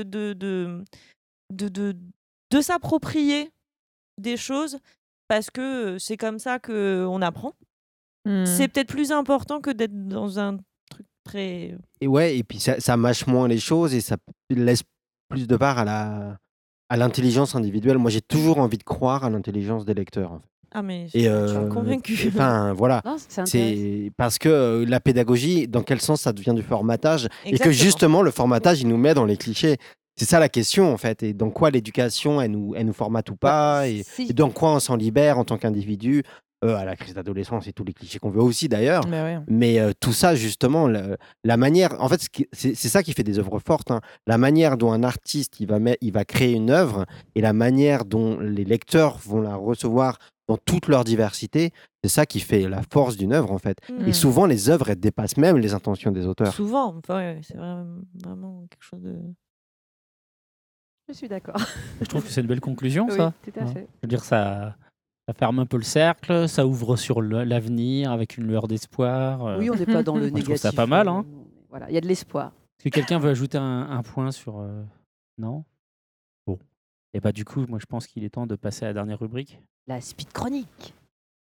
de s'approprier des choses parce que c'est comme ça qu'on apprend. C'est peut-être plus important que d'être dans un truc très... Et ouais, et puis ça mâche moins les choses et ça laisse plus de part à l'intelligence individuelle. Moi, j'ai toujours envie de croire à l'intelligence des lecteurs, en fait. Ah mais Et je suis convaincue. enfin, voilà. Non, c'est intéressant. C'est parce que la pédagogie, dans quel sens ça devient du formatage et que Exactement. justement le formatage, il nous met dans les clichés. C'est ça la question en fait. Et dans quoi l'éducation, elle nous formate ou pas et dans quoi on s'en libère en tant qu'individu à la crise d'adolescence et tous les clichés qu'on veut aussi d'ailleurs. Mais ouais. Mais tout ça justement, la manière, en fait, c'est ça qui fait des œuvres fortes. Hein. La manière dont un artiste il va créer une œuvre et la manière dont les lecteurs vont la recevoir dans toute leur diversité, c'est ça qui fait la force d'une œuvre en fait. Et souvent les œuvres elles dépassent même les intentions des auteurs. Souvent, c'est vraiment quelque chose de... Je suis d'accord. Je trouve que c'est une belle conclusion, Oui, ça. tout à fait. Je veux dire, ça ferme un peu le cercle, ça ouvre sur l'avenir avec une lueur d'espoir. Oui, on n'est pas dans le Moi, je négatif. trouve ça pas mal. Hein. Voilà, il y a de l'espoir. Est-ce que quelqu'un veut ajouter un point sur... Non. Bon. Et du coup, moi, je pense qu'il est temps de passer à la dernière rubrique. La speed chronique.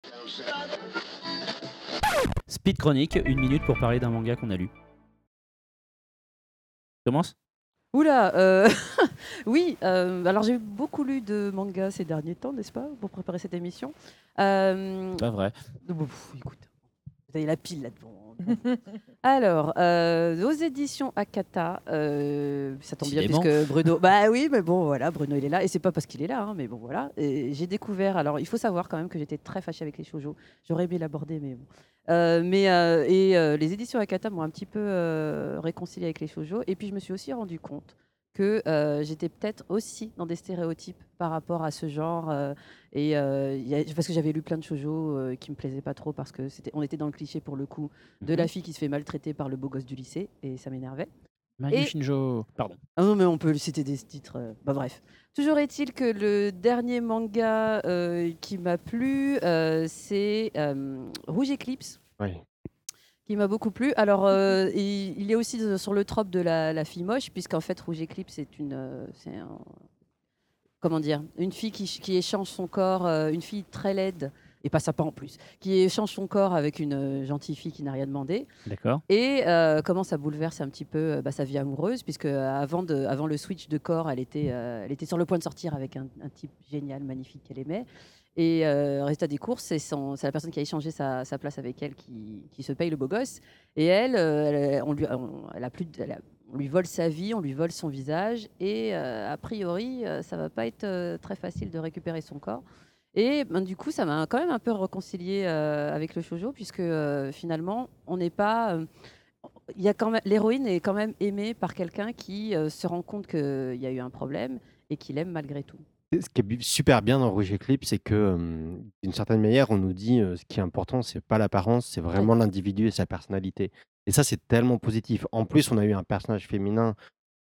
Speed chronique, 1 minute pour parler d'un manga qu'on a lu. Commence. Oula, oui, alors j'ai beaucoup lu de mangas ces derniers temps, n'est-ce pas, pour préparer cette émission. Pas vrai. Écoute, vous avez la pile là-dedans. Alors, aux éditions Akata, ça tombe bien Décidément. puisque Bruno... Bah oui, mais bon, voilà, Bruno il est là, et c'est pas parce qu'il est là, hein, mais bon, voilà. Et j'ai découvert, alors il faut savoir quand même que j'étais très fâchée avec les shoujo. J'aurais aimé l'aborder, mais bon. Les éditions Akata m'ont un petit peu réconcilié avec les shoujo, et puis je me suis aussi rendu compte que j'étais peut-être aussi dans des stéréotypes par rapport à ce genre parce que j'avais lu plein de shoujo qui me plaisaient pas trop parce que on était dans le cliché pour le coup de la fille qui se fait maltraiter par le beau gosse du lycée et ça m'énervait. Mayu Shinjo. Pardon. Ah non mais on peut citer des titres. Bref. Toujours est-il que le dernier manga qui m'a plu c'est Rouge Eclipse. Oui. Qui m'a beaucoup plu. Alors, il est aussi sur le trope de la fille moche, puisqu'en fait, Rouge Eclipse, comment dire, une fille qui échange son corps, une fille très laide, et pas sympa en plus, qui échange son corps avec une gentille fille qui n'a rien demandé. D'accord. Et comment ça bouleverse un petit peu sa vie amoureuse, puisque avant le switch de corps, elle était sur le point de sortir avec un type génial, magnifique qu'elle aimait. Et résultat des courses, c'est la personne qui a échangé sa place avec elle qui se paye le beau gosse. Et elle, on lui vole sa vie, on lui vole son visage. Et a priori, ça va pas être très facile de récupérer son corps. Et du coup, ça m'a quand même un peu réconcilié avec le shoujo, puisque finalement, on n'est pas... il y a quand même, l'héroïne est quand même aimée par quelqu'un qui se rend compte qu'il y a eu un problème et qui l'aime malgré tout. Ce qui est super bien dans Rouge Eclipse, c'est que d'une certaine manière, on nous dit ce qui est important, c'est pas l'apparence, c'est vraiment l'individu et sa personnalité. Et ça, c'est tellement positif. En plus, on a eu un personnage féminin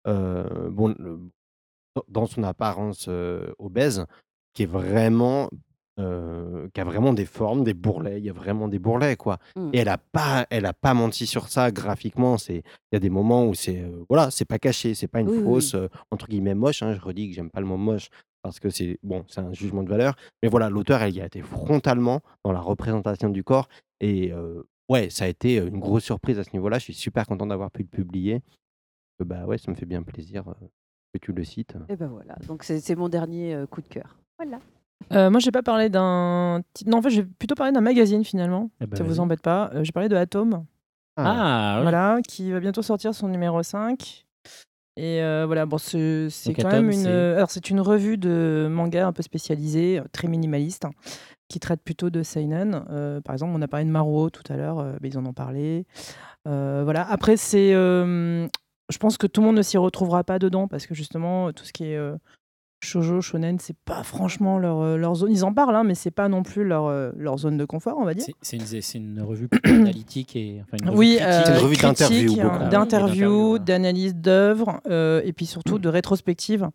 dans son apparence obèse, qui est vraiment qui a vraiment des formes, des bourrelets. Il y a vraiment des bourrelets, quoi. Et elle a pas menti sur ça graphiquement. Il y a des moments où voilà, c'est pas caché, c'est pas une fausse entre guillemets moche. Hein, je redis que j'aime pas le mot moche parce que c'est un jugement de valeur. Mais voilà, l'auteur, elle y a été frontalement dans la représentation du corps. Et ouais, ça a été une grosse surprise à ce niveau-là. Je suis super content d'avoir pu le publier. Bah ouais, ça me fait bien plaisir que tu le cites. Et ben voilà, donc c'est mon dernier coup de cœur. Voilà. Moi, j'ai pas parlé d'un. Non, en fait, j'ai plutôt parlé d'un magazine finalement. Ça vous embête pas. J'ai parlé de Atom. Ah, voilà, qui va bientôt sortir son numéro 5. Et voilà, bon, c'est Donc quand Atom, même une. Alors, c'est une revue de manga un peu spécialisée, très minimaliste, qui traite plutôt de seinen. Par exemple, on a parlé de Maruo tout à l'heure, ils en ont parlé. Voilà. Après, c'est. Je pense que tout le monde ne s'y retrouvera pas dedans parce que justement, tout ce qui est shoujo, shonen, c'est pas franchement leur zone. Ils en parlent, hein, mais c'est pas non plus leur zone de confort, on va dire. C'est une revue analytique et enfin une revue Oui, critique. C'est une revue d'interview, critique, beaucoup. d'interview, d'analyse d'œuvres et puis surtout de rétrospective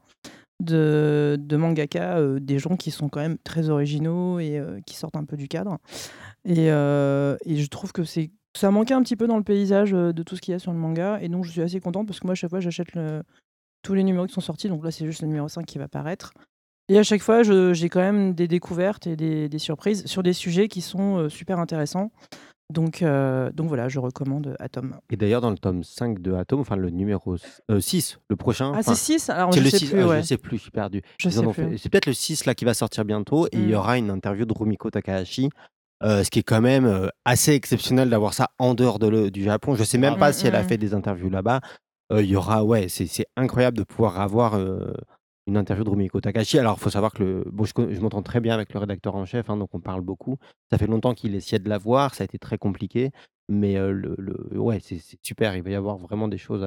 de mangaka, des gens qui sont quand même très originaux et qui sortent un peu du cadre. Et je trouve que ça manquait un petit peu dans le paysage de tout ce qu'il y a sur le manga. Et donc, je suis assez contente parce que moi, à chaque fois, j'achète tous les numéros qui sont sortis. Donc là, c'est juste le numéro 5 qui va paraître. Et à chaque fois, j'ai quand même des découvertes et des surprises sur des sujets qui sont super intéressants. Donc voilà, je recommande Atom. Et d'ailleurs, dans le tome 5 de Atom, enfin le numéro 6, le prochain. Ah, c'est 6? Alors, c'est je le sais 6, plus, je ouais. ne sais plus, je suis perdu. Je sais plus. C'est peut-être le 6 là qui va sortir bientôt et il y aura une interview de Rumiko Takahashi. Ce qui est quand même assez exceptionnel d'avoir ça en dehors du Japon. Je ne sais même pas si elle a fait des interviews là-bas. Il y aura, c'est incroyable de pouvoir avoir une interview de Rumiko Takahashi. Alors, il faut savoir que je m'entends très bien avec le rédacteur en chef, donc on parle beaucoup. Ça fait longtemps qu'il essayait de la voir, ça a été très compliqué. Mais c'est super, il va y avoir vraiment des choses.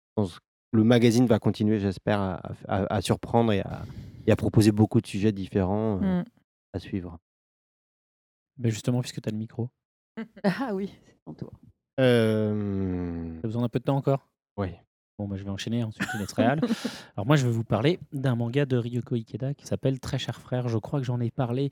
Le magazine va continuer, j'espère, à surprendre et à proposer beaucoup de sujets différents à suivre. Justement, puisque tu as le micro. Ah oui, c'est ton tour. Tu as besoin d'un peu de temps encore? Oui. Bon, je vais enchaîner, ensuite tu notre réal. Alors moi, je vais vous parler d'un manga de Ryoko Ikeda qui s'appelle Très cher frère. Je crois que j'en ai parlé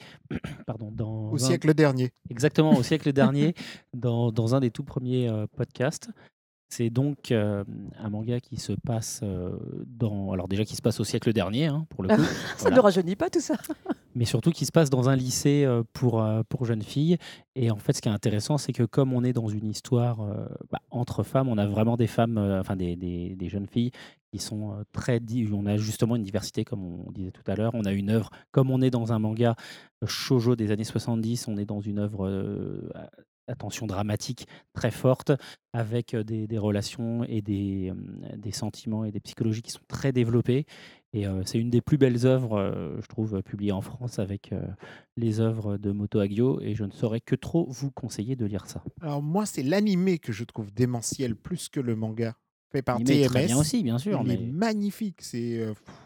dans Au siècle dernier. Exactement, au siècle dernier, dans un des tout premiers podcasts. C'est donc un manga qui se passe alors déjà qui se passe au siècle dernier, pour le coup. Ça ne le rajeunit pas tout ça. Mais surtout qui se passe dans un lycée pour jeunes filles. Et en fait, ce qui est intéressant, c'est que comme on est dans une histoire entre femmes, on a vraiment des femmes, des jeunes filles qui sont on a justement une diversité, comme on disait tout à l'heure. On a une œuvre, comme on est dans un manga shoujo des années 70, on est dans une œuvre attention dramatique très forte, avec des relations et des sentiments et des psychologies qui sont très développées. Et c'est une des plus belles œuvres, je trouve, publiées en France avec les œuvres de Moto Hagio. Et je ne saurais que trop vous conseiller de lire ça. Alors moi, c'est l'animé que je trouve démentiel plus que le manga. Fait par L'animé est TMS. très bien aussi, bien sûr. Il est magnifique. C'est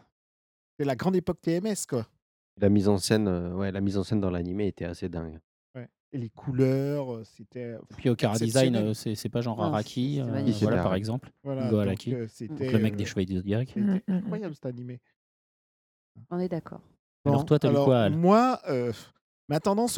la grande époque TMS, quoi. La mise en scène dans l'animé était assez dingue. Ouais. Et les couleurs, c'était. Puis au Cara Design, c'est pas genre Araki, voilà, par exemple. Voilà, Go donc, Araki. c'était Le mec des Chevaliers du Zodiac. C'était incroyable cet animé. On est d'accord. Alors toi, t'as lu quoi, Al? Moi, ma tendance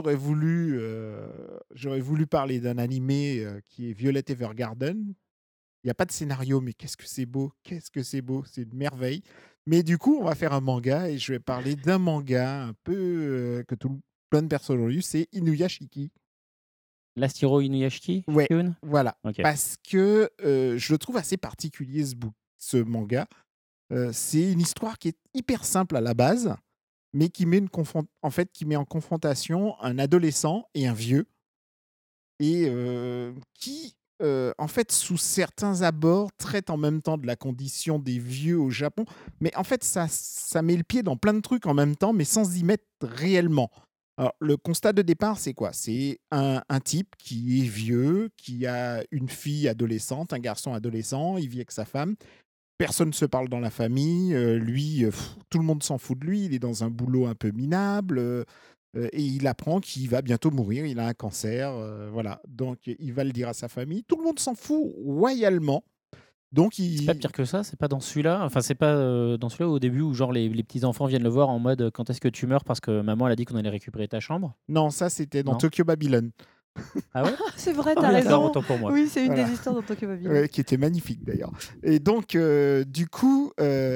j'aurais voulu parler d'un animé qui est Violet Evergarden. Il n'y a pas de scénario, mais qu'est-ce que c'est beau, c'est une merveille. Mais du coup, on va faire un manga et je vais parler d'un manga un peu que plein de personnes ont lu, c'est Inuyashiki. Last Hero Inuyashiki? Ouais, voilà. Okay. Parce que je le trouve assez particulier, ce manga. C'est une histoire qui est hyper simple à la base, mais qui met en confrontation un adolescent et un vieux, et qui, en fait, sous certains abords, traite en même temps de la condition des vieux au Japon. Mais en fait, ça met le pied dans plein de trucs en même temps, mais sans y mettre réellement. Alors, le constat de départ, c'est quoi? C'est un type qui est vieux, qui a une fille adolescente, un garçon adolescent, il vit avec sa femme. Personne ne se parle dans la famille. Lui, tout le monde s'en fout de lui. Il est dans un boulot un peu minable. Et il apprend qu'il va bientôt mourir. Il a un cancer. Voilà. Donc, il va le dire à sa famille. Tout le monde s'en fout royalement. Donc, C'est pas pire que ça, c'est pas dans celui-là. Enfin, c'est pas dans celui-là au début où genre les petits-enfants viennent le voir en mode quand est-ce que tu meurs parce que maman elle a dit qu'on allait récupérer ta chambre. Non, ça c'était dans Tokyo Babylon. Ah ouais? C'est vrai, t'as raison. Autant pour moi. Oui, c'est une des histoires dans Tokyo Babylon. Ouais, qui était magnifique d'ailleurs. Et donc, du coup,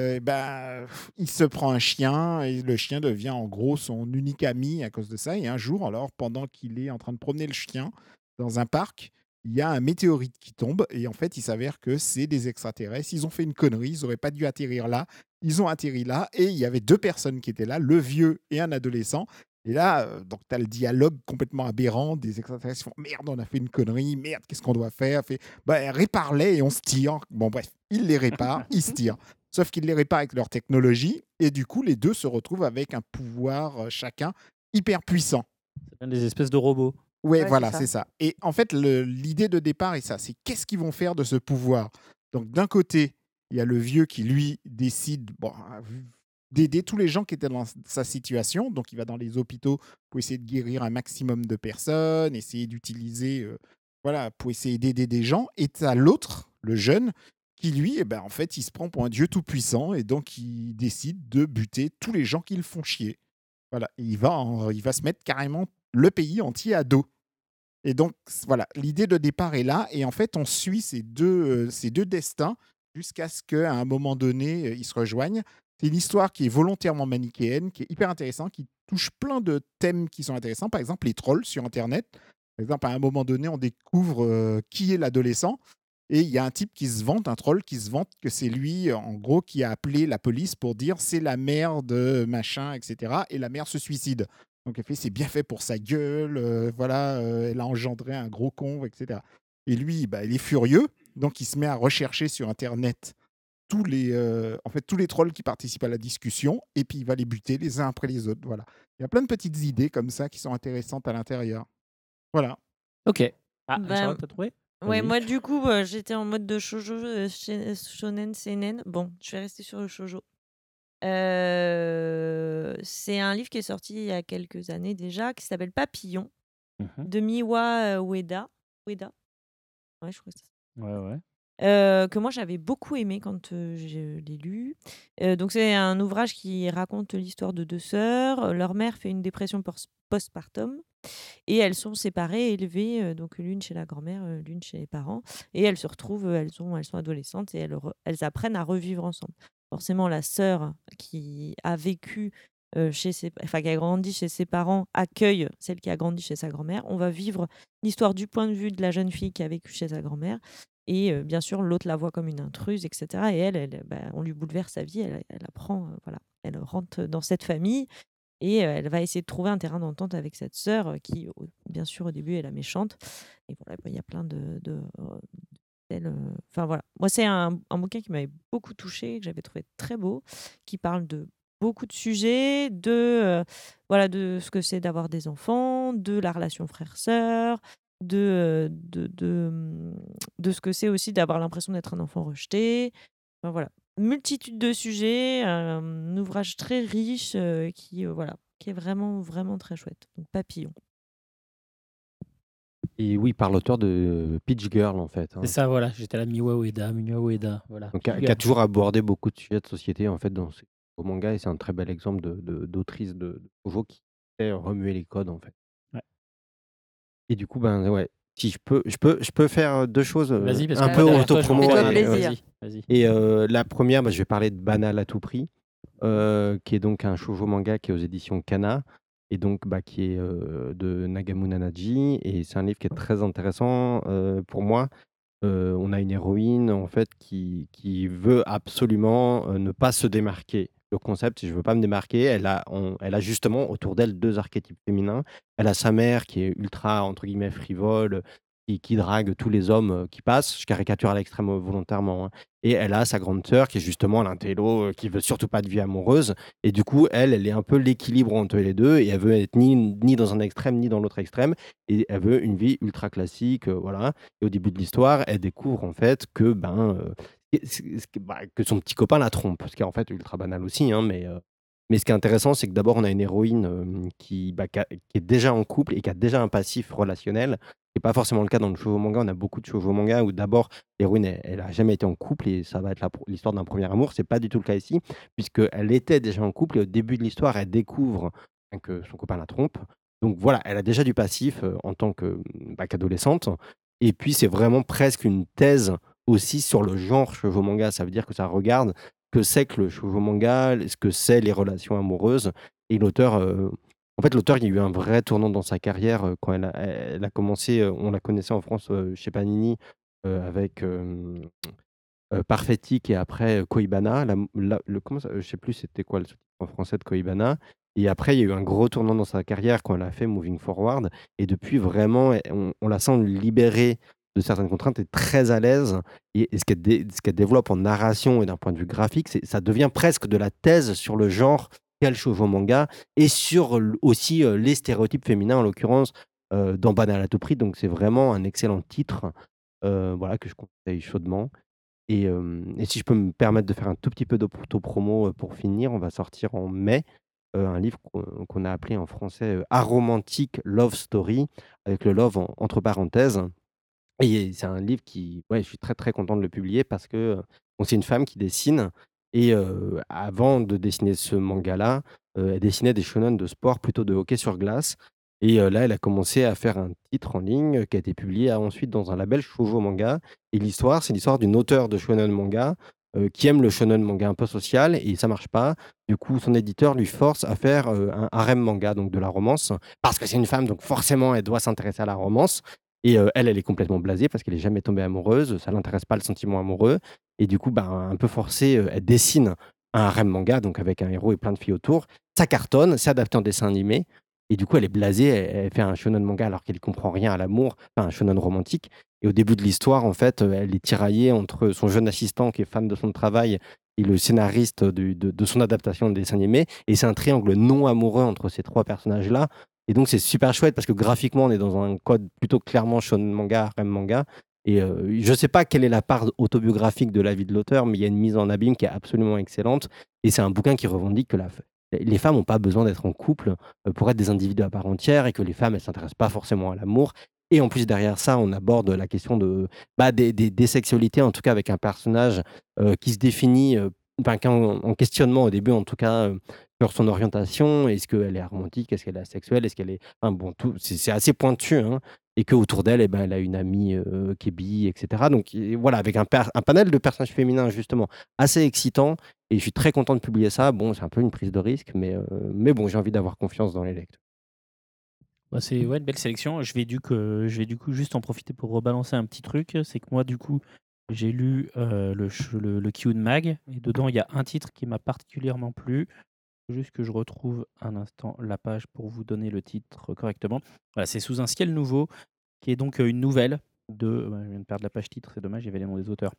il se prend un chien et le chien devient en gros son unique ami à cause de ça. Et un jour, alors, pendant qu'il est en train de promener le chien dans un parc, il y a un météorite qui tombe et en fait, il s'avère que c'est des extraterrestres. Ils ont fait une connerie, ils n'auraient pas dû atterrir là. Ils ont atterri là et il y avait deux personnes qui étaient là, le vieux et un adolescent. Et là, donc tu as le dialogue complètement aberrant des extraterrestres qui font « Merde, on a fait une connerie, merde, qu'est-ce qu'on doit faire ?» Répare-les et on se tire. Bon bref, ils les réparent, ils se tirent. Sauf qu'ils les réparent avec leur technologie et du coup, les deux se retrouvent avec un pouvoir chacun hyper puissant. C'est des espèces de robots. Ouais, voilà, c'est ça. Et en fait, l'idée de départ est ça, c'est qu'est-ce qu'ils vont faire de ce pouvoir? Donc d'un côté, il y a le vieux qui, lui, décide d'aider tous les gens qui étaient dans sa situation. Donc il va dans les hôpitaux pour essayer de guérir un maximum de personnes, essayer d'utiliser, pour essayer d'aider des gens. Et tu as l'autre, le jeune, qui lui, en fait, il se prend pour un dieu tout-puissant et donc il décide de buter tous les gens qui le font chier. Voilà, il va se mettre carrément le pays entier à dos. Et donc, voilà, l'idée de départ est là. Et en fait, on suit ces deux destins jusqu'à ce qu'à un moment donné, ils se rejoignent. C'est une histoire qui est volontairement manichéenne, qui est hyper intéressante, qui touche plein de thèmes qui sont intéressants. Par exemple, les trolls sur Internet. Par exemple, à un moment donné, on découvre qui est l'adolescent. Et il y a un type qui se vante, un troll qui se vante que c'est lui, en gros, qui a appelé la police pour dire c'est la mère de machin, etc. Et la mère se suicide. Donc elle fait c'est bien fait pour sa gueule, voilà, elle a engendré un gros con, etc. Et lui, bah, il est furieux, donc il se met à rechercher sur Internet tous les trolls qui participent à la discussion, et puis il va les buter les uns après les autres. Voilà. Il y a plein de petites idées comme ça qui sont intéressantes à l'intérieur. Voilà. Ok. Ah, Ben, Charlotte, t'as trouvé? Ouais, Vas-y. moi du coup, j'étais en mode de shoujo, shonen, seinen. Bon, je vais rester sur le shoujo. C'est un livre qui est sorti il y a quelques années déjà, qui s'appelle Papillon, Mhm. de Miwa Ueda. Ueda? Ouais, je crois que c'est ça. Ouais, ouais. Que moi j'avais beaucoup aimé quand je l'ai lu. Donc c'est un ouvrage qui raconte l'histoire de deux sœurs. Leur mère fait une dépression postpartum et elles sont séparées, élevées, donc l'une chez la grand-mère, l'une chez les parents. Et elles se retrouvent, elles sont adolescentes et elles apprennent à revivre ensemble. Forcément, la sœur qui a vécu qui a grandi chez ses parents accueille celle qui a grandi chez sa grand-mère. On va vivre l'histoire du point de vue de la jeune fille qui a vécu chez sa grand-mère. Et bien sûr, l'autre la voit comme une intruse, etc. Et on lui bouleverse sa vie. Elle apprend, voilà, elle rentre dans cette famille et elle va essayer de trouver un terrain d'entente avec cette sœur qui, bien sûr, au début, est la méchante. Et voilà, il y a plein Enfin voilà, moi c'est un bouquin qui m'avait beaucoup touchée, que j'avais trouvé très beau, qui parle de beaucoup de sujets, voilà, de ce que c'est d'avoir des enfants, de la relation frère-sœur, de ce que c'est aussi d'avoir l'impression d'être un enfant rejeté. Enfin, voilà, multitude de sujets, un ouvrage très riche voilà, qui est vraiment, vraiment très chouette. Donc Papillon. Et oui, par l'auteur de Peach Girl, en fait. C'est ça, voilà. J'étais là, Miwa Ueda, voilà. Donc, qui a toujours abordé beaucoup de sujets de société, en fait, dans ses mangas. Et c'est un très bel exemple d'autrice de shoujo qui sait remuer les codes, en fait. Ouais. Et du coup, ben ouais, si je peux faire deux choses, Vas-y, parce un que peu derrière toi, je vais en auto-promo. parler. plaisir. Vas-y. Et la première, je vais parler de Banal à tout prix, qui est donc un shoujo manga qui est aux éditions Kana et donc qui est de Nagamune Nanaji. Et c'est un livre qui est très intéressant pour moi. On a une héroïne en fait qui veut absolument ne pas se démarquer. Le concept, c'est je veux pas me démarquer. Elle a justement autour d'elle deux archétypes féminins. Elle a sa mère qui est ultra entre guillemets frivole, qui drague tous les hommes qui passent. Je caricature à l'extrême volontairement, hein. Et elle a sa grande sœur qui est justement l'intello qui veut surtout pas de vie amoureuse. Et du coup, elle est un peu l'équilibre entre les deux et elle veut être ni dans un extrême ni dans l'autre extrême. Et elle veut une vie ultra classique, voilà. Et au début de l'histoire, elle découvre en fait que que son petit copain la trompe, ce qui est en fait ultra banal aussi, hein, mais ce qui est intéressant, c'est que d'abord on a une héroïne qui est déjà en couple et qui a déjà un passif relationnel. C'est pas forcément le cas dans le shoujo manga. On a beaucoup de shoujo manga où d'abord l'héroïne elle a jamais été en couple et ça va être l'histoire d'un premier amour. C'est pas du tout le cas ici, puisque elle était déjà en couple et au début de l'histoire, elle découvre que son copain la trompe. Donc voilà, elle a déjà du passif en tant qu'adolescente. Et puis c'est vraiment presque une thèse aussi sur le genre shoujo manga. Ça veut dire que ça regarde que c'est que le shoujo manga, ce que c'est les relations amoureuses. Et l'auteur, en fait, l'auteur, il y a eu un vrai tournant dans sa carrière quand elle a commencé. On la connaissait en France chez Panini avec Parfaitique et après Koibana. Je sais plus c'était quoi le sous-titre en français de Koibana. Et après, il y a eu un gros tournant dans sa carrière quand elle a fait Moving Forward. Et depuis, vraiment, on la sent libérée de certaines contraintes et très à l'aise. Et ce qu'elle développe en narration et d'un point de vue graphique, ça devient presque de la thèse sur le genre qu'est le shoujo manga et sur aussi les stéréotypes féminins, en l'occurrence, dans Banal à tout prix. Donc, c'est vraiment un excellent titre voilà, que je conseille chaudement. Et si je peux me permettre de faire un tout petit peu d'auto-promo pour finir, on va sortir en mai un livre qu'on a appelé en français Aromantic Love Story, avec le love entre parenthèses. Et c'est un livre je suis très très content de le publier parce que c'est une femme qui dessine. Et avant de dessiner ce manga-là, elle dessinait des shonen de sport, plutôt de hockey sur glace. Et là, elle a commencé à faire un titre en ligne qui a été publié ensuite dans un label Shoujo Manga. Et l'histoire, c'est l'histoire d'une auteure de shonen manga qui aime le shonen manga un peu social et ça marche pas. Du coup, son éditeur lui force à faire un harem manga, donc de la romance, parce que c'est une femme, donc forcément, elle doit s'intéresser à la romance. Et elle est complètement blasée parce qu'elle est jamais tombée amoureuse, ça l'intéresse pas le sentiment amoureux. Et du coup, un peu forcée, elle dessine un harem manga, donc avec un héros et plein de filles autour. Ça cartonne, c'est adapté en dessin animé. Et du coup, elle est blasée, elle fait un shonen manga alors qu'elle ne comprend rien à l'amour, enfin un shonen romantique. Et au début de l'histoire, en fait, elle est tiraillée entre son jeune assistant qui est fan de son travail et le scénariste de son adaptation de dessin animé. Et c'est un triangle non amoureux entre ces trois personnages-là. Et donc, c'est super chouette parce que graphiquement, on est dans un code plutôt clairement shonen manga, harem manga. Et je ne sais pas quelle est la part autobiographique de la vie de l'auteur, mais il y a une mise en abîme qui est absolument excellente. Et c'est un bouquin qui revendique que les femmes n'ont pas besoin d'être en couple pour être des individus à part entière et que les femmes, elles ne s'intéressent pas forcément à l'amour. Et en plus, derrière ça, on aborde la question des sexualités, en tout cas avec un personnage qui se définit, qui est en questionnement au début, en tout cas, sur son orientation. Est-ce qu'elle est aromantique? Est-ce qu'elle est asexuelle? Est-ce qu'elle est... Enfin, bon, c'est assez pointu, hein, et qu'autour d'elle, elle a une amie qui est bi, etc. Donc voilà, avec un panel de personnages féminins, justement, assez excitant. Et je suis très content de publier ça. Bon, c'est un peu une prise de risque, mais bon, j'ai envie d'avoir confiance dans les lecteurs. C'est une belle sélection. Je vais du coup juste en profiter pour rebalancer un petit truc. C'est que moi, du coup, j'ai lu le Kyun Mag et dedans, il y a un titre qui m'a particulièrement plu. Juste que je retrouve un instant la page pour vous donner le titre correctement. Voilà, c'est Sous un ciel nouveau, qui est donc une nouvelle de. Je viens de perdre la page titre, c'est dommage, il y avait les noms des auteurs.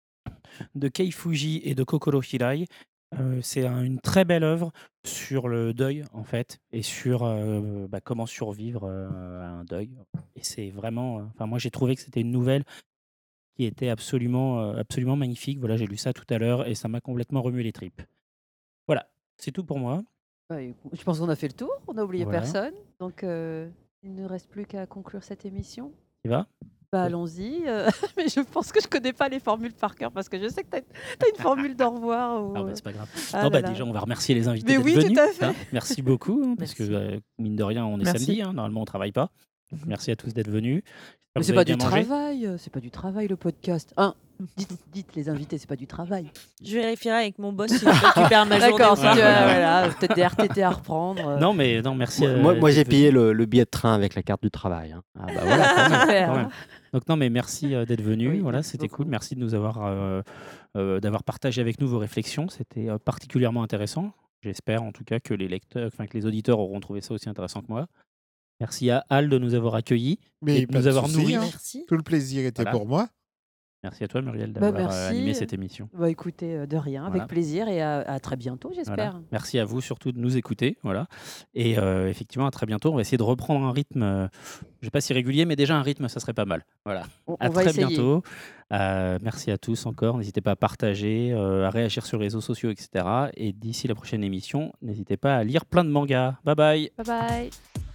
De Kei Fuji et de Kokoro Hirai. C'est une très belle œuvre sur le deuil, en fait, et sur comment survivre à un deuil. Et c'est vraiment. Moi, j'ai trouvé que c'était une nouvelle qui était absolument magnifique. Voilà, j'ai lu ça tout à l'heure et ça m'a complètement remué les tripes. Voilà, c'est tout pour moi. Je pense qu'on a fait le tour, on n'a oublié Voilà. personne. Donc, il ne reste plus qu'à conclure cette émission. Tu vas ? Allons-y. Mais je pense que je connais pas les formules par cœur parce que je sais que tu as une formule d'au revoir. Ou... C'est pas grave. Ah là là. Déjà, on va remercier les invités Mais d'être oui, venus. tout à fait. Merci beaucoup, parce que mine de rien, on est Merci. samedi. Normalement, on travaille pas. Donc, merci à tous d'être venus. Mais J'espère c'est que pas vous avez du bien mangé. travail, c'est pas du travail le podcast. Dites les invités, c'est pas du travail. Je vérifierai avec mon boss si je récupère ma journée. D'accord, ou si pas. tu as voilà, peut-être des RTT à reprendre. Non, merci. Moi j'ai d'être payé venus. le billet de train avec la carte du travail. Hein. Ah bah voilà, quand même, Super. quand même. Donc non, mais merci d'être venus. Oui, Voilà, merci c'était beaucoup. cool. Merci de nous avoir d'avoir partagé avec nous vos réflexions. C'était particulièrement intéressant. J'espère en tout cas que les lecteurs, que les auditeurs auront trouvé ça aussi intéressant que moi. Merci à Al de nous avoir accueillis Mais et de pas nous de avoir souci, nourris. hein. Merci. Tout le plaisir était Voilà. pour moi. Merci à toi, Muriel, d'avoir merci. animé cette émission. Écoutez, de rien, Voilà. avec plaisir et à très bientôt, j'espère. Voilà. Merci à vous surtout de nous écouter. Voilà. Et effectivement, à très bientôt. On va essayer de reprendre un rythme, je ne sais pas si régulier, mais déjà un rythme, ça serait pas mal. Voilà. On À va très essayer. bientôt. Merci à tous encore. N'hésitez pas à partager, à réagir sur les réseaux sociaux, etc. Et d'ici la prochaine émission, n'hésitez pas à lire plein de mangas. Bye bye. Bye bye.